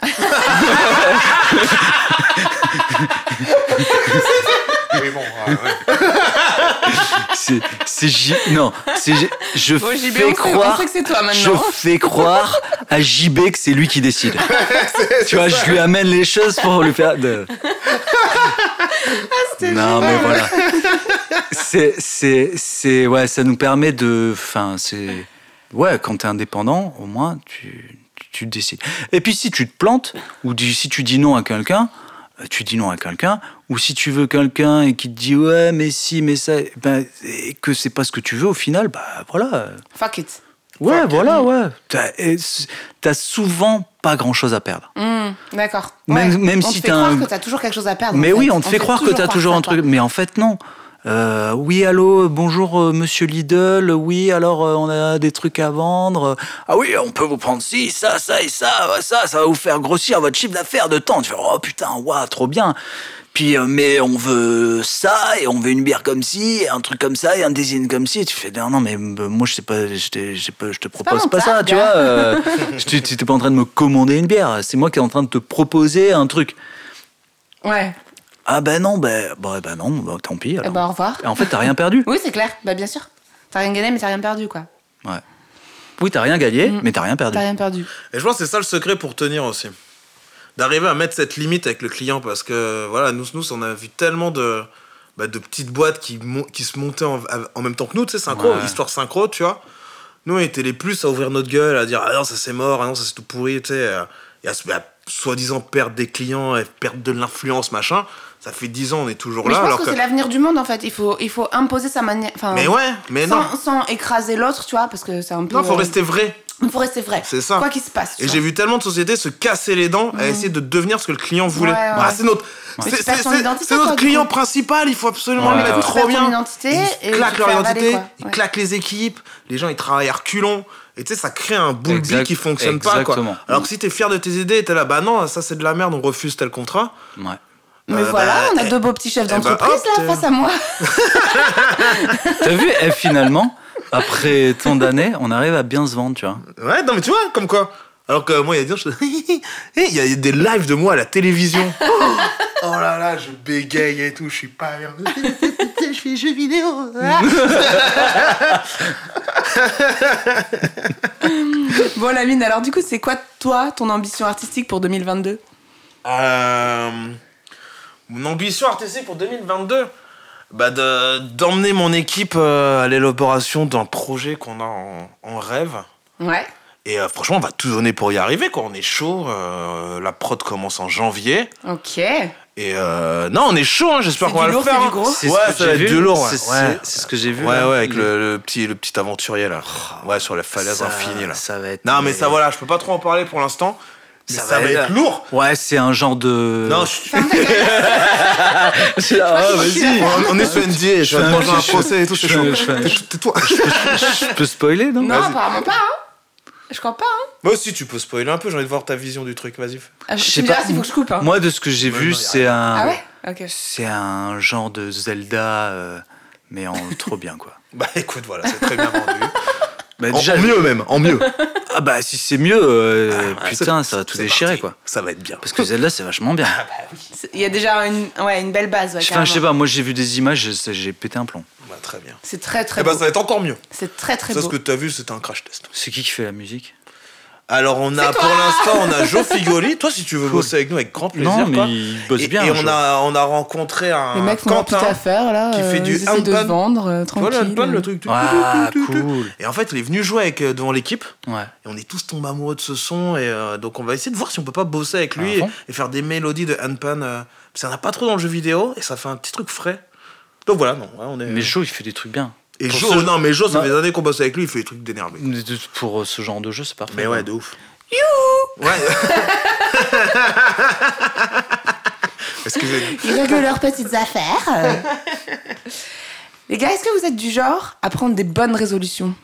Speaker 2: oui, bon, ouais, ouais.
Speaker 3: C'est c'est J non, c'est J- je
Speaker 4: Bon, J B,
Speaker 3: fais
Speaker 4: on sait- on
Speaker 3: croire
Speaker 4: sait que c'est toi
Speaker 3: je
Speaker 4: maintenant.
Speaker 3: fais croire à J B que c'est lui qui décide. Tu vois, je lui amène les choses pour lui faire de... Non, mais voilà. C'est, c'est, c'est, ouais, ça nous permet de, enfin, c'est, ouais, quand t'es indépendant, au moins, tu, tu, tu décides. Et puis, si tu te plantes, ou dis- si tu dis non à quelqu'un, euh, tu dis non à quelqu'un, ou si tu veux quelqu'un et qui te dit, ouais, mais si, mais ça, ben, et que c'est pas ce que tu veux, au final, bah, voilà.
Speaker 4: Fuck it.
Speaker 3: Ouais,
Speaker 2: Fuck.
Speaker 3: voilà, ouais. T'as, et c- t'as souvent pas grand chose à perdre.
Speaker 4: Hmm, d'accord.
Speaker 3: Même-
Speaker 4: Ouais.
Speaker 3: même
Speaker 4: on
Speaker 3: si
Speaker 4: te fait
Speaker 3: t'as
Speaker 4: croire
Speaker 3: un-
Speaker 4: que t'as toujours quelque chose à perdre.
Speaker 3: Mais
Speaker 4: en
Speaker 3: oui,
Speaker 4: fait.
Speaker 3: on te fait croire que t'as toujours
Speaker 4: ça,
Speaker 3: un truc.
Speaker 4: quoi.
Speaker 3: Mais en fait, non. Euh, oui, allô, bonjour euh, monsieur Lidl. Oui, alors euh, on a des trucs à vendre. Ah oui, on peut vous prendre ci, ça, ça et ça. Ouais, ça, ça va vous faire grossir votre chiffre d'affaires de temps. Tu fais, oh putain, waouh, trop bien. Puis, euh, mais on veut ça, et on veut une bière comme ci, et un truc comme ça, et un design comme ci. Et tu fais, non, non, mais euh, moi, je sais pas, je, t'ai- je, sais pas, je te propose pas,
Speaker 4: pas mon
Speaker 3: ça,
Speaker 4: taf,
Speaker 3: tu
Speaker 4: gars.
Speaker 3: vois. Euh, je t'ai- t'es pas en train de me commander une bière. C'est moi qui est en train de te proposer un truc.
Speaker 4: Ouais.
Speaker 3: Ah ben non, ben bah, bah non, bah, tant pis.
Speaker 4: Eh
Speaker 3: Alors.
Speaker 4: ben, au revoir.
Speaker 3: Et en fait, t'as rien perdu.
Speaker 4: Oui, c'est clair. Bah, bien sûr. T'as rien gagné, mais t'as rien perdu, quoi.
Speaker 3: Ouais. Oui, t'as rien gagné,
Speaker 4: Mm.
Speaker 3: mais t'as rien perdu.
Speaker 4: T'as rien perdu.
Speaker 2: Et je pense que c'est ça le secret pour tenir aussi. D'arriver à mettre cette limite avec le client parce que voilà, nous, nous on a vu tellement de, bah, de petites boîtes qui, mon- qui se montaient en, en même temps que nous, tu sais, synchro,
Speaker 3: Ouais.
Speaker 2: histoire synchro, tu vois. Nous, on était les plus à ouvrir notre gueule, à dire ah non, ça c'est mort, ah non, ça c'est tout pourri, tu sais. euh, Et à, se- à soi-disant perdre des clients, et perdre de l'influence, machin. Ça fait dix ans, on est toujours
Speaker 4: Mais
Speaker 2: là.
Speaker 4: je pense
Speaker 2: alors
Speaker 4: que,
Speaker 2: que...
Speaker 4: c'est l'avenir du monde, en fait. Il faut, il faut imposer sa manière. Enfin,
Speaker 2: Mais ouais, mais non.
Speaker 4: sans, sans écraser l'autre, tu vois, parce que c'est un peu.
Speaker 2: Non, faut
Speaker 4: euh,
Speaker 2: rester vrai.
Speaker 4: Il faut rester vrai.
Speaker 2: C'est ça.
Speaker 4: Quoi qu'il se passe. tu
Speaker 2: Et
Speaker 4: vois.
Speaker 2: j'ai vu tellement de sociétés se casser les dents à essayer de devenir ce que le client voulait.
Speaker 4: Ouais, ouais.
Speaker 2: Ah, c'est notre,
Speaker 4: Mais
Speaker 2: c'est,
Speaker 4: tu perds
Speaker 2: c'est-
Speaker 4: ton
Speaker 2: c'est-
Speaker 4: identité,
Speaker 2: c'est notre
Speaker 4: quoi, du
Speaker 2: client
Speaker 4: coup.
Speaker 2: principal, il faut absolument
Speaker 3: Ouais,
Speaker 2: le
Speaker 3: ouais.
Speaker 2: mettre
Speaker 3: Tu
Speaker 2: trop
Speaker 4: perds ton
Speaker 2: bien.
Speaker 4: identité et
Speaker 2: Ils claquent
Speaker 4: tu
Speaker 2: leur
Speaker 4: te fais avaler,
Speaker 2: identité,
Speaker 4: quoi.
Speaker 2: ils
Speaker 4: Ouais.
Speaker 2: claquent les équipes, les gens ils travaillent à reculons. Et tu sais, ça crée un boule
Speaker 3: Exact-
Speaker 2: qui fonctionne pas.
Speaker 3: exactement.
Speaker 2: Quoi. Alors que si t'es fier de tes idées et t'es là, bah non, ça c'est de la merde, on refuse tel contrat.
Speaker 3: Ouais.
Speaker 4: Mais
Speaker 2: Euh,
Speaker 4: voilà,
Speaker 2: bah,
Speaker 4: on a
Speaker 2: eh,
Speaker 4: deux beaux petits chefs
Speaker 2: eh bah,
Speaker 4: d'entreprise
Speaker 2: hop,
Speaker 4: là
Speaker 2: t'es-
Speaker 4: face à moi.
Speaker 3: T'as vu, eh, finalement, après tant d'années, on arrive à bien se vendre, tu vois.
Speaker 2: Ouais, non mais tu vois, comme quoi. Alors que moi, il y a des jours, je Eh, il y a des lives de moi à la télévision. Oh là là, je bégaye et tout, je suis pas bien. Je fais jeux vidéo.
Speaker 4: Bon, Lamine, alors du coup, c'est quoi toi ton ambition artistique pour deux mille vingt-deux?
Speaker 2: Euh, mon ambition artistique pour deux mille vingt-deux, bah de, d'emmener mon équipe euh, à l'élaboration d'un projet qu'on a en, en rêve.
Speaker 4: Ouais.
Speaker 2: Et euh, franchement, on va tout donner pour y arriver, quoi. On est chaud. euh, la prod commence en janvier.
Speaker 4: Ok.
Speaker 2: Et euh, non, on est chaud, hein, j'espère
Speaker 4: C'est
Speaker 2: qu'on va
Speaker 4: du
Speaker 2: le
Speaker 4: lourd,
Speaker 2: faire.
Speaker 4: c'est
Speaker 2: hein.
Speaker 4: du gros.
Speaker 3: C'est
Speaker 2: Ouais,
Speaker 3: ce que
Speaker 2: ça va
Speaker 3: j'ai
Speaker 2: être
Speaker 3: vu.
Speaker 2: du lourd.
Speaker 3: C'est-
Speaker 2: Ouais, ouais.
Speaker 3: c'est- c'est ce que j'ai vu.
Speaker 2: Ouais,
Speaker 3: là.
Speaker 2: ouais, avec
Speaker 3: Il-
Speaker 2: le, le petit, le petit aventurier là. Ouais, sur la falaise
Speaker 3: ça-
Speaker 2: infinie là.
Speaker 3: Ça va être.
Speaker 2: Non, mais ça, voilà, je peux pas trop en parler pour l'instant. Mais ça,
Speaker 3: Ça
Speaker 2: va
Speaker 3: va
Speaker 2: être
Speaker 3: être-
Speaker 2: lourd.
Speaker 3: Ouais, c'est un genre de.
Speaker 2: Non, je...
Speaker 3: Ah, vas-y.
Speaker 2: on, on est sur N D A, je vais
Speaker 3: fais
Speaker 2: te
Speaker 3: un-
Speaker 2: manger un
Speaker 3: je-
Speaker 2: procès et tout,
Speaker 3: je
Speaker 2: c'est
Speaker 3: fais-
Speaker 2: chaud.
Speaker 3: je fais-
Speaker 2: Tais- Tais-toi.
Speaker 3: Je peux spoiler, non
Speaker 4: Non,
Speaker 2: Vas-y.
Speaker 4: apparemment pas, hein. Je crois pas, hein.
Speaker 2: Moi aussi, tu peux spoiler un peu, j'ai envie de voir ta vision du truc, vas-y.
Speaker 4: Ah,
Speaker 3: Je
Speaker 4: tu
Speaker 3: sais
Speaker 4: me diras
Speaker 3: pas.
Speaker 4: s'il faut que je coupe, hein.
Speaker 3: Moi, de ce que j'ai
Speaker 2: Ouais,
Speaker 3: vu,
Speaker 2: non, y a
Speaker 3: c'est
Speaker 2: rien.
Speaker 3: un.
Speaker 4: Ah ouais. Ok.
Speaker 3: C'est un genre de Zelda, euh, mais en trop bien, quoi.
Speaker 2: Bah écoute, voilà, c'est très bien vendu.
Speaker 3: Bah,
Speaker 2: En, en mieux même, en mieux.
Speaker 3: Ah bah si c'est mieux, euh,
Speaker 2: Ah, ouais,
Speaker 3: putain,
Speaker 2: c'est-
Speaker 3: ça va tout
Speaker 2: c'est
Speaker 3: déchirer,
Speaker 2: parti.
Speaker 3: quoi.
Speaker 2: Ça va être bien.
Speaker 3: Parce que Zelda, c'est vachement bien.
Speaker 4: C'est- Il y a déjà une, ouais, une belle base, ouais,
Speaker 3: Enfin, je sais
Speaker 4: carrément.
Speaker 3: pas, moi j'ai vu des images, j'ai- j'ai pété un plomb.
Speaker 2: Bah, très bien.
Speaker 4: C'est très très
Speaker 2: Eh
Speaker 4: beau.
Speaker 2: ben, ça va être encore mieux.
Speaker 4: C'est très très
Speaker 2: Ça,
Speaker 4: beau.
Speaker 2: ce que t'as vu, c'était un crash test.
Speaker 3: C'est qui qui fait la musique?
Speaker 2: Alors, on a, pour l'instant, on a Joe Figoli. Toi, si tu veux
Speaker 3: Cool.
Speaker 2: bosser avec nous, avec grand plaisir.
Speaker 3: Non, mais
Speaker 2: quoi.
Speaker 3: il bosse
Speaker 2: Et,
Speaker 3: bien.
Speaker 2: et
Speaker 3: un
Speaker 2: on
Speaker 3: jour.
Speaker 2: a, on a rencontré un
Speaker 4: Les mecs font leur petite
Speaker 2: Quentin.
Speaker 4: affaire là.
Speaker 2: qui fait
Speaker 4: euh,
Speaker 2: du
Speaker 4: ils essaient de se
Speaker 2: handpan.
Speaker 4: vendre euh,
Speaker 2: Tu vois, le
Speaker 4: tranquille.
Speaker 2: handpan, le truc.
Speaker 3: Ah, cool.
Speaker 2: Et en fait, il est venu jouer avec, euh, devant l'équipe.
Speaker 3: Ouais.
Speaker 2: Et on est tous tombés amoureux de ce son. Et euh, donc, on va essayer de voir si on peut pas bosser avec lui
Speaker 3: Ah
Speaker 2: et,
Speaker 3: bon
Speaker 2: et faire des mélodies de handpan. Euh, parce qu'on n'a pas trop dans le jeu vidéo. Et ça fait un petit truc frais. Donc voilà, non. ouais, on est...
Speaker 3: Mais Joe, il fait des trucs bien.
Speaker 2: Et
Speaker 3: pour
Speaker 2: Joe,
Speaker 3: ce-
Speaker 2: non, mais Joe, ça
Speaker 3: Non.
Speaker 2: fait des années qu'on bosse avec lui. Il fait des trucs d'énervé.
Speaker 3: Pour ce genre de jeu, c'est parfait.
Speaker 2: Mais ouais, de ouf. Ouais. Est-ce que j'ai...
Speaker 4: Ils règlent leurs petites affaires. euh. Les gars, est-ce que vous êtes du genre à prendre des bonnes résolutions?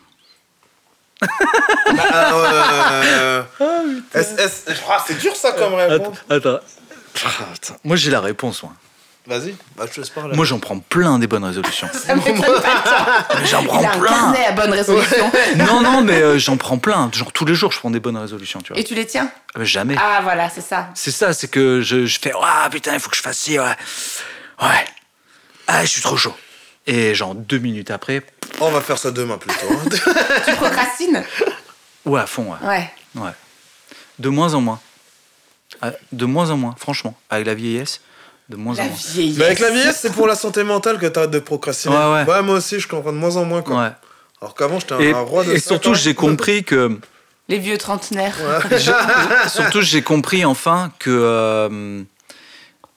Speaker 2: Ah, euh, est-ce- est-ce- ah, c'est dur ça comme réponse.
Speaker 3: Attends. Attends. Ah, attends. Moi, j'ai la réponse, moi.
Speaker 2: Vas-y, bah, je te laisse parler.
Speaker 3: Moi, j'en prends plein des bonnes résolutions.
Speaker 4: Ça m'étonne pas.
Speaker 3: Mais j'en prends
Speaker 4: Il a un
Speaker 3: plein.
Speaker 4: carnet à bonnes résolutions.
Speaker 3: Non, non, mais euh, j'en prends plein. Genre, tous les jours, je prends des bonnes résolutions, tu vois.
Speaker 4: Et tu les tiens?
Speaker 3: Euh, Jamais.
Speaker 4: Ah voilà, c'est ça.
Speaker 3: C'est ça, c'est que je, je fais ah putain, il faut que je fasse ci, ouais. Ouais. Ah, je suis trop chaud. Et genre deux minutes après,
Speaker 2: On va faire ça demain plutôt. hein.
Speaker 4: Tu procrastines?
Speaker 3: ouais, à fond, ouais.
Speaker 4: Ouais.
Speaker 3: Ouais. De moins en moins. Ah, De moins en moins, franchement. Avec la vieillesse, de moins
Speaker 4: La
Speaker 3: en moins.
Speaker 4: vieillesse.
Speaker 2: Mais avec la vieillesse, c'est pour la santé mentale que t'arrêtes de procrastiner.
Speaker 3: Ouais, ouais.
Speaker 2: moi aussi, je comprends de moins en moins. Quoi.
Speaker 3: Ouais.
Speaker 2: Alors qu'avant, j'étais un,
Speaker 3: Et,
Speaker 2: un roi de
Speaker 3: et
Speaker 2: ça,
Speaker 3: surtout,
Speaker 2: quand
Speaker 3: j'ai
Speaker 2: même.
Speaker 3: compris que.
Speaker 4: Les vieux trentenaires.
Speaker 3: j'ai- surtout, j'ai compris enfin que. euh,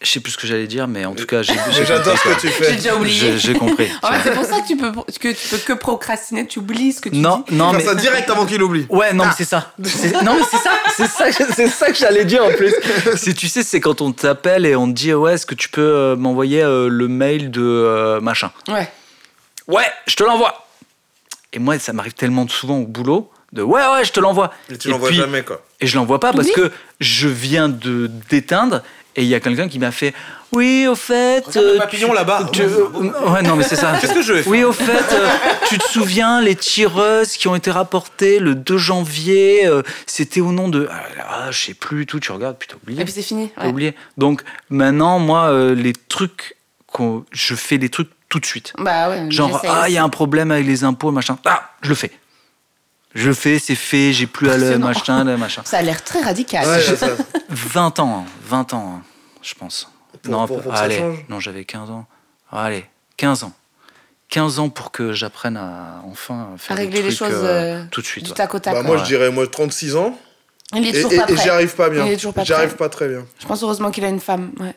Speaker 3: Je sais plus ce que j'allais dire, mais en tout cas, j'ai, j'ai
Speaker 2: J'adore
Speaker 3: compris,
Speaker 2: ce que tu fais.
Speaker 4: J'ai déjà oublié.
Speaker 3: J'ai, j'ai compris.
Speaker 4: En fait, c'est pour ça que tu peux que tu peux que procrastiner, tu oublies ce que tu
Speaker 3: Non,
Speaker 4: dis.
Speaker 3: non,
Speaker 2: Faire
Speaker 3: mais
Speaker 2: ça direct avant qu'il oublie.
Speaker 3: ouais, non, mais c'est ça. C'est- Non, mais c'est ça. C'est ça, que- c'est ça que j'allais dire en plus. C'est, tu sais, c'est quand on t'appelle et on te dit ouais, est-ce que tu peux euh, m'envoyer euh, le mail de euh, machin.
Speaker 4: Ouais.
Speaker 3: Ouais, je te l'envoie. Et moi, ça m'arrive tellement souvent au boulot de ouais, ouais, je te l'envoie.
Speaker 2: Et tu l'envoies
Speaker 3: puis-
Speaker 2: jamais, quoi.
Speaker 3: Et je l'envoie pas parce
Speaker 4: Oui.
Speaker 3: que je viens de d'éteindre et il y a quelqu'un qui m'a fait oui, au fait.
Speaker 2: Regarde le
Speaker 3: euh,
Speaker 2: papillon
Speaker 3: tu-
Speaker 2: là-bas.
Speaker 3: tu-
Speaker 2: Oh, c'est un beau
Speaker 3: ouais, non, mais c'est ça.
Speaker 2: Qu'est-ce que je vais faire
Speaker 3: Oui, au fait, euh, tu te souviens, les tireuses qui ont été rapportées le deux janvier, euh, c'était au nom de. Ah, là, je sais plus tout, tu regardes, puis t'as oublié.
Speaker 4: Et puis c'est fini.
Speaker 3: T'as
Speaker 4: Ouais.
Speaker 3: oublié. Donc maintenant, moi, euh, les trucs, qu'on- je fais les trucs tout de suite.
Speaker 4: Bah ouais.
Speaker 3: Genre,
Speaker 4: j'essaye
Speaker 3: ah, il y a
Speaker 4: aussi.
Speaker 3: un problème avec les impôts, machin. Ah, je le fais. Je le fais, c'est fait, j'ai plus à le
Speaker 4: Impressionnant.
Speaker 3: machin, le machin.
Speaker 4: Ça a l'air très radical.
Speaker 2: Ouais, c'est ça.
Speaker 3: vingt ans, hein, vingt ans, hein, je pense.
Speaker 2: Pour-
Speaker 3: non,
Speaker 2: pour- pour que ça
Speaker 3: allez,
Speaker 2: change.
Speaker 3: non, j'avais quinze ans. Allez, quinze ans. quinze ans pour que j'apprenne à enfin faire
Speaker 4: À
Speaker 3: des
Speaker 4: régler les
Speaker 3: trucs,
Speaker 4: choses
Speaker 3: euh,
Speaker 4: euh,
Speaker 3: tout de suite.
Speaker 4: du
Speaker 3: ouais.
Speaker 4: tac au tac.
Speaker 2: Bah,
Speaker 4: quoi.
Speaker 2: moi,
Speaker 3: Ouais.
Speaker 2: je dirais moi trente-six ans.
Speaker 4: Il est
Speaker 2: Et,
Speaker 4: toujours
Speaker 2: et-
Speaker 4: pas
Speaker 2: et
Speaker 4: prêt.
Speaker 2: j'y arrive pas bien.
Speaker 4: Il est toujours pas
Speaker 2: J'y
Speaker 4: prêt.
Speaker 2: arrive pas très bien.
Speaker 4: Je pense heureusement qu'il a une femme. Ouais.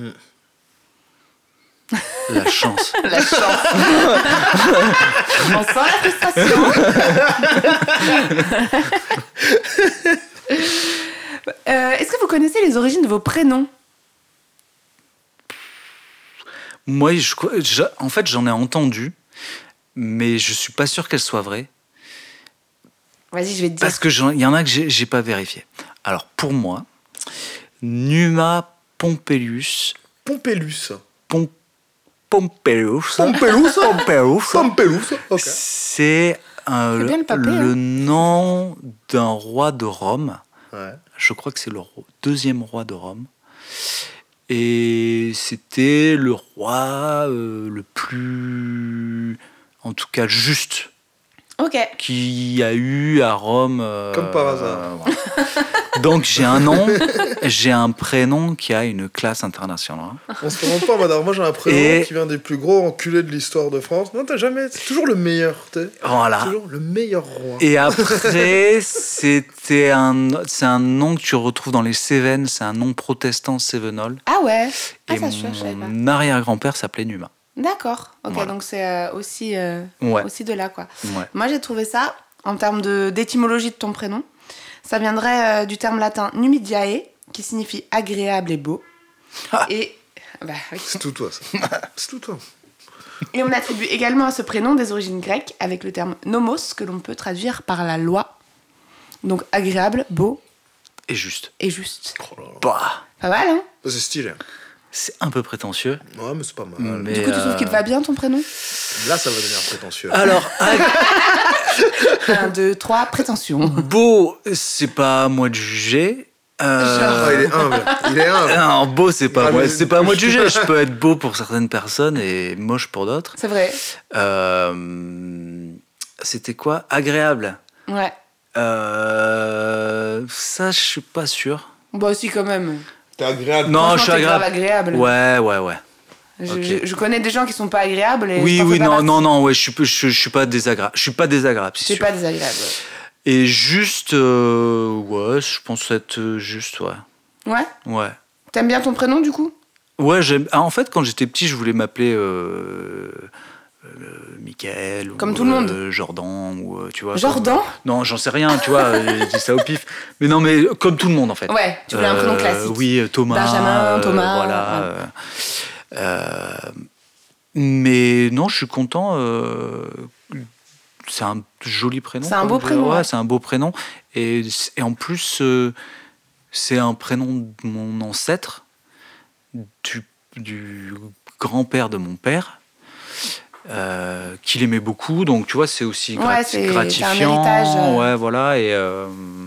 Speaker 3: La chance.
Speaker 4: La chance. On sent la frustration. Euh, Est-ce que vous connaissez les origines de vos prénoms?
Speaker 3: Moi, je, crois- je- en fait, j'en ai entendu, mais je suis pas sûr qu'elles soient vraies.
Speaker 4: Vas-y, je vais te dire.
Speaker 3: Parce qu'il y en a que j'ai, j'ai pas vérifié. Alors, pour moi, Numa Pompilius.
Speaker 2: Pompélus.
Speaker 3: Pom, Pompilius.
Speaker 2: Pompélus.
Speaker 3: Pompilius.
Speaker 2: Pompélus. Ok.
Speaker 3: C'est euh,
Speaker 4: C'est bien le papé,
Speaker 3: le
Speaker 4: hein.
Speaker 3: nom d'un roi de Rome.
Speaker 2: Ouais.
Speaker 3: Je crois que c'est le ro- deuxième roi de Rome. Et c'était le roi euh, le plus, en tout cas, juste
Speaker 4: Ok.
Speaker 3: qu'il y a eu à Rome. euh,
Speaker 2: Comme par hasard.
Speaker 3: euh, voilà. Donc j'ai un nom, j'ai un prénom qui a une classe internationale.
Speaker 2: On se rend pas, madame. Moi, j'ai un prénom
Speaker 3: Et-
Speaker 2: qui vient des plus gros enculés de l'histoire de France. Non, t'as jamais. C'est toujours le meilleur, tu sais.
Speaker 3: Voilà.
Speaker 2: Toujours le meilleur roi.
Speaker 3: Et après, c'était un, c'est un nom que tu retrouves dans les Cévennes, c'est un nom protestant cévenol.
Speaker 4: Ah ouais. Ah,
Speaker 3: Et
Speaker 4: ça, je je savais pas.
Speaker 3: mon arrière-grand-père s'appelait Numa.
Speaker 4: D'accord. Ok,
Speaker 3: Voilà.
Speaker 4: donc c'est euh, aussi, euh,
Speaker 3: Ouais.
Speaker 4: aussi de là, quoi.
Speaker 3: Ouais.
Speaker 4: Moi, j'ai trouvé ça, en termes de- d'étymologie de ton prénom, ça viendrait euh, du terme latin numidiae, qui signifie agréable et beau.
Speaker 3: Ah.
Speaker 4: Et, bah, oui.
Speaker 2: C'est tout toi, ça. C'est tout toi.
Speaker 4: Et on attribue également à ce prénom des origines grecques, avec le terme nomos, que l'on peut traduire par la loi. Donc agréable, beau
Speaker 3: Et juste.
Speaker 4: et juste.
Speaker 2: Oh là là.
Speaker 3: Bah,
Speaker 4: Pas mal, hein?
Speaker 2: C'est stylé.
Speaker 3: c'est un peu prétentieux.
Speaker 2: Ouais, mais c'est pas mal.
Speaker 3: Mais,
Speaker 4: Du coup, tu trouves
Speaker 3: euh,
Speaker 4: qu'il te va bien, ton prénom?
Speaker 2: Là, ça va devenir prétentieux.
Speaker 3: Alors, ag-
Speaker 4: Un, deux, trois, prétention.
Speaker 3: beau, c'est pas à moi de juger. Euh,
Speaker 2: Ah, il est humble. Il est humble.
Speaker 3: non, beau, c'est pas
Speaker 2: Ah,
Speaker 3: moi.
Speaker 2: mais-
Speaker 3: C'est pas à moi de juger. Je peux être beau pour certaines personnes et moche pour d'autres.
Speaker 4: C'est vrai.
Speaker 3: Euh, C'était quoi? Agréable.
Speaker 4: Ouais.
Speaker 3: Euh, ça, je suis pas sûr.
Speaker 4: Bah aussi, quand même.
Speaker 2: T'es agréable.
Speaker 3: Non,
Speaker 4: Franchement,
Speaker 3: je suis
Speaker 4: t'es grave
Speaker 3: agréable.
Speaker 4: agréable.
Speaker 3: Ouais, ouais, ouais.
Speaker 4: Je,
Speaker 3: Ok.
Speaker 4: je- je connais des gens qui sont pas agréables et
Speaker 3: Oui,
Speaker 4: je t'en
Speaker 3: oui,
Speaker 4: fais pas
Speaker 3: non,
Speaker 4: partie.
Speaker 3: non, non, ouais, je suis, pas- je, je suis pas désagréable. Je suis pas désagréable, c'est
Speaker 4: C'est
Speaker 3: sûr.
Speaker 4: pas désagréable.
Speaker 3: Et juste, euh, ouais, je pense être euh, juste, ouais.
Speaker 4: Ouais.
Speaker 3: Ouais.
Speaker 4: T'aimes bien ton prénom, du coup?
Speaker 3: Ouais, j'aime. Ah, en fait, quand j'étais petit, je voulais m'appeler euh, euh, Michael.
Speaker 4: Comme
Speaker 3: ou,
Speaker 4: tout le monde.
Speaker 3: euh, Jordan, ou euh, tu vois.
Speaker 4: Jordan?
Speaker 3: comme- Non, j'en sais rien, tu vois, euh, j'ai dit ça au pif. Mais non, mais comme tout le monde, en fait.
Speaker 4: Ouais, tu voulais un prénom
Speaker 3: Euh,
Speaker 4: classique.
Speaker 3: Oui, euh, Thomas.
Speaker 4: Benjamin,
Speaker 3: euh,
Speaker 4: Thomas,
Speaker 3: Voilà.
Speaker 4: ouais.
Speaker 3: euh, euh, mais non, je suis content. euh, c'est un joli prénom.
Speaker 4: C'est un
Speaker 3: quoi.
Speaker 4: beau prénom,
Speaker 3: Ouais,
Speaker 4: ouais.
Speaker 3: c'est un beau prénom. Et, et en plus, euh, c'est un prénom de mon ancêtre, du, du grand-père de mon père. Euh, qu'il aimait beaucoup, donc tu vois, c'est aussi
Speaker 4: Ouais,
Speaker 3: grat-
Speaker 4: c'est- c'est un
Speaker 3: gratifiant.
Speaker 4: héritage, euh.
Speaker 3: Ouais, voilà, et, euh,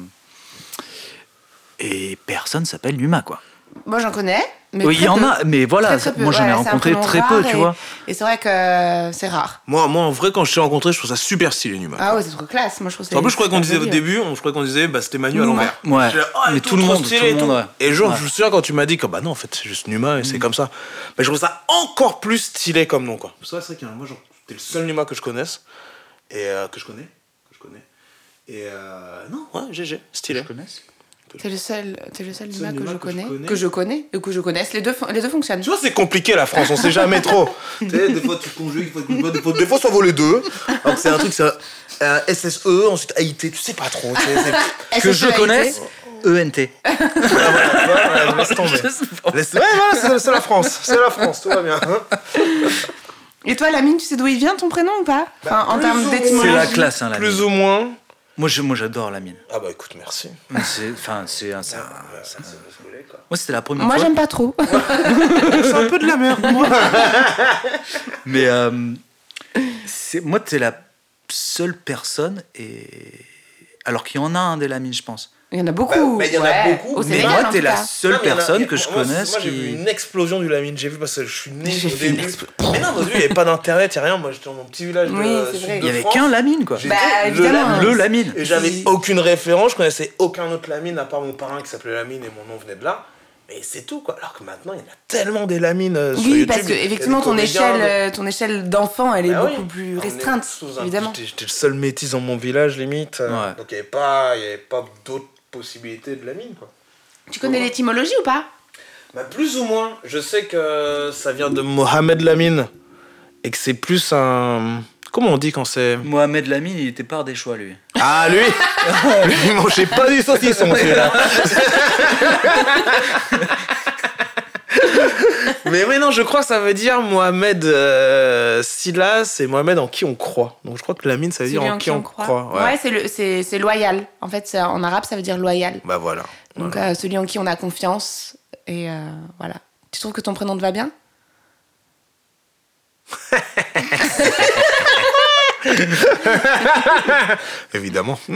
Speaker 3: et personne s'appelle Numa, quoi.
Speaker 4: Moi, j'en connais. Mais
Speaker 3: Oui, il
Speaker 4: très
Speaker 3: y en
Speaker 4: peu.
Speaker 3: a, mais voilà,
Speaker 4: Très, très
Speaker 3: ça-
Speaker 4: peu.
Speaker 3: moi j'en ai
Speaker 4: Ouais, c'est un
Speaker 3: rencontré
Speaker 4: prénom
Speaker 3: très
Speaker 4: rare
Speaker 3: peu, tu
Speaker 4: et-
Speaker 3: vois.
Speaker 4: Et c'est vrai que c'est rare.
Speaker 2: Moi, moi, en vrai, quand je t'ai rencontré, je trouve ça super stylé, Numa.
Speaker 4: Ah ouais, c'est trop classe. Moi, je trouve ça.
Speaker 2: En plus, je crois qu'on
Speaker 4: super
Speaker 2: disait au
Speaker 4: joli,
Speaker 2: début, on- je crois qu'on disait, bah, c'était Manu à
Speaker 4: Numa.
Speaker 2: l'envers.
Speaker 3: Ouais,
Speaker 2: J'étais là, oh,
Speaker 3: mais
Speaker 2: et
Speaker 3: tout le
Speaker 2: trop
Speaker 3: monde,
Speaker 2: stylé
Speaker 3: tout le
Speaker 2: et
Speaker 3: monde, ouais.
Speaker 2: Et genre,
Speaker 3: Ouais.
Speaker 2: je me souviens quand tu m'as dit que bah non, en fait, c'est juste Numa et c'est comme ça. Mais je trouve ça encore plus stylé comme nom, quoi. C'est vrai, c'est vrai qu'il y en a- moi, genre, t'es le seul Numa que je connaisse. Et euh, que je connais. Que je connais. Et euh, non, ouais, G G, stylé.
Speaker 3: connaisse.
Speaker 4: T'es le seul, t'es le seul
Speaker 2: Seul
Speaker 4: Numa que,
Speaker 2: Numa
Speaker 4: je
Speaker 2: que je
Speaker 4: connais,
Speaker 2: connais.
Speaker 4: que je connais et que je connaisse. Les deux, fon- les deux fonctionnent.
Speaker 2: Tu vois, c'est compliqué la France, on sait jamais trop. Tu sais, des fois tu conjugues, des fois, des fois, des fois ça vaut les deux. Alors que c'est un truc, c'est un S S E, ensuite A I T, tu sais pas trop. tu sais, c'est-
Speaker 3: Que je connaisse, E N T.
Speaker 2: Ah, voilà, voilà, laisse tomber. Laisse- Ouais, voilà, c'est, c'est la France, c'est la France, tout va bien.
Speaker 4: Et toi, Lamine, tu sais d'où il vient ton prénom ou pas enfin, En
Speaker 2: plus
Speaker 4: termes
Speaker 2: ou moins.
Speaker 4: d'étymologie.
Speaker 3: C'est la classe, hein, la
Speaker 2: Plus
Speaker 3: mine.
Speaker 2: ou moins.
Speaker 3: Moi, je, moi, j'adore la mine.
Speaker 2: Ah bah écoute, merci.
Speaker 3: C'est, enfin, c'est un. c'est un- c'est un- Moi, c'était la première
Speaker 4: Moi,
Speaker 3: fois.
Speaker 4: j'aime pas trop.
Speaker 2: C'est un peu de la merde, moi.
Speaker 3: Mais euh, c'est, moi, t'es la seule personne et alors qu'il y en a un des Lamines, je pense.
Speaker 4: Il y en a beaucoup.
Speaker 2: Bah, bah, il y en a
Speaker 4: ouais.
Speaker 2: beaucoup,
Speaker 4: Au
Speaker 2: mais
Speaker 4: Sénégal,
Speaker 3: moi,
Speaker 4: en
Speaker 3: t'es
Speaker 4: tout
Speaker 3: la
Speaker 4: cas.
Speaker 3: seule
Speaker 2: Non, mais il y en a-
Speaker 3: personne
Speaker 2: il y a-
Speaker 3: que je
Speaker 2: moi,
Speaker 3: connaisse
Speaker 2: Moi, j'ai
Speaker 3: qui.
Speaker 2: vu une explosion du Lamine. J'ai vu parce que je suis né
Speaker 4: J'ai
Speaker 2: au
Speaker 4: fait une
Speaker 2: début.
Speaker 4: explo-
Speaker 2: Mais non, au début, il n'y avait pas d'internet, il n'y a rien. Moi, j'étais dans mon petit village de
Speaker 4: Oui, c'est
Speaker 2: sud
Speaker 4: vrai.
Speaker 2: de
Speaker 3: Il y avait
Speaker 2: France.
Speaker 3: qu'un Lamine, quoi.
Speaker 2: J'étais
Speaker 4: Bah,
Speaker 2: le
Speaker 4: évidemment.
Speaker 2: Lamine.
Speaker 3: Le Lamine.
Speaker 2: Et j'avais
Speaker 4: Si.
Speaker 2: aucune référence, je connaissais aucun autre Lamine à part mon parrain qui s'appelait Lamine et mon nom venait de là. Mais c'est tout quoi. Alors que maintenant il y en a tellement des Lamines euh, sur
Speaker 4: Oui,
Speaker 2: YouTube.
Speaker 4: parce que
Speaker 2: Il y a des
Speaker 4: effectivement ton
Speaker 2: comédiens,
Speaker 4: échelle,
Speaker 2: mais-
Speaker 4: euh, ton échelle d'enfant, elle est
Speaker 2: Bah oui.
Speaker 4: beaucoup plus
Speaker 2: On est
Speaker 4: restreinte,
Speaker 2: sous un-
Speaker 4: évidemment.
Speaker 2: J'étais, j'étais le seul métis dans mon village limite. euh,
Speaker 3: Ouais.
Speaker 2: Donc il n'y avait pas, il y avait pas d'autres possibilités de Lamine quoi.
Speaker 4: Tu connais l'étymologie ou pas?
Speaker 2: Bah plus ou moins. Je sais que ça vient de Mohamed Lamine et que c'est plus un. Comment on dit quand c'est.
Speaker 3: Mohamed Lamine, il était par des choix, lui.
Speaker 2: Ah lui, lui il mangeait pas du saucisson celui-là. Mais oui, non, je crois que ça veut dire Mohamed euh, Silas, c'est Mohamed en qui on croit. Donc je crois que Lamine, ça veut dire
Speaker 4: Celui
Speaker 2: en qui on croit.
Speaker 4: Ouais,
Speaker 2: Ouais.
Speaker 4: c'est, le, c'est, c'est loyal. En fait, c'est- en arabe, ça veut dire loyal.
Speaker 2: Bah voilà.
Speaker 4: Donc euh, celui en qui on a confiance. Et euh, voilà. Tu trouves que ton prénom te va bien?
Speaker 2: Évidemment.
Speaker 3: Mais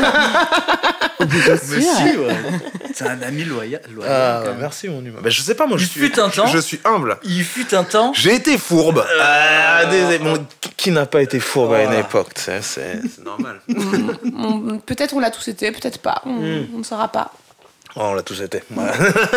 Speaker 3: si, ouais. C'est un ami loyal. loyal
Speaker 2: Ah,
Speaker 3: quand même.
Speaker 2: merci mon humain. Bah, je sais pas, moi je
Speaker 3: Il
Speaker 2: suis,
Speaker 3: fut un temps.
Speaker 2: je suis humble.
Speaker 3: Il fut un temps.
Speaker 2: J'ai été fourbe. Ah, désolé. Bon, qui- qui n'a pas été fourbe à une
Speaker 3: Voilà.
Speaker 2: époque, c'est, c'est, c'est normal.
Speaker 4: On- peut-être on l'a tous été, peut-être pas. On
Speaker 2: Mm.
Speaker 4: on ne saura pas.
Speaker 2: Oh, on l'a tous été. Voilà.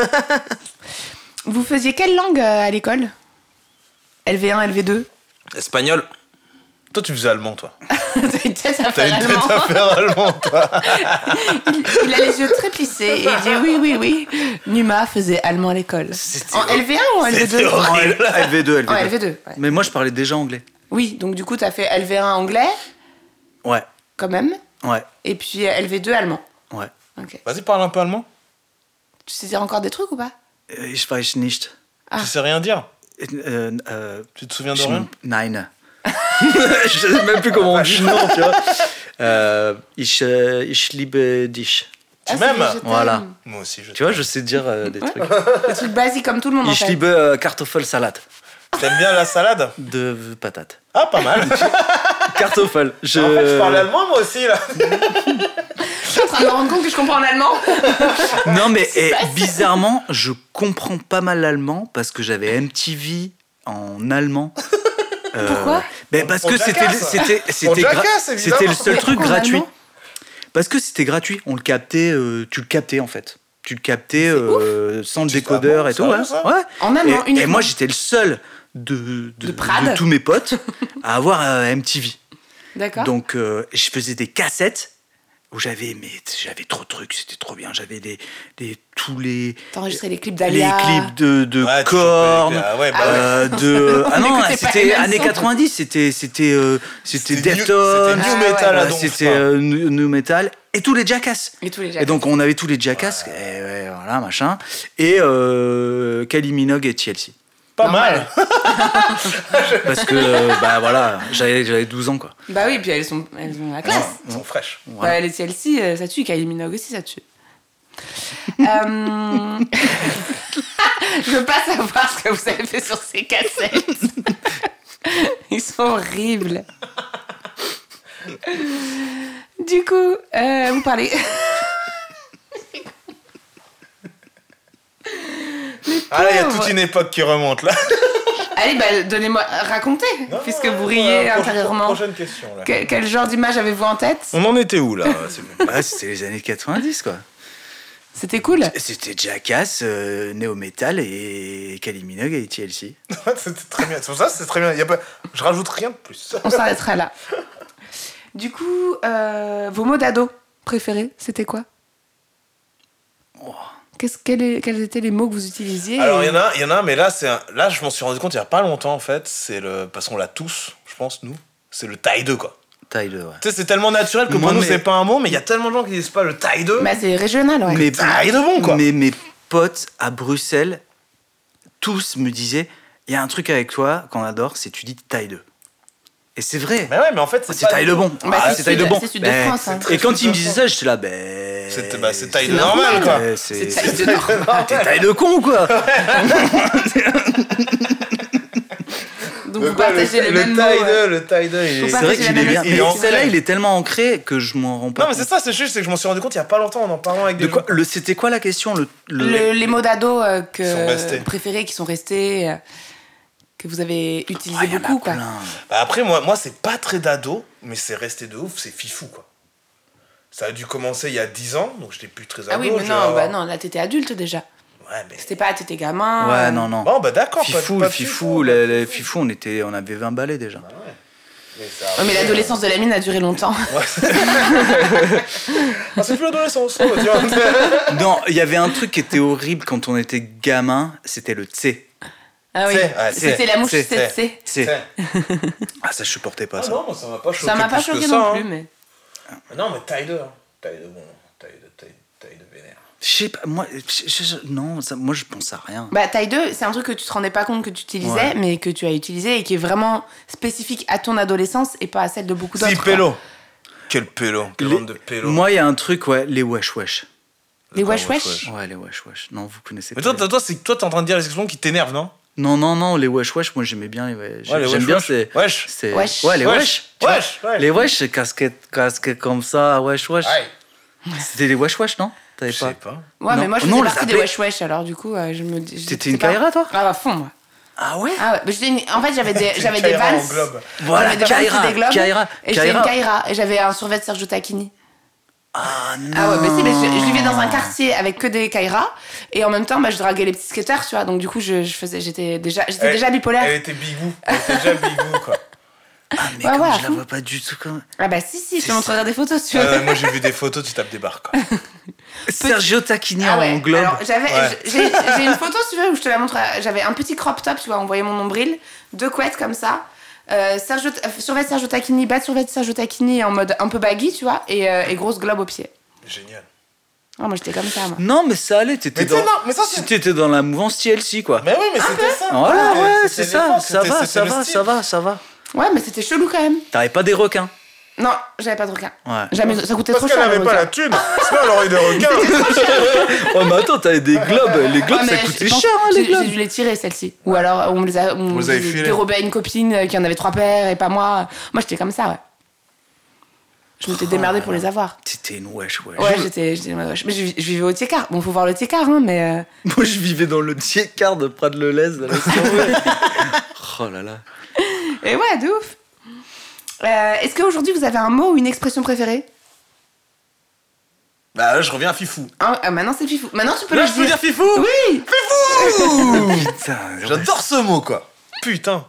Speaker 4: Vous faisiez quelle langue euh, à l'école? L V un, L V deux?
Speaker 2: Espagnol. Toi, tu faisais allemand, toi.
Speaker 4: T'as une tête à
Speaker 2: T'as
Speaker 4: faire
Speaker 2: une tête
Speaker 4: allemand.
Speaker 2: à faire allemand, toi.
Speaker 4: Il a les yeux très plissés et il dit oui, oui, oui. Numa faisait allemand à l'école.
Speaker 3: C'était
Speaker 4: En L V un ou en L V deux?
Speaker 2: C'était horrible.
Speaker 3: En L- L V deux, L V deux.
Speaker 4: En L V deux, ouais.
Speaker 3: Mais moi, je parlais déjà anglais.
Speaker 4: Oui, donc du coup, t'as fait L V un anglais,
Speaker 3: Ouais,
Speaker 4: quand même,
Speaker 3: ouais,
Speaker 4: et puis L V deux allemand.
Speaker 3: ouais.
Speaker 4: Ok.
Speaker 2: Vas-y, parle un peu allemand.
Speaker 4: Tu sais dire encore des trucs ou pas?
Speaker 3: Euh, Ich weiß nicht.
Speaker 4: Ah.
Speaker 2: Tu sais rien dire.
Speaker 3: Euh, euh,
Speaker 2: Tu te souviens de
Speaker 3: je-
Speaker 2: rien.
Speaker 3: Nein. Je sais même plus comment on dit non, tu vois. Euh, ich, euh, ich liebe dich.
Speaker 2: Tu
Speaker 4: Ah,
Speaker 2: m'aimes
Speaker 4: c'est- je t'aime.
Speaker 3: Voilà.
Speaker 2: Moi aussi, je
Speaker 3: Tu vois, je sais dire euh, des trucs.
Speaker 4: Des trucs basiques comme tout le monde en
Speaker 3: Ich
Speaker 4: fait.
Speaker 3: liebe euh, Kartoffelsalat.
Speaker 2: T'aimes bien la salade?
Speaker 3: De patates.
Speaker 2: Ah, pas mal.
Speaker 3: Kartoffel. Je...
Speaker 2: En fait, je parle allemand, moi aussi, là.
Speaker 4: Je suis en train de me rendre compte que je comprends en allemand.
Speaker 3: Non, mais eh, bizarrement, je comprends pas mal l'allemand parce que j'avais M T V en allemand. Euh,
Speaker 4: Pourquoi
Speaker 3: ben Parce
Speaker 2: Pour
Speaker 3: que c'était
Speaker 2: Jackass.
Speaker 3: c'était
Speaker 2: Pour
Speaker 3: c'était gra-
Speaker 2: Jackass, évidemment.
Speaker 3: c'était le seul
Speaker 4: Mais
Speaker 3: truc
Speaker 4: pourquoi en
Speaker 3: gratuit.
Speaker 4: allemand
Speaker 3: Parce que c'était gratuit, on le captait, euh, tu le captais en fait. Tu le captais euh, sans le
Speaker 2: Tu-
Speaker 3: décodeur
Speaker 2: ah bon,
Speaker 3: et tout.
Speaker 2: sérieux,
Speaker 3: Ouais.
Speaker 2: ça
Speaker 3: Ouais.
Speaker 4: En allemand,
Speaker 3: Et, et
Speaker 4: uniquement.
Speaker 3: moi j'étais le seul de, de,
Speaker 4: De Prades.
Speaker 3: de tous mes potes à avoir euh, M T V.
Speaker 4: D'accord.
Speaker 3: Donc euh, je faisais des cassettes où j'avais mais j'avais trop de trucs, c'était trop bien. J'avais des, des tous les
Speaker 4: T'as enregistré les clips
Speaker 3: les
Speaker 4: d'Alia.
Speaker 3: clips de, de
Speaker 2: Ouais, tu
Speaker 3: Korn,
Speaker 2: chopais avec- ah ouais, bah
Speaker 4: Ah ouais.
Speaker 3: euh, de ah
Speaker 4: On
Speaker 3: non
Speaker 4: n'écoutait pas les
Speaker 3: c'était
Speaker 4: mêmes
Speaker 3: années
Speaker 4: sons.
Speaker 3: quatre-vingt-dix, c'était c'était euh, c'était
Speaker 2: C'était new-
Speaker 3: Deftones,
Speaker 2: c'était new
Speaker 4: Ah
Speaker 2: metal
Speaker 4: ouais.
Speaker 2: à
Speaker 3: ouais,
Speaker 2: donf,
Speaker 3: c'était
Speaker 2: quoi.
Speaker 3: euh, new, new metal et tous les Jackass.
Speaker 4: Et tous les
Speaker 3: Et
Speaker 4: Jackass.
Speaker 3: donc on avait tous les Jackass, et ouais, voilà machin, et euh, Kylie Minogue et T L C.
Speaker 2: Pas
Speaker 4: Normal.
Speaker 2: mal.
Speaker 3: Parce que euh, bah voilà, j'avais j'avais douze ans quoi.
Speaker 4: Bah oui, puis elles sont, elles ont la classe.
Speaker 2: Ils sont fraîches.
Speaker 3: Voilà.
Speaker 4: Ouais, les T L C, euh, ça tue. Kylie Minogue aussi, ça tue. Euh, Je veux pas savoir ce que vous avez fait sur ces cassettes. Ils sont horribles. Du coup, euh, vous parlez.
Speaker 2: Ah là, il y a
Speaker 4: pauvre.
Speaker 2: toute une époque qui remonte, là.
Speaker 4: Allez, bah, donnez-moi, racontez, puisque vous riez
Speaker 2: Voilà, pro-
Speaker 4: intérieurement.
Speaker 2: Prochaine question, là.
Speaker 4: Quel, quel genre d'image avez-vous en tête?
Speaker 2: On en était où, là c'est bon.
Speaker 3: Ouais, c'était les années quatre-vingt-dix quoi.
Speaker 4: C'était cool.
Speaker 3: C'était Jackass, euh, Néo Metal et Kylie Minogue et T L C.
Speaker 2: C'était très bien. C'est pour ça, c'est très bien. Il y a pas... Je rajoute rien de plus.
Speaker 4: On s'arrêtera là. Du coup, euh, vos mots d'ado préférés, c'était quoi?
Speaker 3: Oh.
Speaker 4: Qu'est-ce, quel est- quels étaient les mots que vous utilisiez
Speaker 2: Alors,
Speaker 4: et-
Speaker 2: il y en a, il y en a, mais là, c'est un- là, je m'en suis rendu compte il y a pas longtemps, en fait. C'est le... Parce qu'on l'a tous, je pense, nous. C'est le taille deux, quoi.
Speaker 3: Taille deux, ouais.
Speaker 2: Tu sais, c'est tellement naturel que
Speaker 3: Moi,
Speaker 2: pour nous,
Speaker 3: mais-
Speaker 2: c'est pas un mot, mais il y a tellement de gens qui disent pas le taille deux.
Speaker 4: Bah, c'est régional, ouais.
Speaker 3: Mais,
Speaker 2: taille de bon, quoi.
Speaker 3: mais mes potes à Bruxelles, tous me disaient, il y a un truc avec toi qu'on adore, c'est tu dis taille deux. Et c'est vrai.
Speaker 2: Mais ouais, mais en fait, c'est,
Speaker 3: C'est
Speaker 2: pas
Speaker 3: taille
Speaker 2: du
Speaker 3: de
Speaker 2: tout.
Speaker 3: bon.
Speaker 4: Bah,
Speaker 3: Ah,
Speaker 4: c'est
Speaker 3: c'est taille de
Speaker 4: sud-
Speaker 3: bon.
Speaker 4: c'est sud de
Speaker 3: Ben,
Speaker 4: France, hein.
Speaker 3: Et quand
Speaker 2: sud
Speaker 3: ils me
Speaker 2: de
Speaker 3: disaient
Speaker 2: France.
Speaker 3: ça, j'étais là, ben.
Speaker 2: C'est, bah, c'est taille
Speaker 4: C'est
Speaker 2: de normal,
Speaker 4: normal.
Speaker 2: quoi.
Speaker 3: Ouais, c'est,
Speaker 4: C'est taille
Speaker 3: c'est-
Speaker 4: de normal.
Speaker 3: T'es taille de con, quoi.
Speaker 4: Donc
Speaker 2: Le
Speaker 4: vous
Speaker 2: quoi,
Speaker 4: partagez
Speaker 2: le,
Speaker 4: les
Speaker 2: le
Speaker 4: mêmes mots.
Speaker 2: taille
Speaker 4: ouais.
Speaker 2: deux, le taille deux, il
Speaker 4: Faut
Speaker 2: est...
Speaker 4: pas-
Speaker 3: C'est vrai
Speaker 4: c'est
Speaker 3: qu'il
Speaker 4: la
Speaker 3: est
Speaker 4: même
Speaker 3: bien.
Speaker 2: espèce.
Speaker 3: Mais
Speaker 2: Il est ancré.
Speaker 3: celle-là, il est tellement ancré que je m'en rends pas
Speaker 2: Non, mais
Speaker 3: compte.
Speaker 2: c'est ça, c'est juste, c'est que je m'en suis rendu compte il y a pas longtemps en en parlant avec des
Speaker 3: De quoi,
Speaker 2: gens.
Speaker 3: le, c'était quoi la question le, le-
Speaker 4: Le- les mots d'ado euh,
Speaker 2: Qui sont restés.
Speaker 4: que préférés, qui sont restés, euh, que vous avez utilisés
Speaker 3: Ah, il y en a
Speaker 4: beaucoup, quoi.
Speaker 3: plein.
Speaker 2: Bah après, moi, moi c'est pas très d'ado, mais c'est resté de ouf, c'est fifou, quoi. Ça a dû commencer il y a dix ans, donc j'étais plus très ado.
Speaker 4: Ah oui, mais
Speaker 2: je
Speaker 4: non,
Speaker 2: vais avoir-
Speaker 4: bah non, là t'étais adulte déjà.
Speaker 2: Ouais, mais...
Speaker 4: C'était pas t'étais gamin.
Speaker 3: Ouais,
Speaker 4: euh,
Speaker 3: non, non.
Speaker 2: Bon, bah d'accord. pas-
Speaker 3: Fifou,
Speaker 2: pas
Speaker 3: le
Speaker 2: de
Speaker 3: fifou,
Speaker 2: pas de
Speaker 3: les, les fifous, on, était, on avait vingt balais déjà.
Speaker 2: Ah ouais. Mais, ça
Speaker 4: Ouais, mais l'adolescence de la mine a duré longtemps.
Speaker 2: Ouais, c'est... ah, c'est plus l'adolescence, oh, tu vois.
Speaker 3: Non, il y avait un truc qui était horrible quand on était gamin, c'était le tsé.
Speaker 4: Ah oui,
Speaker 2: C'est- ouais,
Speaker 4: c'était
Speaker 3: c'est-
Speaker 4: la mouche
Speaker 3: c'est-
Speaker 4: c'est c'est.
Speaker 3: Tsé.
Speaker 2: C'est-
Speaker 3: Ah, ça, je supportais pas
Speaker 2: Ah
Speaker 3: ça.
Speaker 2: non, moi, ça m'a pas choqué.
Speaker 4: Ça m'a pas
Speaker 2: plus que
Speaker 4: choqué
Speaker 2: ça,
Speaker 4: non
Speaker 2: hein.
Speaker 4: plus, mais.
Speaker 2: Non, mais taille de, hein. Taille de bon, taille de, taille, taille de vénère.
Speaker 3: Je sais pas, moi, je- je- je- non, ça, moi je pense à rien.
Speaker 4: Bah, taille deux, c'est un truc que tu te rendais pas compte que tu utilisais,
Speaker 3: Ouais.
Speaker 4: mais que tu as utilisé et qui est vraiment spécifique à ton adolescence et pas à celle de beaucoup d'autres.
Speaker 2: Si,
Speaker 4: quoi.
Speaker 2: pélo. Quel pélo, quelle
Speaker 3: Les-
Speaker 2: bande de pélo.
Speaker 3: Moi, il y a un truc, ouais, les wesh wesh.
Speaker 4: Les
Speaker 2: D'accord,
Speaker 4: wesh wesh.
Speaker 3: Ouais, les wesh wesh. Non, vous connaissez
Speaker 2: Mais
Speaker 3: pas.
Speaker 2: toi, toi, toi, c'est, toi, t'es en train de dire les expressions qui t'énervent, non?
Speaker 3: Non, non, non, les wesh wesh, moi j'aimais bien les wesh.
Speaker 2: Ouais, les
Speaker 3: J'aime
Speaker 2: wesh,
Speaker 3: bien,
Speaker 2: wesh.
Speaker 3: c'est.
Speaker 2: Wesh.
Speaker 3: c'est-
Speaker 4: Wesh.
Speaker 3: Ouais, les
Speaker 2: Wesh.
Speaker 3: wesh. tu vois.
Speaker 2: Wesh, wesh.
Speaker 3: Les wesh, c'est casquette, casquette comme ça, wesh wesh.
Speaker 2: Aïe.
Speaker 3: C'était les wesh wesh, non? T'avais
Speaker 2: Je
Speaker 3: pas
Speaker 2: sais pas.
Speaker 4: Ouais,
Speaker 3: Non.
Speaker 4: mais moi je
Speaker 3: Non,
Speaker 4: faisais
Speaker 3: on les
Speaker 4: partie des
Speaker 3: appelait-
Speaker 4: wesh wesh, alors du coup, euh, je me dis.
Speaker 3: T'étais une Kaira, toi?
Speaker 4: Ah, à fond, moi.
Speaker 3: Ah ouais?
Speaker 4: Ah ouais, bah, j'étais une- en fait j'avais des, j'avais des
Speaker 2: Kaira en
Speaker 4: vans.
Speaker 2: globe.
Speaker 3: Voilà,
Speaker 4: J'avais des vans
Speaker 3: Kaira,
Speaker 4: et des globes.
Speaker 3: Kaira,
Speaker 4: Et j'étais une
Speaker 3: Kaira.
Speaker 4: Kaira. Et j'avais un survêt de Sergio Tacchini.
Speaker 3: Ah non.
Speaker 4: Ah ouais, mais si, mais je, je vivais dans un quartier avec que des Kaira. Et en même temps, bah, je draguais les petits skateurs, tu vois. Donc du coup, je, je faisais, j'étais déjà, j'étais
Speaker 2: Elle-
Speaker 4: déjà bipolaire.
Speaker 2: Elle était bigou. Elle était déjà bigou, quoi.
Speaker 3: Ah, mais
Speaker 4: Ouais,
Speaker 3: comme
Speaker 4: ouais, à
Speaker 3: je la
Speaker 4: fond.
Speaker 3: vois pas du tout comme.
Speaker 4: Ah bah si, si, je te
Speaker 3: C'est
Speaker 4: montrerai des photos si tu veux.
Speaker 2: Euh, moi, j'ai vu des photos, tu tapes des barres, quoi.
Speaker 3: Sergio Tacchini
Speaker 4: Ah
Speaker 3: en
Speaker 4: ouais,
Speaker 3: globe.
Speaker 4: alors j'avais,
Speaker 2: Ouais.
Speaker 4: j'ai, j'ai une photo si tu veux où je te la montre. J'avais un petit crop top, tu vois, on voyait mon nombril, deux couettes comme ça. Euh, Sergio, euh, survêt de Sergio Tacchini, bas de survêt de Sergio Tacchini en mode un peu baggy, tu vois, et, euh, et grosse globe au pied.
Speaker 2: Génial.
Speaker 4: Ah, moi j'étais comme ça, moi.
Speaker 3: Non, mais ça allait, t'étais
Speaker 2: Mais tu sais,
Speaker 3: dans.
Speaker 2: non, mais ça, c'est-
Speaker 3: T'étais dans la mouvance T L C, quoi.
Speaker 2: Mais oui, mais c'était ça.
Speaker 3: Voilà,
Speaker 2: Ouais,
Speaker 3: ouais,
Speaker 2: c'était
Speaker 3: c'est ça,
Speaker 2: l'époque,
Speaker 3: ça
Speaker 2: c'était-
Speaker 3: va,
Speaker 2: c'était
Speaker 3: ça
Speaker 2: le
Speaker 3: va,
Speaker 2: style.
Speaker 3: ça va, ça va.
Speaker 4: Ouais, mais c'était chelou quand même.
Speaker 3: T'avais pas des requins.
Speaker 4: Non, j'avais pas de requin.
Speaker 3: Ouais.
Speaker 4: Jamais, ça coûtait
Speaker 2: Parce
Speaker 4: trop
Speaker 2: qu'elle
Speaker 4: cher.
Speaker 2: avait
Speaker 4: les
Speaker 2: pas la
Speaker 4: requins.
Speaker 2: thune. Sinon, elle aurait eu des requins.
Speaker 3: Oh, mais attends, t'avais des globes. Les globes,
Speaker 4: Ouais,
Speaker 3: ça
Speaker 4: mais
Speaker 3: coûtait
Speaker 4: je pense-
Speaker 3: cher, hein,
Speaker 4: j'ai-
Speaker 3: les globes.
Speaker 4: J'ai dû les tirer, celles-ci. Ou alors, on me les a, on
Speaker 2: Vous
Speaker 4: me
Speaker 2: avez
Speaker 4: les a
Speaker 2: filé.
Speaker 4: dérobées à une copine euh, qui en avait trois paires et pas moi. Moi, j'étais comme ça, ouais. Je m'étais démerdée pour les avoir.
Speaker 3: T'étais une wesh, wesh.
Speaker 4: Ouais, j'étais, j'étais ouais, mais je, je vivais au Tiécar. Bon, faut voir le Tiécar, hein, mais. euh,
Speaker 3: Moi, je vivais dans le Tiécar de Prades-le-Lez. à la Savoie. Oh là là.
Speaker 4: Et ouais, de ouf. Euh, est-ce qu'aujourd'hui, vous avez un mot ou une expression préférée?
Speaker 2: Bah là, je reviens à Fifou.
Speaker 4: Ah, ah, maintenant, c'est Fifou. Maintenant, tu peux
Speaker 2: Là,
Speaker 4: le
Speaker 2: je peux dire Fifou.
Speaker 4: Oui.
Speaker 2: Fifou.
Speaker 3: Putain.
Speaker 2: J'adore ce mot, quoi. Putain.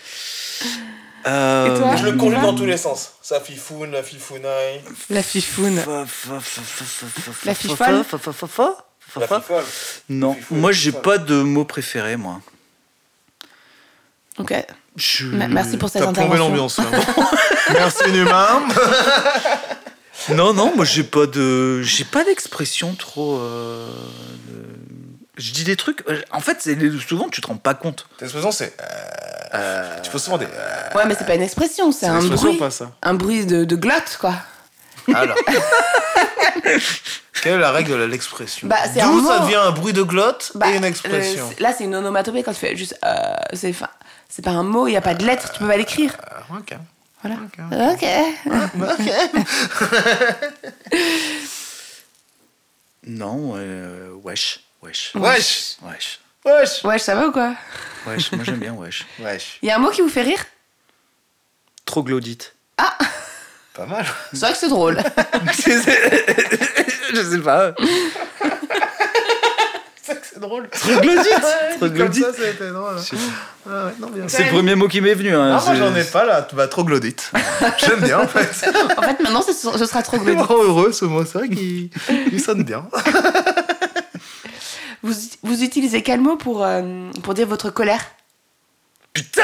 Speaker 3: Euh,
Speaker 4: Et toi?
Speaker 2: Je le conjugue dans tous les sens. Ça fifoune, la fifounaille.
Speaker 4: La fifoune.
Speaker 3: fa- fa- fa- fa- fa- fa-
Speaker 4: La
Speaker 3: fa-
Speaker 4: fifole.
Speaker 3: fa- fa- fa- fa- fa-
Speaker 2: La
Speaker 3: fa-
Speaker 2: fifole.
Speaker 3: Non,
Speaker 2: Fifole,
Speaker 3: moi, j'ai
Speaker 2: fifole.
Speaker 3: pas de mot préféré, moi.
Speaker 4: Ok.
Speaker 3: Je...
Speaker 4: M- Merci pour cette
Speaker 2: T'as plombé
Speaker 4: intervention.
Speaker 2: l'ambiance, là. Merci, Numa.
Speaker 3: Non, non, moi j'ai pas de, j'ai pas d'expression trop. euh, de- Je dis des trucs. euh, En fait, c'est souvent tu te rends pas compte.
Speaker 2: Cette expression, c'est. Euh... Tu fais souvent des. euh,
Speaker 4: Ouais, mais c'est pas une expression, c'est
Speaker 2: une
Speaker 4: un
Speaker 2: expression
Speaker 4: bruit.
Speaker 2: ou pas, ça
Speaker 4: Un bruit de, de glotte, quoi.
Speaker 2: Alors. Quelle est la règle de l'expression?
Speaker 4: Bah, c'est un
Speaker 2: D'où ça
Speaker 4: mot.
Speaker 2: devient un bruit de glotte
Speaker 4: Bah,
Speaker 2: et une expression?
Speaker 4: euh, c'est- là, c'est une onomatopée quand tu fais juste. Euh, c'est, enfin, c'est pas un mot, il n'y a pas de lettre, tu peux pas l'écrire.
Speaker 2: Euh, ok.
Speaker 4: Voilà.
Speaker 2: Ok.
Speaker 4: Ok.
Speaker 3: Non, euh, wesh, wesh,
Speaker 2: Wesh.
Speaker 3: wesh,
Speaker 2: Wesh.
Speaker 4: Ouais, ça va ou quoi?
Speaker 3: wesh. Moi j'aime bien wesh.
Speaker 2: Wesh.
Speaker 4: Il y a un mot qui vous fait rire?
Speaker 3: Troglodyte.
Speaker 2: Pas mal.
Speaker 4: C'est vrai que c'est drôle.
Speaker 3: Je sais pas.
Speaker 2: C'est que c'est drôle.
Speaker 3: Troglodyte.
Speaker 2: Comme
Speaker 3: Troglodyte.
Speaker 2: ça, c'était drôle. Ah ouais, non, bien.
Speaker 3: C'est le premier mot qui m'est venu. Hein.
Speaker 2: Non, moi
Speaker 3: c'est-
Speaker 2: j'en ai pas là. Bah, troglodyte. J'aime bien en fait.
Speaker 4: En fait, maintenant, ce, ce sera trop
Speaker 2: C'est
Speaker 4: glodique.
Speaker 2: vraiment heureux ce mot. C'est vrai qu'il il sonne bien.
Speaker 4: Vous, vous utilisez quel mot pour, euh, pour dire votre colère?
Speaker 3: Putain!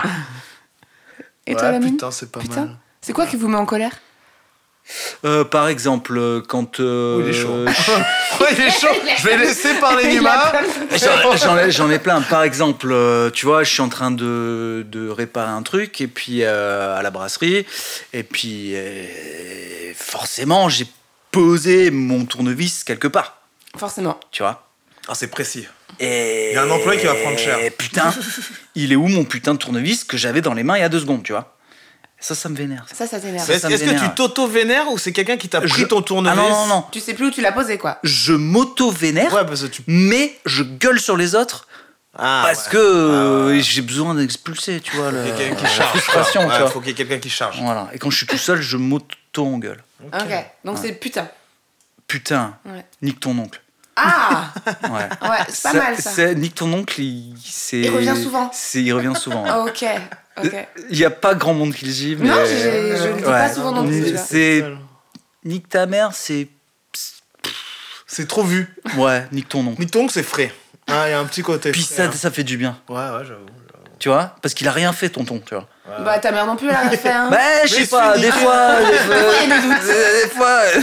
Speaker 4: Et
Speaker 2: Ouais,
Speaker 4: toi, Lamine?
Speaker 2: putain, c'est pas
Speaker 4: Putain.
Speaker 2: mal.
Speaker 4: C'est quoi qui vous met en colère?
Speaker 3: Euh, par exemple, euh, quand. euh,
Speaker 2: Oh, il est chaud.
Speaker 3: je-
Speaker 2: Ouais, il est chaud. Je vais laisser parler
Speaker 4: Il a
Speaker 2: Nima.
Speaker 4: plein de-
Speaker 3: J'en, j'en ai, j'en ai plein. Par exemple, euh, tu vois, je suis en train de, de réparer un truc et puis euh, à la brasserie. Et puis, euh, forcément, j'ai posé mon tournevis quelque part.
Speaker 4: Forcément.
Speaker 3: Tu vois.
Speaker 2: Ah, c'est précis.
Speaker 3: Et
Speaker 2: Il y a un employé qui va prendre cher.
Speaker 3: Et putain, il est où mon putain de tournevis que j'avais dans les mains il y a deux secondes, tu vois. Ça, ça me vénère.
Speaker 4: Ça, ça t'énerve.
Speaker 3: Ça,
Speaker 2: Est-ce
Speaker 3: ça me
Speaker 2: est-ce que
Speaker 3: vénère.
Speaker 2: tu t'auto-vénères ou c'est quelqu'un qui t'a pris
Speaker 3: Je-
Speaker 2: ton tournevis?
Speaker 3: Ah non, non, non.
Speaker 4: Tu sais plus où tu l'as posé, quoi.
Speaker 3: Je m'auto-vénère,
Speaker 2: Ouais, parce que tu.
Speaker 3: mais je gueule sur les autres
Speaker 2: Ah,
Speaker 3: parce
Speaker 2: ouais.
Speaker 3: que euh,
Speaker 2: Ah ouais.
Speaker 3: j'ai besoin d'expulser, tu vois.
Speaker 2: Faut
Speaker 3: Le,
Speaker 2: qu'il y ait quelqu'un qui
Speaker 3: la
Speaker 2: charge.
Speaker 3: frustration,
Speaker 2: quoi.
Speaker 3: tu
Speaker 2: Ouais,
Speaker 3: vois.
Speaker 2: faut qu'il y ait quelqu'un qui charge.
Speaker 3: Voilà. Et quand je suis tout seul, je m'auto-engueule.
Speaker 4: Ok. Donc c'est putain.
Speaker 3: Putain,
Speaker 4: Ouais.
Speaker 3: nique ton oncle.
Speaker 4: Ah
Speaker 3: Ouais.
Speaker 4: Ouais, c'est pas mal, ça.
Speaker 3: c'est- nique ton oncle, il, c'est,
Speaker 4: Il revient souvent.
Speaker 3: c'est- il revient souvent. ouais.
Speaker 4: Ok. Ok.
Speaker 3: Il n'y a pas grand monde qui le dit, mais.
Speaker 4: Non, j'ai- je le dis pas souvent non plus, tu vois.
Speaker 3: C'est. Nique ta mère, c'est.
Speaker 2: C'est trop vu.
Speaker 3: Ouais, nique ton oncle.
Speaker 2: Niton, c'est frais. Ah, il y a un petit côté.
Speaker 3: Puis
Speaker 2: frais,
Speaker 3: ça, ça fait du bien,
Speaker 2: hein. Ouais, ouais, j'avoue.
Speaker 3: tu vois. Parce qu'il a rien fait, tonton, tu vois.
Speaker 4: Bah ta mère non plus, elle a rien fait, hein.
Speaker 3: Bah, je sais
Speaker 2: Mais
Speaker 3: pas,
Speaker 2: c'est
Speaker 3: des
Speaker 2: niqué.
Speaker 3: fois. Des
Speaker 4: fois, il y a des doutes.
Speaker 3: Des fois. euh,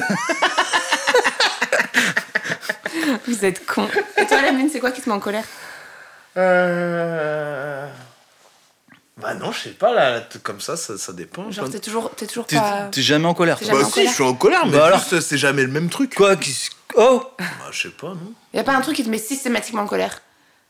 Speaker 4: Vous êtes con. Et toi, Lamine, c'est quoi qui te met en colère?
Speaker 2: Euh... Bah non, je sais pas, là, t- comme ça, ça, ça dépend.
Speaker 4: Genre,
Speaker 2: Comme-
Speaker 4: t'es toujours, t'es toujours
Speaker 3: T'es
Speaker 4: pas.
Speaker 3: t'es jamais en colère,
Speaker 4: T'es
Speaker 3: toi.
Speaker 4: jamais
Speaker 2: Bah
Speaker 4: en
Speaker 2: si,
Speaker 4: colère.
Speaker 2: je suis en colère, mais
Speaker 3: Bah alors.
Speaker 2: juste, c'est jamais le même truc.
Speaker 3: Quoi qui... Oh
Speaker 2: Bah, je sais pas, non.
Speaker 4: Y a pas un truc qui te met systématiquement en colère?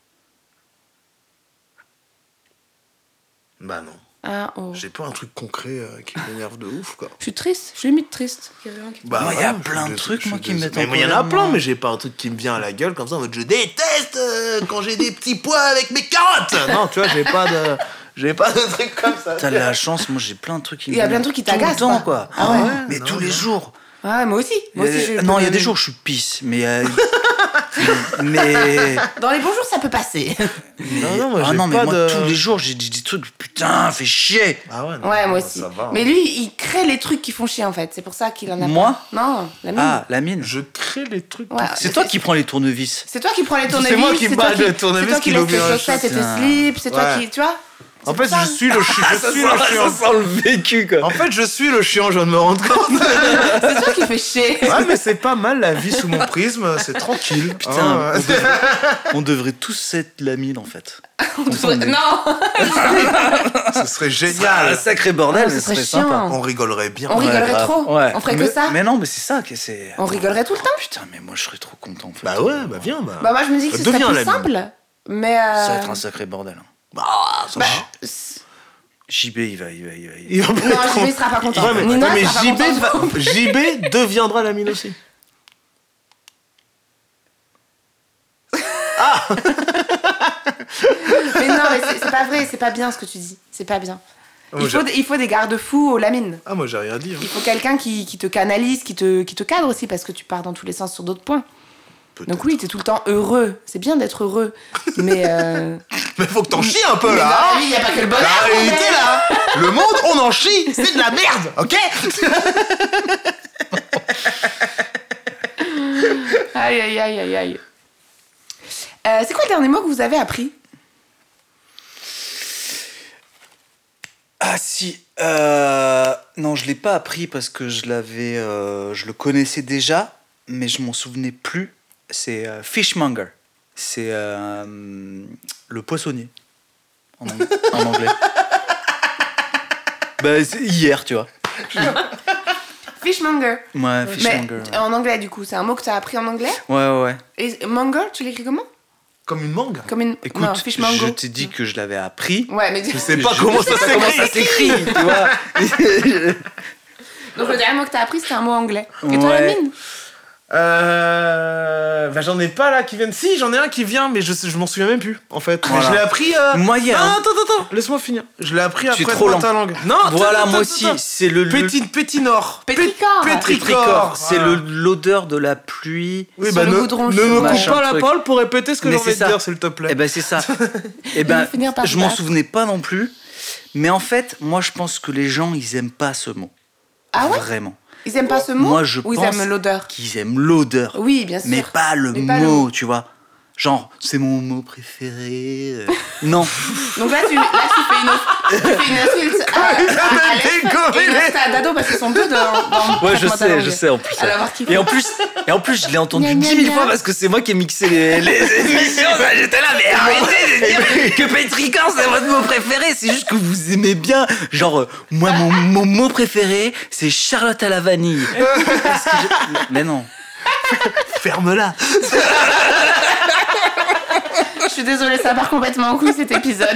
Speaker 2: Bah non.
Speaker 4: Ah, oh.
Speaker 2: J'ai pas un truc concret euh, qui m'énerve de ouf, quoi.
Speaker 4: Je suis triste, je suis limite triste. Y a rien qui te-
Speaker 2: Bah,
Speaker 3: Moi, y a
Speaker 2: ouais, je
Speaker 3: plein
Speaker 2: suis
Speaker 3: de
Speaker 2: dés-
Speaker 3: trucs,
Speaker 2: je
Speaker 3: moi,
Speaker 2: suis
Speaker 3: qui me
Speaker 2: dés-
Speaker 3: mettent en
Speaker 2: Mais moi, il y en a
Speaker 3: colère,
Speaker 2: plein,
Speaker 3: moi.
Speaker 2: mais j'ai pas un truc qui me vient à la gueule comme ça en mode je déteste euh, quand j'ai des petits pois avec mes carottes. Non, tu vois, j'ai pas de. J'ai pas de truc comme ça.
Speaker 3: T'as de la chance, moi j'ai plein de trucs qui
Speaker 4: Il y a
Speaker 3: me
Speaker 4: plein de trucs qui
Speaker 3: tout le
Speaker 4: t'agacent,
Speaker 3: temps,
Speaker 4: quoi.
Speaker 3: quoi.
Speaker 4: Ah ouais.
Speaker 3: Mais
Speaker 2: Non,
Speaker 3: tous les
Speaker 2: non.
Speaker 3: jours.
Speaker 4: Ouais, moi aussi. Moi aussi, je
Speaker 3: Euh, non, il y a
Speaker 4: peux-
Speaker 3: des jours où je suis pisse, mais. euh, mais.
Speaker 4: Dans les bons jours, ça peut passer.
Speaker 2: Non, non, moi,
Speaker 3: ah
Speaker 2: j'ai
Speaker 3: non, mais
Speaker 2: pas
Speaker 3: moi
Speaker 2: de-
Speaker 3: tous les jours j'ai des, des trucs, putain, fais chier.
Speaker 2: Ah ouais, non,
Speaker 4: Ouais, moi
Speaker 2: ça
Speaker 4: aussi.
Speaker 2: va, hein.
Speaker 4: Mais lui, il crée les trucs qui font chier, en fait. C'est pour ça qu'il en a
Speaker 3: Moi
Speaker 4: pas. Non, la mine.
Speaker 3: Ah, la mine.
Speaker 2: Je crée les trucs.
Speaker 4: Ouais.
Speaker 3: C'est toi qui prends les tournevis.
Speaker 4: C'est toi qui prends les
Speaker 2: C'est
Speaker 4: tournevis.
Speaker 2: moi qui
Speaker 4: c'est
Speaker 2: bats
Speaker 4: toi
Speaker 2: le tournevis
Speaker 4: C'est toi
Speaker 2: qui
Speaker 4: qui laisse
Speaker 2: l'oublie
Speaker 4: tes
Speaker 2: dans la
Speaker 4: chaussettes et tes
Speaker 3: putain.
Speaker 4: slips. C'est toi
Speaker 2: Ouais.
Speaker 4: qui. Tu vois?
Speaker 2: En fait,
Speaker 4: pour ça.
Speaker 2: je suis le, chi- je suis le chiant.
Speaker 3: sent le vécu, quoi.
Speaker 2: En fait, je suis le chiant, je viens de me rendre compte.
Speaker 4: C'est toi qui fais chier.
Speaker 2: Ouais, mais c'est pas mal la vie sous mon prisme, c'est tranquille.
Speaker 3: Putain,
Speaker 2: Hein,
Speaker 3: on, devrait, on devrait tous être la mine en fait. Comme ça, on est-
Speaker 4: Non,
Speaker 2: ce serait
Speaker 3: Un
Speaker 2: génial.
Speaker 3: sacré bordel,
Speaker 4: Ah, ce
Speaker 3: mais ce
Speaker 4: serait
Speaker 3: serait
Speaker 4: chiant.
Speaker 3: sympa.
Speaker 2: On rigolerait bien.
Speaker 4: On rigolerait
Speaker 3: grave.
Speaker 4: trop.
Speaker 3: Ouais.
Speaker 4: On ferait
Speaker 3: mais,
Speaker 4: que ça.
Speaker 3: Mais non, mais c'est ça que c'est.
Speaker 4: On rigolerait tout le temps.
Speaker 3: Putain, mais moi je serais trop content en fait.
Speaker 2: Bah ouais, bah viens. Bah,
Speaker 4: Bah moi je me dis que ce serait
Speaker 2: Deviens
Speaker 4: plus
Speaker 2: la mine.
Speaker 4: simple. Mais. euh,
Speaker 3: Ça va être un sacré bordel. hein.
Speaker 2: Bah, ça
Speaker 4: bah,
Speaker 2: va.
Speaker 4: c'est-
Speaker 3: J B, il va, il va, il va. il va-
Speaker 2: Il va pas
Speaker 4: Non,
Speaker 2: être
Speaker 4: J B sera pas content.
Speaker 2: Ouais, mais,
Speaker 4: Nina
Speaker 2: ouais, mais
Speaker 4: sera pas
Speaker 2: J B,
Speaker 4: contente.
Speaker 2: va- J B deviendra la mine aussi.
Speaker 4: Mais non, mais c'est c'est pas vrai, c'est pas bien ce que tu dis. C'est pas bien.
Speaker 2: Moi,
Speaker 4: Il faut,
Speaker 2: j'ai-
Speaker 4: des- il faut des garde-fous aux lamines.
Speaker 2: Ah, moi j'ai rien dit. hein.
Speaker 4: Il faut quelqu'un qui, qui te canalise, qui te, qui te cadre aussi, parce que tu pars dans tous les sens sur d'autres points.
Speaker 2: Peut-être.
Speaker 4: Donc oui, t'es tout le temps heureux. C'est bien d'être heureux. Mais. Euh...
Speaker 2: Mais faut que t'en chies un peu
Speaker 4: mais dans
Speaker 2: là.
Speaker 4: la
Speaker 2: hein.
Speaker 4: vie, y a pas que le bonheur.
Speaker 2: La réalité
Speaker 4: bordel.
Speaker 2: là, le monde on en chie, c'est de la merde, ok?
Speaker 4: Aïe, aïe, aïe, aïe, aïe. Euh, c'est quoi le dernier mot que vous avez appris?
Speaker 3: Ah si. Euh... Non, je l'ai pas appris parce que je l'avais, euh, je le connaissais déjà, mais je m'en souvenais plus. C'est euh, fishmonger. C'est euh, le poissonnier en, ang- en anglais. Bah c'est hier, tu vois.
Speaker 4: Fishmonger.
Speaker 3: Ouais,
Speaker 4: Mais
Speaker 3: fishmonger. ouais.
Speaker 4: en anglais, du coup, c'est un mot que t'as appris en anglais?
Speaker 3: Ouais, ouais, ouais.
Speaker 4: Et monger, tu l'écris comment?
Speaker 2: Comme une mangue.
Speaker 4: Comme une.
Speaker 3: Écoute,
Speaker 4: non, fishmango.
Speaker 3: je t'ai dit que je l'avais appris.
Speaker 4: Ouais, mais.
Speaker 2: Je sais
Speaker 3: Mais
Speaker 2: pas
Speaker 3: je-
Speaker 2: comment
Speaker 3: je
Speaker 2: ça
Speaker 3: sais pas comment ça
Speaker 2: s'écrit.
Speaker 3: s'écrit, tu vois.
Speaker 4: Donc le dernier mot que t'as appris, c'était un mot anglais. Et toi,
Speaker 3: Ouais.
Speaker 4: Lamine?
Speaker 2: Euh. Bah, j'en ai pas là qui viennent. Si, j'en ai un qui vient, mais je, sais- je m'en souviens même plus en fait. Mais
Speaker 3: Voilà.
Speaker 2: je l'ai appris. Euh...
Speaker 3: Moyen.
Speaker 2: Ah, attends, attends, attends, laisse-moi finir. Je l'ai appris
Speaker 3: Tu es
Speaker 2: après
Speaker 3: trop
Speaker 2: de
Speaker 3: lent.
Speaker 2: ta langue. Non, attends,
Speaker 3: Voilà,
Speaker 2: attends,
Speaker 3: moi
Speaker 2: attends,
Speaker 3: aussi,
Speaker 2: attends.
Speaker 3: c'est le, le-
Speaker 2: Petit, pétinor.
Speaker 4: Pétricor.
Speaker 2: Pétri-
Speaker 3: pétricor. C'est
Speaker 2: Voilà.
Speaker 3: le- l'odeur de la pluie.
Speaker 2: Oui,
Speaker 4: Sur
Speaker 2: bah
Speaker 4: le
Speaker 2: ne,
Speaker 4: goudron
Speaker 2: ne
Speaker 4: chaud.
Speaker 2: me coupe
Speaker 3: Machin
Speaker 2: pas la
Speaker 3: truc.
Speaker 2: parole pour répéter ce que
Speaker 3: Mais
Speaker 2: j'ai envie
Speaker 3: c'est
Speaker 2: de
Speaker 3: ça.
Speaker 2: dire, s'il te plaît.
Speaker 3: Eh ben c'est ça. Eh
Speaker 4: Il
Speaker 3: ben,
Speaker 4: va finir par
Speaker 3: je
Speaker 4: se
Speaker 3: m'en
Speaker 4: battre.
Speaker 3: souvenais pas non plus. Mais en fait, moi je pense que les gens ils aiment pas ce mot.
Speaker 4: Ah ouais?
Speaker 3: Vraiment.
Speaker 4: Ils aiment pas ce mot?
Speaker 3: Moi je
Speaker 4: Ou ils
Speaker 3: pense
Speaker 4: aiment l'odeur?
Speaker 3: qu'ils aiment l'odeur.
Speaker 4: Oui, bien sûr.
Speaker 3: Mais pas le
Speaker 4: Mais pas le
Speaker 3: mot,
Speaker 4: mot.
Speaker 3: tu vois. Genre, c'est mon mot préféré. euh, Non.
Speaker 4: Donc là, tu, là, tu fais une, off- tu fais une insulte à, à, à Alex et une insulte à Dado parce qu'ils sont deux dans, dans
Speaker 3: Ouais, je
Speaker 4: Prête-moi ta
Speaker 3: sais,
Speaker 4: langue.
Speaker 3: je sais en plus.
Speaker 4: À l'avoir kiffé.
Speaker 3: Et en plus, et en plus, je l'ai entendu
Speaker 4: Gna, gna,
Speaker 3: dix mille
Speaker 4: gna.
Speaker 3: fois parce que c'est moi qui ai mixé les, les émissions. Ça, J'étais là, mais arrêtez de dire que Pétrican c'est votre mot préféré. C'est juste que vous aimez bien. Genre, euh, moi, mon, mon mot préféré, c'est Charlotte à la vanille. Parce que je- Mais non.
Speaker 2: Ferme-la.
Speaker 4: Je suis désolée, ça part complètement en couille cet épisode.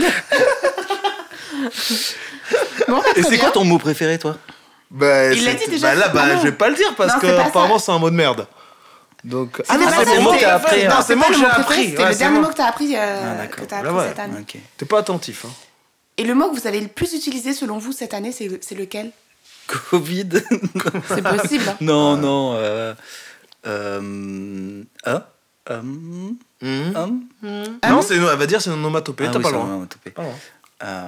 Speaker 4: Bon, bah,
Speaker 3: Et
Speaker 4: très
Speaker 3: c'est
Speaker 4: bien.
Speaker 3: quoi ton mot préféré, toi?
Speaker 2: Bah,
Speaker 4: Il l'a
Speaker 2: c'est-
Speaker 4: dit déjà.
Speaker 2: Bah là, bah,
Speaker 4: Ah non.
Speaker 2: je vais pas le dire parce
Speaker 4: Non,
Speaker 2: que
Speaker 4: c'est pas
Speaker 2: apparemment
Speaker 4: ça.
Speaker 2: c'est un mot de merde. Donc. Ah
Speaker 4: C'était
Speaker 2: non,
Speaker 4: pas
Speaker 2: c'est
Speaker 4: ça,
Speaker 2: le mot que
Speaker 4: c'était-
Speaker 2: t'as appris.
Speaker 3: non,
Speaker 2: Non,
Speaker 4: c'est
Speaker 2: c'est le
Speaker 4: pas
Speaker 2: mot que
Speaker 4: le
Speaker 2: j'ai
Speaker 4: mot préféré,
Speaker 2: appris.
Speaker 4: c'était
Speaker 2: Ouais,
Speaker 4: le
Speaker 2: c'est
Speaker 4: dernier
Speaker 2: moi.
Speaker 4: mot que t'as appris, euh,
Speaker 3: Ah, d'accord.
Speaker 4: que t'as
Speaker 2: Bah
Speaker 4: appris
Speaker 2: ouais.
Speaker 4: cette année.
Speaker 3: Ok.
Speaker 2: T'es pas attentif. Hein.
Speaker 4: Et le mot que vous avez le plus utilisé selon vous cette année, c'est, c'est lequel?
Speaker 3: Covid?
Speaker 4: C'est possible. hein.
Speaker 3: Non, non. Euh, euh, hein? Hum,
Speaker 2: Mhm.
Speaker 3: hum.
Speaker 2: Non, c'est, elle va dire c'est une onomatopée.
Speaker 3: Ah
Speaker 2: T'as
Speaker 3: oui,
Speaker 2: pas
Speaker 3: c'est
Speaker 2: le
Speaker 3: un
Speaker 2: droit.
Speaker 3: onomatopée.
Speaker 2: Pas le droit.
Speaker 3: Euh,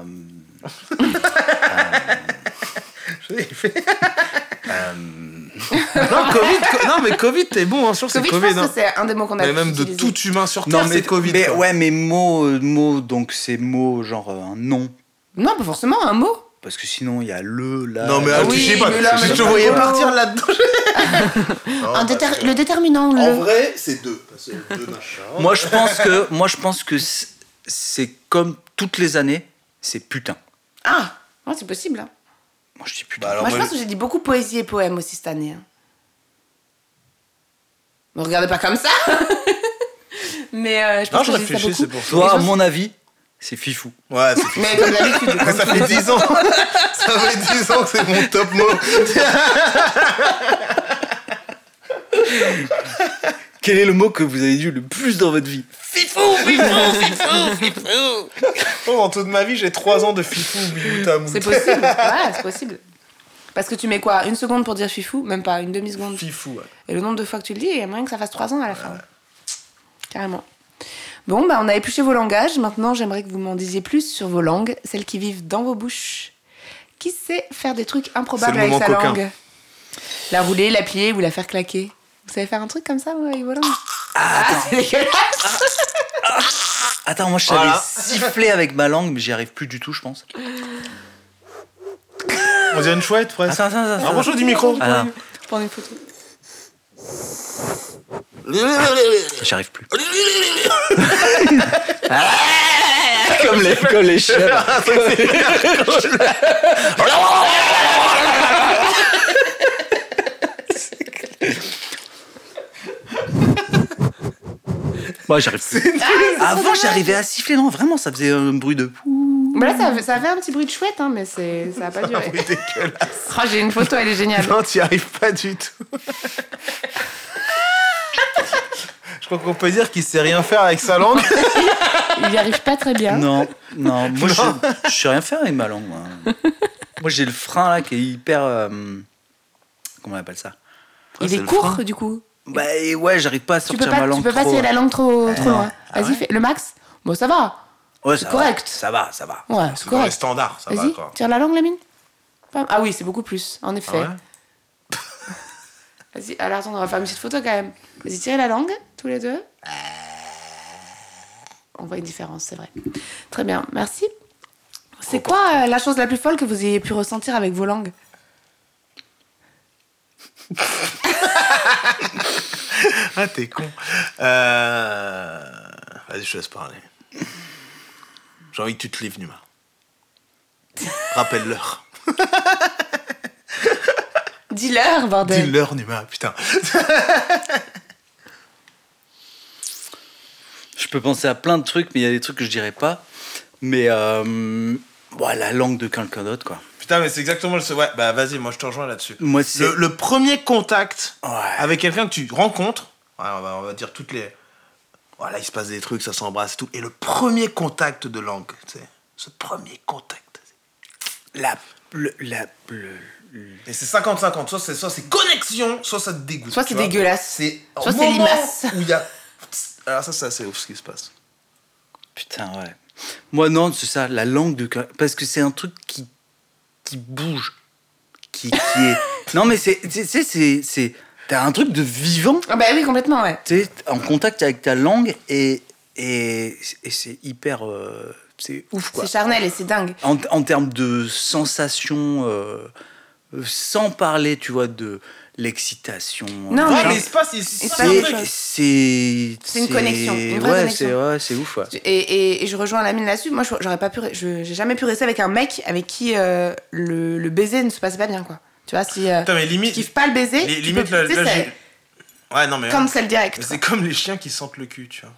Speaker 2: Je l'ai fait.
Speaker 3: euh,
Speaker 2: Non, Covid. co- Non, mais Covid, t'es bon. Hein, sûr, c'est
Speaker 4: Covid, je
Speaker 2: Covid.
Speaker 4: pense
Speaker 2: Hein.
Speaker 4: que c'est un des mots qu'on a
Speaker 2: Mais
Speaker 4: le plus
Speaker 2: même de
Speaker 4: utilisé.
Speaker 2: tout humain sur
Speaker 3: Non,
Speaker 2: Terre,
Speaker 3: mais,
Speaker 2: c'est Covid.
Speaker 3: mais
Speaker 2: quoi.
Speaker 3: ouais, mais mots, euh, mots, donc c'est mots genre euh, un nom.
Speaker 4: Non, pas forcément un mot.
Speaker 3: Parce que sinon, il y a le, là.
Speaker 2: Non, mais
Speaker 3: là.
Speaker 2: ah,
Speaker 4: oui,
Speaker 2: je sais pas.
Speaker 4: mais là, mais
Speaker 2: Je te
Speaker 4: c'est
Speaker 2: voyais
Speaker 4: pas
Speaker 2: partir
Speaker 4: grave.
Speaker 2: là-dedans. Non,
Speaker 4: Un
Speaker 2: bah,
Speaker 4: déter-
Speaker 2: c'est-
Speaker 4: le déterminant,
Speaker 2: En
Speaker 4: le.
Speaker 2: vrai, c'est deux. Parce que deux machins.
Speaker 3: Moi, je pense que, moi, je pense que c'est- c'est comme toutes les années, c'est putain.
Speaker 4: Ah, ouais, c'est possible. hein.
Speaker 3: Moi, je dis putain.
Speaker 2: Bah, alors,
Speaker 4: Moi, je
Speaker 2: moi,
Speaker 4: pense que j'ai dit beaucoup poésie et poèmes aussi cette année. hein. Me regardez pas comme ça. Mais euh, je
Speaker 2: Non,
Speaker 4: pense
Speaker 2: je
Speaker 4: que j'ai dit ça
Speaker 2: réfléchis,
Speaker 4: beaucoup.
Speaker 2: c'est pour ça.
Speaker 3: Toi,
Speaker 4: Et
Speaker 3: à
Speaker 4: je
Speaker 3: mon avis, c'est fifou.
Speaker 2: Ouais, c'est
Speaker 4: Mais comme d'habitude.
Speaker 2: Ça fait dix ans. Ça fait dix ans que c'est mon top mot.
Speaker 3: Quel est le mot que vous avez dit le plus dans votre vie? Fifou, fifou, fifou, fifou.
Speaker 2: Oh, en toute ma vie, j'ai trois ans de fifou, biboutamou.
Speaker 4: C'est possible. Ouais, c'est possible. Parce que tu mets quoi? Une seconde pour dire fifou? Même pas, une demi-seconde.
Speaker 2: Fifou, ouais.
Speaker 4: Et le nombre de fois que tu le dis, il y a moyen que ça fasse trois ans à la fin. Carrément. Bon, bah, on a épluché vos langages. Maintenant, j'aimerais que vous m'en disiez plus sur vos langues, celles qui vivent dans vos bouches. Qui sait faire des trucs improbables
Speaker 2: C'est le
Speaker 4: avec
Speaker 2: moment
Speaker 4: sa
Speaker 2: coquin.
Speaker 4: langue? La rouler, la plier ou la faire claquer? Vous savez faire un truc comme ça, vous, avec vos langues? Ah, c'est dégueulasse!
Speaker 3: Attends, moi, je savais
Speaker 2: Voilà.
Speaker 3: siffler avec ma langue, mais j'y arrive plus du tout, je pense.
Speaker 2: On dirait une chouette, presque.
Speaker 3: Attends, attends, attends.
Speaker 2: Rapproche-toi du micro.
Speaker 3: Ah,
Speaker 4: Je prends une photo.
Speaker 3: j'y arrive plus. comme les, comme les chèvres. Moi, j'arrive plus. Avant, j'arrivais à siffler, non, vraiment, ça faisait un bruit de pou.
Speaker 4: Bah là, ça, fait- ça fait un petit bruit de chouette, hein, mais c'est, ça a pas duré.
Speaker 2: Oui, dégueulasse.
Speaker 4: Oh, j'ai une photo, elle est géniale.
Speaker 2: Non, t'y arrives pas du tout. Je crois qu'on peut dire qu'il sait rien faire avec sa langue.
Speaker 4: Il y arrive pas très bien.
Speaker 3: Non, non, moi,
Speaker 2: Non.
Speaker 3: je, je sais rien faire avec ma langue. Moi, moi j'ai le frein là qui est hyper. euh, comment on appelle ça?
Speaker 4: Il
Speaker 2: c'est
Speaker 4: est
Speaker 2: le
Speaker 4: court,
Speaker 2: frein.
Speaker 4: du coup.
Speaker 3: Bah et ouais, j'arrive pas à
Speaker 4: Tu
Speaker 3: sortir
Speaker 4: peux pas,
Speaker 3: ma
Speaker 4: tu
Speaker 3: langue
Speaker 4: peux pas
Speaker 3: trop.
Speaker 4: tirer la langue trop, trop
Speaker 3: non.
Speaker 4: loin.
Speaker 2: Ah
Speaker 4: Vas-y,
Speaker 2: ouais
Speaker 4: fais le max. Bon, ça va.
Speaker 3: Ouais,
Speaker 4: c'est
Speaker 3: ça
Speaker 4: correct.
Speaker 3: Va, ça va, ça va.
Speaker 4: Ouais, c'est
Speaker 2: C'est dans les
Speaker 4: correct.
Speaker 2: standards, ça va
Speaker 4: Vas-y,
Speaker 2: quoi.
Speaker 4: tire la langue, Lamine. Pas- Ah oui, c'est beaucoup plus, en effet.
Speaker 2: Ah ouais.
Speaker 4: Vas-y, alors attends, on va faire une petite photo quand même. Vas-y, tirez la langue, tous les deux. On voit une différence, c'est vrai. Très bien, merci. C'est quoi euh, la chose la plus folle que vous ayez pu ressentir avec vos langues?
Speaker 2: Ah, t'es con. Euh... Vas-y, je te laisse parler. J'ai envie que tu te livres, Numa. Rappelle-leur.
Speaker 4: Dis-leur, bordel.
Speaker 2: Dis-leur, Numa, putain.
Speaker 3: Je peux penser à plein de trucs, mais il y a des trucs que je dirais pas. Mais euh, bon, la langue de quelqu'un d'autre, quoi.
Speaker 2: Putain, mais c'est exactement le... Ouais, bah vas-y, moi je te rejoins là-dessus.
Speaker 3: Moi, c'est.
Speaker 2: Le, le premier contact
Speaker 3: Ouais.
Speaker 2: avec quelqu'un que tu rencontres, ouais, on, va, on va dire toutes les... Voilà, il se passe des trucs, ça s'embrasse et tout. Et le premier contact de langue, tu sais, ce premier contact.
Speaker 3: La. Le, la. Le, le-
Speaker 2: Et c'est cinquante cinquante. Soit c'est, soit c'est connexion, soit ça te dégoûte.
Speaker 4: Soit
Speaker 2: tu
Speaker 4: c'est
Speaker 2: vois.
Speaker 4: dégueulasse.
Speaker 2: C'est au
Speaker 4: Soit c'est
Speaker 2: moment
Speaker 4: limace.
Speaker 2: où il y a... Alors ça, c'est assez ouf ce qui se passe.
Speaker 3: Putain, ouais. Moi, non, c'est ça, la langue de. Parce que c'est un truc qui. qui bouge. Qui, qui est. Non, mais c'est. Tu sais, c'est. c'est... T'as un truc de vivant.
Speaker 4: Ah bah oui, complètement, ouais.
Speaker 3: Tu es en contact avec ta langue et Et, et c'est hyper... Euh, c'est ouf, quoi.
Speaker 4: C'est charnel et c'est dingue.
Speaker 3: En, en termes de sensations, euh, sans parler, tu vois, de l'excitation.
Speaker 4: Non,
Speaker 2: Ouais,
Speaker 4: mais-
Speaker 2: mais il se passe, il se
Speaker 4: Et
Speaker 2: passe
Speaker 4: c'est-
Speaker 2: un
Speaker 3: C'est,
Speaker 2: truc.
Speaker 3: c'est,
Speaker 4: C'est une connexion, une vraie
Speaker 3: ouais,
Speaker 4: connexion.
Speaker 3: C'est, ouais, c'est ouf. Ouais.
Speaker 4: Et, et, et je rejoins Lamine là-dessus. Moi, je- j'aurais pas pu, je, j'ai jamais pu rester avec un mec avec qui euh, le, le baiser ne se passait pas bien, quoi. Tu vois, si euh,
Speaker 2: Putain, mais
Speaker 4: tu
Speaker 2: limite.
Speaker 4: kiffes pas le baiser,
Speaker 2: li-
Speaker 4: tu
Speaker 2: limite,
Speaker 4: peux,
Speaker 2: là,
Speaker 4: tu sais,
Speaker 2: là,
Speaker 4: c'est
Speaker 2: j'ai- Ouais, non, mais.
Speaker 4: comme celle direct.
Speaker 2: Mais
Speaker 4: quoi.
Speaker 2: c'est comme les chiens qui sentent le cul, tu vois.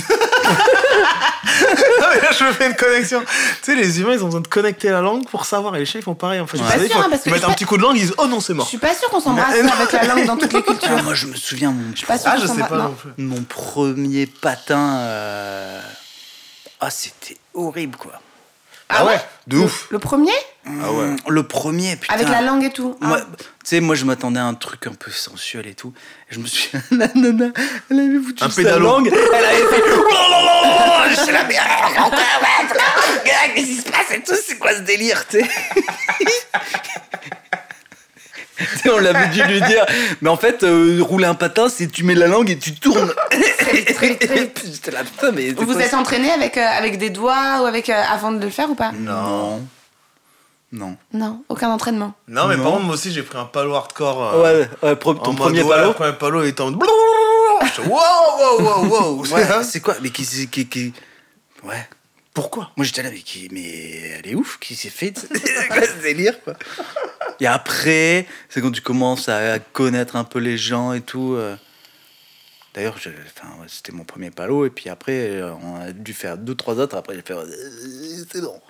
Speaker 2: Non, mais là, je me fais une connexion. Tu sais, les humains, ils ont besoin de connecter la langue pour savoir. Et les chiens, ils font pareil, en fait.
Speaker 3: Je
Speaker 2: Vous
Speaker 3: suis
Speaker 2: savez,
Speaker 4: pas sûre,
Speaker 2: ils
Speaker 4: hein, parce que
Speaker 2: ils mettent
Speaker 4: je
Speaker 2: un
Speaker 4: sais
Speaker 2: petit coup de langue, ils disent oh non, c'est
Speaker 4: Je
Speaker 2: mort.
Speaker 4: suis pas sûre qu'on s'embrasse
Speaker 2: Mais-
Speaker 4: avec la langue dans toutes les
Speaker 3: Ah,
Speaker 4: cultures.
Speaker 3: moi, je me souviens, mon,
Speaker 4: Je suis pas sûre
Speaker 2: Ah,
Speaker 4: qu'on
Speaker 2: je sais
Speaker 4: s'embrasse.
Speaker 2: pas
Speaker 4: non.
Speaker 2: non plus.
Speaker 3: mon premier patin. euh, Ah, c'était horrible, quoi.
Speaker 2: Ah ouais, de
Speaker 4: Le-
Speaker 2: ouf.
Speaker 4: Le premier
Speaker 2: Ah ouais.
Speaker 3: Le premier, putain.
Speaker 4: avec la langue et tout.
Speaker 3: Moi,
Speaker 4: Ah.
Speaker 3: tu sais, moi, je m'attendais à un truc un peu sensuel et tout. Et je me suis la nana, elle avait foutu
Speaker 2: Un
Speaker 3: sa
Speaker 2: pédalo.
Speaker 3: langue. Elle avait fait. Je suis la merde. Qu'est-ce qui se passe et tout? C'est quoi ce délire, tu sais? Tu sais, on l'avait dû lui dire. Mais en fait, euh, rouler un patin, c'est tu mets la langue et tu tournes.
Speaker 4: Très vite, très vite, très vite.
Speaker 3: J'étais là, putain, mais. c'est
Speaker 4: Vous vous
Speaker 3: quoi
Speaker 4: êtes
Speaker 3: ça?
Speaker 4: entraîné avec, euh, avec des doigts ou avec euh, avant de le faire ou pas
Speaker 3: Non. Non.
Speaker 4: Non, aucun entraînement.
Speaker 2: Non, mais
Speaker 3: Non.
Speaker 2: par contre, moi aussi, j'ai pris un palo hardcore. euh,
Speaker 3: Ouais, ouais, pro- ton
Speaker 2: en
Speaker 3: premier
Speaker 2: mode, ouais,
Speaker 3: palo.
Speaker 2: Le premier palo était en. Wow, wow, wow, wow.
Speaker 3: Ouais, c'est quoi? Mais qui, qui, qui, qui- Ouais.
Speaker 2: Pourquoi?
Speaker 3: Moi j'étais là, mais, qui, mais elle est ouf, qui s'est fait c'est quoi ce délire, quoi. Et après, c'est quand tu commences à connaître un peu les gens et tout. euh. D'ailleurs, je- enfin, ouais, c'était mon premier palo, et puis après, euh, on a dû faire deux, trois autres. Après, j'ai fait. euh, C'est bon.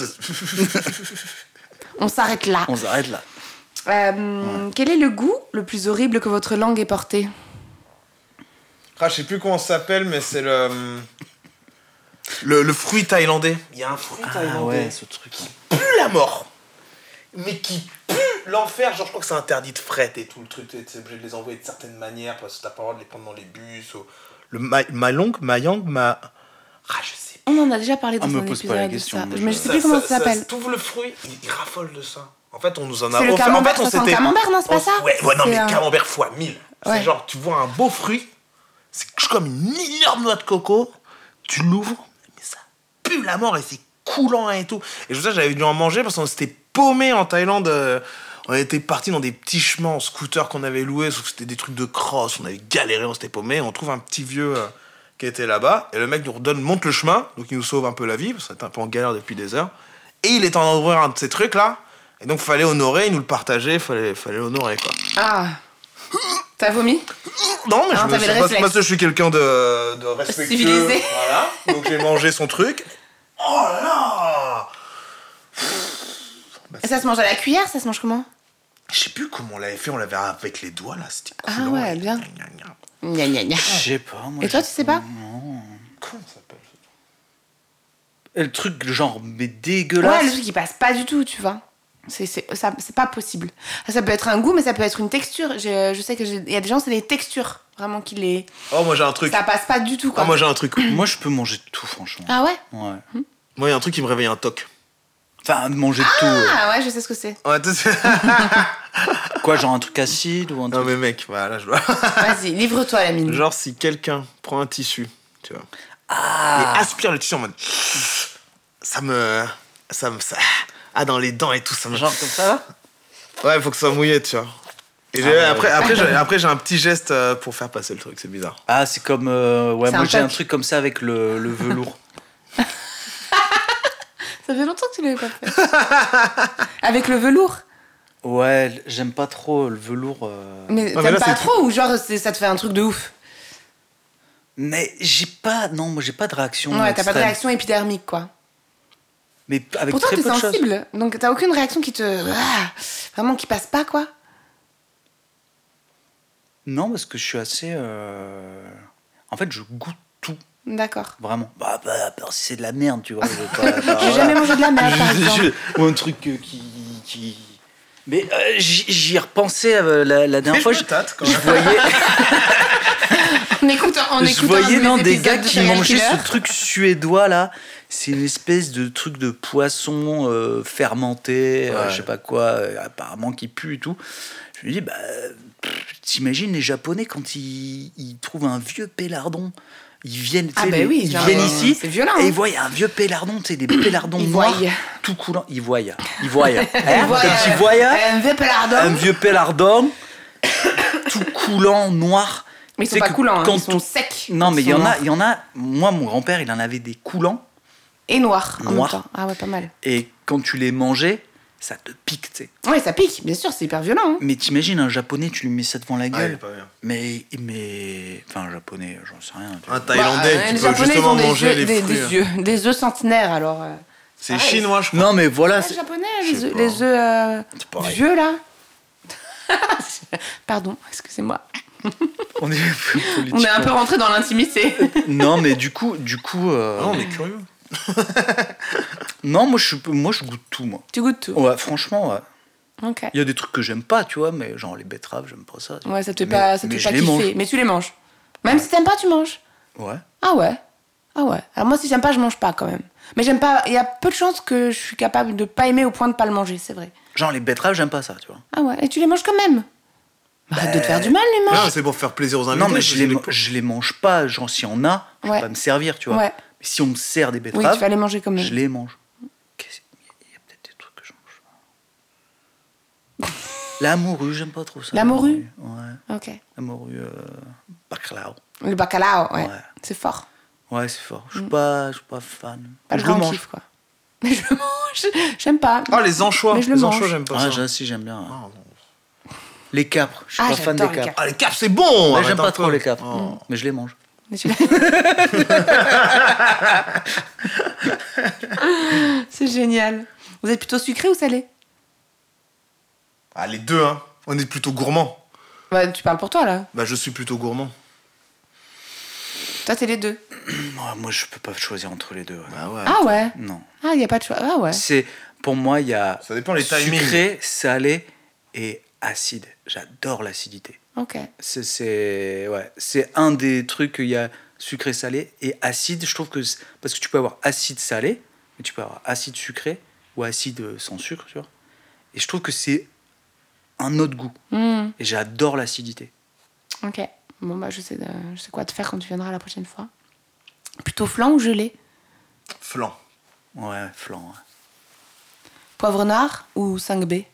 Speaker 4: On s'arrête là.
Speaker 3: On s'arrête là.
Speaker 4: Euh, Quel est le goût le plus horrible que votre langue ait porté?
Speaker 2: Ah, je sais plus comment ça s'appelle, mais c'est le. Le, le fruit thaïlandais. Il y a un fruit
Speaker 3: Ah
Speaker 2: thaïlandais
Speaker 3: ouais, ce truc.
Speaker 2: qui pue la mort. Mais qui pue l'enfer. Genre, je crois que c'est interdit de fret et tout le truc. Tu es obligé de les envoyer de certaines manières parce que t'as pas le droit de les prendre dans les bus. Ou... Le ma malong, mayang, ma. Ah, je sais
Speaker 4: On en a déjà parlé dans
Speaker 3: Ah, me
Speaker 4: un
Speaker 3: pose pas la
Speaker 4: épisode de
Speaker 3: question,
Speaker 4: ça.
Speaker 3: moi,
Speaker 4: Mais
Speaker 3: je-
Speaker 4: je sais plus comment ça s'appelle.
Speaker 2: T'ouvres le fruit, il, il raffole de ça. En fait, on nous en a
Speaker 4: C'est le
Speaker 2: offert.
Speaker 4: camembert,
Speaker 2: en fait, on
Speaker 4: ça sent le
Speaker 2: s'était.
Speaker 4: camembert, non, c'est pas
Speaker 2: on-
Speaker 4: ça
Speaker 2: Ouais, ouais, non,
Speaker 4: C'est
Speaker 2: mais
Speaker 4: un-
Speaker 2: camembert fois mille.
Speaker 4: Ouais.
Speaker 2: C'est genre, tu vois un beau fruit, c'est comme une énorme noix de coco, tu l'ouvres, mais ça pue la mort et c'est coulant et tout. Et je sais, j'avais dû en manger parce qu'on s'était paumé en Thaïlande. euh, On était partis dans des petits chemins en scooter qu'on avait loués, sauf que c'était des trucs de cross, on avait galéré, on s'était paumé. On trouve un petit vieux euh, qui était là-bas, et le mec nous redonne, monte le chemin, donc il nous sauve un peu la vie, parce qu'on était un peu en galère depuis des heures. Et il est en train d'ouvrir un de ces trucs-là, et donc fallait honorer, il nous le partageait, fallait, fallait l'honorer, quoi.
Speaker 4: Ah. T'as vomi?
Speaker 2: Non, mais
Speaker 4: Ah,
Speaker 2: je me
Speaker 4: t'avais
Speaker 2: suis
Speaker 4: le
Speaker 2: parce,
Speaker 4: réflexe.
Speaker 2: parce que je suis quelqu'un de, de respectueux.
Speaker 4: Civilisé.
Speaker 2: Voilà, donc j'ai mangé son truc. Oh là là!
Speaker 4: Et ça se mange à la cuillère, ça se mange comment?
Speaker 2: Je sais plus comment on l'avait fait, on l'avait avec les doigts, là, c'était
Speaker 4: Ah
Speaker 2: coulant.
Speaker 4: ouais, bien.
Speaker 2: Gna, gna, gna.
Speaker 4: Gna gna gna.
Speaker 3: Je sais pas. Moi,
Speaker 4: Et toi,
Speaker 3: j'ai-
Speaker 4: tu sais pas?
Speaker 3: Non.
Speaker 2: Comment ça s'appelle?
Speaker 3: Et le truc, genre, mais
Speaker 4: Ouais,
Speaker 3: dégueulasse.
Speaker 4: le truc qui passe pas du tout, tu vois. C'est c'est ça- c'est pas possible. Ça peut être un goût, mais ça peut être une texture. Je, je sais que j'ai- il y a des gens, c'est des textures vraiment qui les.
Speaker 2: Oh, moi j'ai un truc.
Speaker 4: Ça passe pas du tout, quoi.
Speaker 2: Ah, moi j'ai un truc.
Speaker 3: Moi, je peux manger de tout, franchement.
Speaker 4: Ah ouais?
Speaker 3: Ouais.
Speaker 2: Moi, il y a un truc qui me réveille un toc.
Speaker 3: Enfin, manger de tout. euh.
Speaker 4: Ah ouais, je sais ce que c'est.
Speaker 2: Ouais, tu sais-
Speaker 3: Quoi, genre un truc acide ou un
Speaker 2: non,
Speaker 3: truc.
Speaker 2: mais mec, voilà, je vois.
Speaker 4: Vas-y, livre-toi, la mine.
Speaker 2: Genre, si quelqu'un prend un tissu, tu vois,
Speaker 3: Ah.
Speaker 2: et aspire le tissu en mode. Ça me. Ça me. Ça... Ah, dans les dents et tout, ça me.
Speaker 3: Genre comme ça, là.
Speaker 2: Ouais, faut que ça soit mouillé, tu vois. Et j'ai-
Speaker 3: Ah, ouais,
Speaker 2: après,
Speaker 3: ouais.
Speaker 2: après, j'ai, après, j'ai un petit geste euh, pour faire passer le truc, c'est bizarre.
Speaker 3: Ah, c'est comme. euh, ouais,
Speaker 4: C'est
Speaker 3: moi
Speaker 4: un
Speaker 3: j'ai un
Speaker 4: toc.
Speaker 3: truc comme ça avec le, le velours.
Speaker 4: Ça fait longtemps que tu l'avais pas fait. Avec le velours.
Speaker 3: Ouais, j'aime pas trop le velours. euh.
Speaker 4: Mais
Speaker 2: mais
Speaker 4: t'aimes
Speaker 2: là,
Speaker 4: pas
Speaker 2: c'est
Speaker 4: trop ou genre c'est- ça te fait un truc de ouf?
Speaker 3: Mais j'ai pas. Non, moi j'ai pas de réaction.
Speaker 4: Ouais, t'as pas de
Speaker 3: extrême.
Speaker 4: réaction épidermique, quoi.
Speaker 3: Mais avec
Speaker 4: Pourtant,
Speaker 3: très
Speaker 4: t'es
Speaker 3: peu de choses.
Speaker 4: sensible. Donc t'as aucune réaction qui te. Ah, vraiment qui passe pas, quoi.
Speaker 3: Non, parce que je suis assez. euh, En fait, je goûte tout,
Speaker 4: D'accord.
Speaker 3: vraiment. Bah, bah, bah, si c'est de la merde, tu vois. je vais pas- bah,
Speaker 4: J'ai
Speaker 3: voilà.
Speaker 4: jamais mangé de la merde, par
Speaker 3: Je-
Speaker 4: exemple.
Speaker 3: je- Ou un truc euh, qui. qui... Mais euh, j'y j'y ai repensé euh, la, la dernière fois.
Speaker 2: je
Speaker 3: Je,
Speaker 2: me tâte, quand
Speaker 3: je
Speaker 2: même.
Speaker 3: voyais,
Speaker 4: En écoutant, en
Speaker 3: je
Speaker 4: écoutant
Speaker 3: voyais
Speaker 4: un
Speaker 3: non, des
Speaker 4: épisode
Speaker 3: gars
Speaker 4: de
Speaker 3: qui
Speaker 4: Serial
Speaker 3: mangeaient
Speaker 4: Killer.
Speaker 3: ce truc suédois là. C'est une espèce de truc de poisson euh, fermenté, euh,
Speaker 2: Ouais.
Speaker 3: je sais pas quoi, euh, apparemment qui pue et tout. Je me dis, bah, pff, t'imagines les Japonais quand ils, ils trouvent un vieux pélardon, Ils viennent, tu
Speaker 4: Ah
Speaker 3: sais,
Speaker 4: bah
Speaker 3: les-
Speaker 4: oui,
Speaker 3: ils
Speaker 4: genre,
Speaker 3: viennent
Speaker 4: euh,
Speaker 3: ici
Speaker 4: c'est violent,
Speaker 3: et
Speaker 4: hein.
Speaker 3: ils voient un vieux pélardon, tu sais, des pélardons
Speaker 4: Ils
Speaker 3: noirs,
Speaker 4: voient.
Speaker 3: tout coulant. Ils voient, ils voient. Hein,
Speaker 4: voient,
Speaker 3: quand ils
Speaker 4: euh,
Speaker 3: voient
Speaker 4: Un vieux pélardon.
Speaker 3: un vieux pélardon, tout coulant, noir.
Speaker 4: Mais ils
Speaker 3: Tu
Speaker 4: sont
Speaker 3: sais
Speaker 4: pas
Speaker 3: que
Speaker 4: coulants, hein,
Speaker 3: quand
Speaker 4: ils sont
Speaker 3: tout-
Speaker 4: secs.
Speaker 3: Non, mais
Speaker 4: Ils
Speaker 3: il y
Speaker 4: sont
Speaker 3: en a,
Speaker 4: noirs.
Speaker 3: il y en a. Moi, mon grand-père, il en avait des coulants.
Speaker 4: Et noirs en même
Speaker 3: Noirs.
Speaker 4: temps. Ah ouais, pas mal.
Speaker 3: Et quand tu les mangeais, ça te pique, tu sais.
Speaker 4: Ouais, ça pique, bien sûr, c'est hyper violent. Hein.
Speaker 3: Mais t'imagines un japonais, tu lui mets ça devant la
Speaker 2: Ah, il est
Speaker 3: gueule.
Speaker 2: pas bien.
Speaker 3: mais, mais. Enfin, un japonais, j'en sais rien. tu vois.
Speaker 2: Un Thaïlandais
Speaker 4: Bah,
Speaker 2: qui
Speaker 4: les
Speaker 2: peut
Speaker 4: Japonais, ils
Speaker 2: justement
Speaker 4: ont des
Speaker 2: manger
Speaker 4: yeux,
Speaker 2: les
Speaker 4: des,
Speaker 2: fruits.
Speaker 4: des yeux, des œufs centenaires, alors. euh.
Speaker 2: C'est
Speaker 4: Pareil.
Speaker 2: chinois, je crois.
Speaker 3: Non, mais voilà.
Speaker 4: Ah,
Speaker 3: c'est-
Speaker 4: les Japonais,
Speaker 2: je
Speaker 4: les
Speaker 2: sais
Speaker 4: œufs,
Speaker 2: pas.
Speaker 4: les œufs euh,
Speaker 3: C'est pareil.
Speaker 4: vieux, là. Pardon, excusez-moi.
Speaker 3: On est,
Speaker 4: On est un peu rentré dans l'intimité.
Speaker 3: Non, mais du coup, du coup. euh,
Speaker 2: Non, on est curieux.
Speaker 3: Non, moi je, suis- moi je goûte tout, moi.
Speaker 4: Tu goûtes tout.
Speaker 3: Ouais, franchement, ouais.
Speaker 4: Ok.
Speaker 3: Il y a des trucs que j'aime pas, tu vois, mais genre les betteraves, j'aime pas ça. tu vois.
Speaker 4: Ouais, ça te fait
Speaker 3: Mais-
Speaker 4: pas, ça te
Speaker 3: mais
Speaker 4: fait pas
Speaker 3: je les
Speaker 4: kiffer.
Speaker 3: mange.
Speaker 4: Mais tu les manges. Même si t'aimes pas, tu manges.
Speaker 3: Ouais.
Speaker 4: Ah ouais. Ah ouais. Alors moi, si j'aime pas, je mange pas quand même. Mais j'aime pas. Il y a peu de chances que je suis capable de pas aimer au point de pas le manger, c'est vrai.
Speaker 3: Genre les betteraves, j'aime pas ça, tu vois.
Speaker 4: Ah ouais. Et tu les manges quand même. Arrête de te faire du mal, les
Speaker 2: Non,
Speaker 4: manges.
Speaker 2: c'est pour faire plaisir aux invités.
Speaker 3: Non, mais
Speaker 2: parce
Speaker 3: je
Speaker 2: que
Speaker 3: les,
Speaker 2: les-
Speaker 3: ma- je les mange pas. Genre, s'il y en a, je
Speaker 4: Ouais.
Speaker 3: vais pas me servir, tu vois.
Speaker 4: Ouais.
Speaker 3: Mais si on me sert des
Speaker 4: Oui,
Speaker 3: betteraves,
Speaker 4: tu vas les manger quand même.
Speaker 3: je les mange. Qu'est-ce- Il y a peut-être des trucs que je mange pas. La morue, j'aime pas trop ça.
Speaker 4: La morue
Speaker 3: Ouais.
Speaker 4: Ok.
Speaker 3: La morue, euh, bacalao.
Speaker 4: Le bacalao, ouais.
Speaker 3: Ouais.
Speaker 4: C'est fort.
Speaker 3: Ouais, c'est fort. Je suis pas, je suis pas fan.
Speaker 4: Mm. Pas
Speaker 3: je
Speaker 4: le
Speaker 3: le
Speaker 4: grand
Speaker 3: mange.
Speaker 4: kiff, quoi. Mais je le mange. J'aime pas.
Speaker 2: Ah, les anchois.
Speaker 4: Mais je le
Speaker 2: Les
Speaker 4: mange.
Speaker 2: anchois, j'aime pas
Speaker 3: Ah,
Speaker 2: ça.
Speaker 3: j'ai- si, j'aime bien. ouais.
Speaker 2: Ah, non.
Speaker 3: Les capres, je suis
Speaker 4: Ah,
Speaker 3: pas fan
Speaker 4: j'adore
Speaker 3: des
Speaker 4: les
Speaker 3: capres.
Speaker 2: Ah, les capres, c'est bon.
Speaker 3: Ouais,
Speaker 2: arrête
Speaker 3: j'aime
Speaker 2: un
Speaker 3: pas trop
Speaker 2: peu.
Speaker 3: les capres,
Speaker 2: Oh.
Speaker 3: mais je les mange.
Speaker 4: Mais tu- C'est génial. Vous êtes plutôt sucré ou salé?
Speaker 2: Ah, les deux, hein. On est plutôt gourmand.
Speaker 4: Bah, tu parles pour toi, là.
Speaker 2: Bah, je suis plutôt gourmand.
Speaker 4: Toi, t'es les deux.
Speaker 3: Ouais, moi, je peux pas choisir entre les deux. ouais.
Speaker 2: Bah ouais.
Speaker 4: Ah ouais.
Speaker 3: Non.
Speaker 4: Ah, il y a pas de choix. Ah ouais.
Speaker 3: C'est, pour moi, il y a
Speaker 2: Ça dépend les timings.
Speaker 3: sucré, salé et acide. J'adore l'acidité.
Speaker 4: Ok.
Speaker 3: C'est, c'est, ouais, c'est un des trucs, il y a sucré, salé et acide. Je trouve que, c'est- parce que tu peux avoir acide salé, mais tu peux avoir acide sucré ou acide sans sucre, tu vois. Et je trouve que c'est un autre goût.
Speaker 4: Hmm.
Speaker 3: Et j'adore l'acidité.
Speaker 4: Ok. Bon, bah, je sais, de- je sais quoi te faire quand tu viendras la prochaine fois. Plutôt flan ou gelé?
Speaker 2: Flan.
Speaker 3: Ouais, flan. ouais.
Speaker 4: Poivre noir ou cinq B?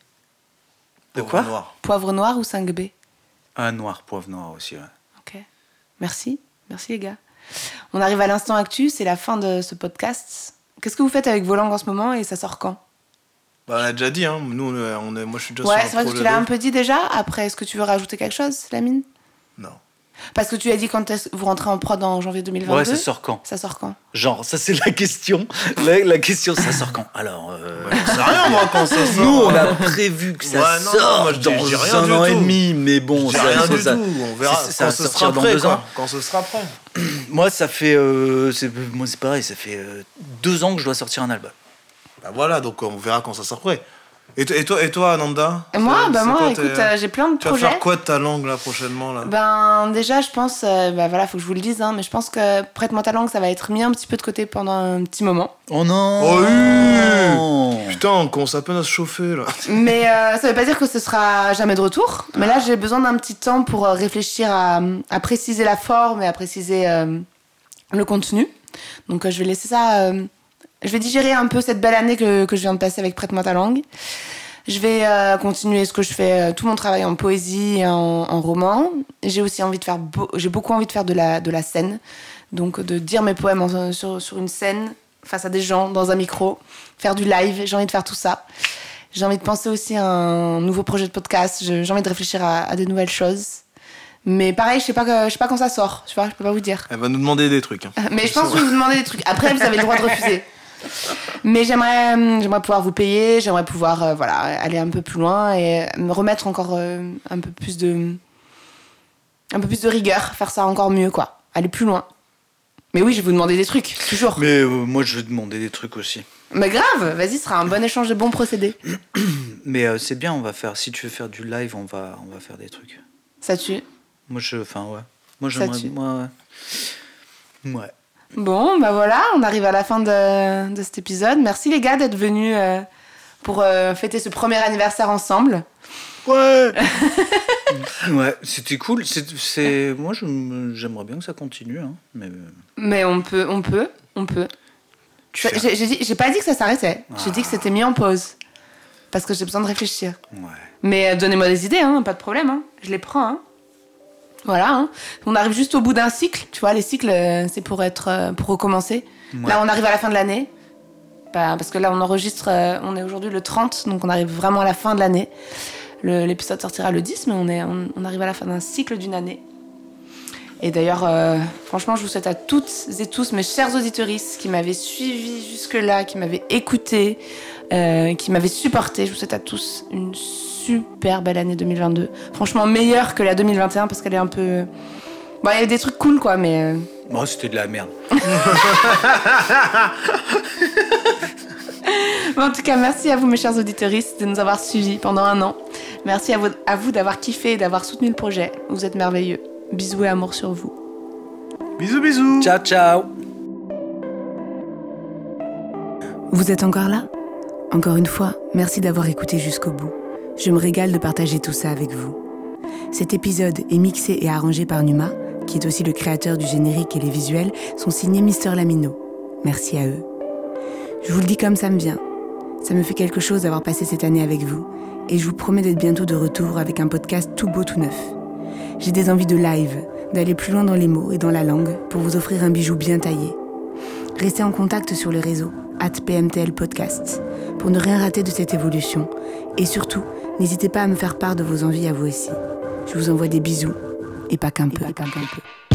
Speaker 3: De
Speaker 2: Poivre
Speaker 3: quoi
Speaker 2: noir.
Speaker 4: Poivre noir ou cinq B?
Speaker 3: Ah, noir, poivre noir aussi, ouais.
Speaker 4: Ok. Merci. Merci, les gars. On arrive à l'instant actu. C'est la fin de ce podcast. Qu'est-ce que vous faites avec vos langues en ce moment et ça sort quand?
Speaker 2: Bah, on a déjà dit, hein. Nous, on est, on est- moi, je suis déjà
Speaker 4: Ouais,
Speaker 2: sur un
Speaker 4: c'est vrai que
Speaker 2: projet
Speaker 4: tu l'as
Speaker 2: de-
Speaker 4: un peu dit déjà. Après, est-ce que tu veux rajouter quelque chose, Lamine?
Speaker 2: Non.
Speaker 4: Parce que tu as dit quand est-ce que vous rentrez en prod en janvier deux mille vingt-deux.
Speaker 3: Ouais, ça sort quand
Speaker 4: Ça sort quand?
Speaker 3: Genre, ça c'est la question. La, la question, ça sort quand Alors, euh,
Speaker 2: C'est rien, moi, quand ça sort.
Speaker 3: nous, on a prévu que ça
Speaker 2: Ouais, non, non,
Speaker 3: sorte
Speaker 2: moi, je dis-
Speaker 3: dans
Speaker 2: je dis rien
Speaker 3: un
Speaker 2: du
Speaker 3: an et
Speaker 2: tout.
Speaker 3: demi, mais bon,
Speaker 2: Je dis
Speaker 3: ça,
Speaker 2: rien
Speaker 3: ça-
Speaker 2: du
Speaker 3: ça-
Speaker 2: tout. On verra
Speaker 3: c'est- ça
Speaker 2: quand
Speaker 3: va
Speaker 2: ce
Speaker 3: sortir
Speaker 2: sera
Speaker 3: dans
Speaker 2: prêt,
Speaker 3: deux
Speaker 2: quoi.
Speaker 3: ans.
Speaker 2: Quand ce sera prêt.
Speaker 3: Moi, ça fait, euh, c'est, moi, c'est pareil, ça fait euh, deux ans que je dois sortir un album.
Speaker 2: Bah voilà, donc on verra quand ça sera prêt. Et, to- et toi, et toi, Ananda?
Speaker 4: Et moi,
Speaker 2: C'est-
Speaker 4: bah
Speaker 2: c'est
Speaker 4: moi,
Speaker 2: quoi
Speaker 4: écoute,
Speaker 2: tes-
Speaker 4: euh, j'ai plein de
Speaker 2: Tu vas
Speaker 4: projets.
Speaker 2: faire quoi de ta langue, là, prochainement, là?
Speaker 4: Ben déjà, je pense, euh, bah voilà, faut que je vous le dise, hein, mais je pense que Prête-moi ta langue, ça va être mis un petit peu de côté pendant un petit moment.
Speaker 3: Oh non
Speaker 2: Oh oui Putain, on commence à peine à se chauffer, là.
Speaker 4: Mais euh, ça veut pas dire que ce sera jamais de retour. Mais là, j'ai besoin d'un petit temps pour euh, réfléchir à, à préciser la forme et à préciser euh, le contenu. Donc euh, je vais laisser ça. euh, je vais digérer un peu cette belle année que, que je viens de passer avec Prête-moi ta langue. Je vais euh, continuer ce que je fais, euh, tout mon travail en poésie et en, en roman. J'ai aussi envie de faire, beau- j'ai beaucoup envie de faire de la, de la scène. Donc de dire mes poèmes en- sur, sur une scène, face à des gens, dans un micro, faire du live, j'ai envie de faire tout ça. J'ai envie de penser aussi à un nouveau projet de podcast, j'ai j'ai envie de réfléchir à, à des nouvelles choses. Mais pareil, je sais pas, que- je sais pas quand ça sort, tu vois, je peux pas vous dire.
Speaker 2: Elle va nous demander des trucs. Hein.
Speaker 4: Mais je pense que je vais vous demander des trucs. Après, vous avez le droit de refuser. Mais j'aimerais, euh, j'aimerais pouvoir vous payer, j'aimerais pouvoir euh, voilà, aller un peu plus loin et me remettre encore euh, un peu plus de, un peu plus de rigueur, faire ça encore mieux, quoi. Aller plus loin. Mais oui, je vais vous demander des trucs, toujours.
Speaker 3: Mais euh, moi, je vais demander des trucs aussi.
Speaker 4: Mais grave, vas-y, ce sera un bon échange de bons procédés.
Speaker 3: Mais euh, c'est bien, on va faire. Si tu veux faire du live, on va, on va faire des trucs.
Speaker 4: Ça tue.
Speaker 3: Moi, je, enfin, ouais. Moi,
Speaker 4: Ça
Speaker 3: j'aimerais,
Speaker 4: tue.
Speaker 3: moi, ouais. Ouais.
Speaker 4: Bon, bah voilà, on arrive à la fin de, de cet épisode. Merci les gars d'être venus euh, pour euh, fêter ce premier anniversaire ensemble.
Speaker 2: Ouais.
Speaker 3: Ouais, c'était cool. C'est, c'est... Moi, je, j'aimerais bien que ça continue. Hein, mais...
Speaker 4: Mais on peut, on peut, on peut. Ça, j'ai, j'ai, dit, j'ai pas dit que ça s'arrêtait. Ah. J'ai dit que c'était mis en pause. Parce que j'ai besoin de réfléchir.
Speaker 3: Ouais.
Speaker 4: Mais euh, donnez-moi des idées, hein, pas de problème. Hein. Je les prends. Hein. Voilà. Hein. On arrive juste au bout d'un cycle. Tu vois, les cycles, euh, c'est pour, être, euh, pour recommencer. Ouais. Là, on arrive à la fin de l'année. Bah, parce que là, on enregistre, euh, on est aujourd'hui le trente, donc on arrive vraiment à la fin de l'année. Le, l'épisode sortira le dix, mais on, est, on, on arrive à la fin d'un cycle d'une année. Et d'ailleurs, euh, franchement, je vous souhaite à toutes et tous, mes chers auditeuristes, qui m'avaient suivi jusque-là, qui m'avaient écouté, euh, qui m'avaient supporté, je vous souhaite à tous une super belle année deux mille vingt-deux. Franchement, meilleure que la deux mille vingt et un, parce qu'elle est un peu... Bon, il y avait des trucs cool, quoi, mais... Euh...
Speaker 3: Bon, c'était de la merde.
Speaker 4: Bon, en tout cas, merci à vous, mes chers auditeuristes, de nous avoir suivis pendant un an. Merci à vous, à vous d'avoir kiffé et d'avoir soutenu le projet. Vous êtes merveilleux. Bisous et amour sur vous.
Speaker 2: Bisous, bisous.
Speaker 3: Ciao, ciao.
Speaker 1: Vous êtes encore là ? Encore une fois, merci d'avoir écouté jusqu'au bout. Je me régale de partager tout ça avec vous. Cet épisode est mixé et arrangé par Numa, qui est aussi le créateur du générique et les visuels, sont signés Mister Lamino. Merci à eux. Je vous le dis comme ça me vient. Ça me fait quelque chose d'avoir passé cette année avec vous, et je vous promets d'être bientôt de retour avec un podcast tout beau, tout neuf. J'ai des envies de live, d'aller plus loin dans les mots et dans la langue pour vous offrir un bijou bien taillé. Restez en contact sur le réseau arobase P M T L podcast pour ne rien rater de cette évolution. Et surtout, n'hésitez pas à me faire part de vos envies à vous aussi. Je vous envoie des bisous, et pas qu'un peu. Et pas qu'un peu.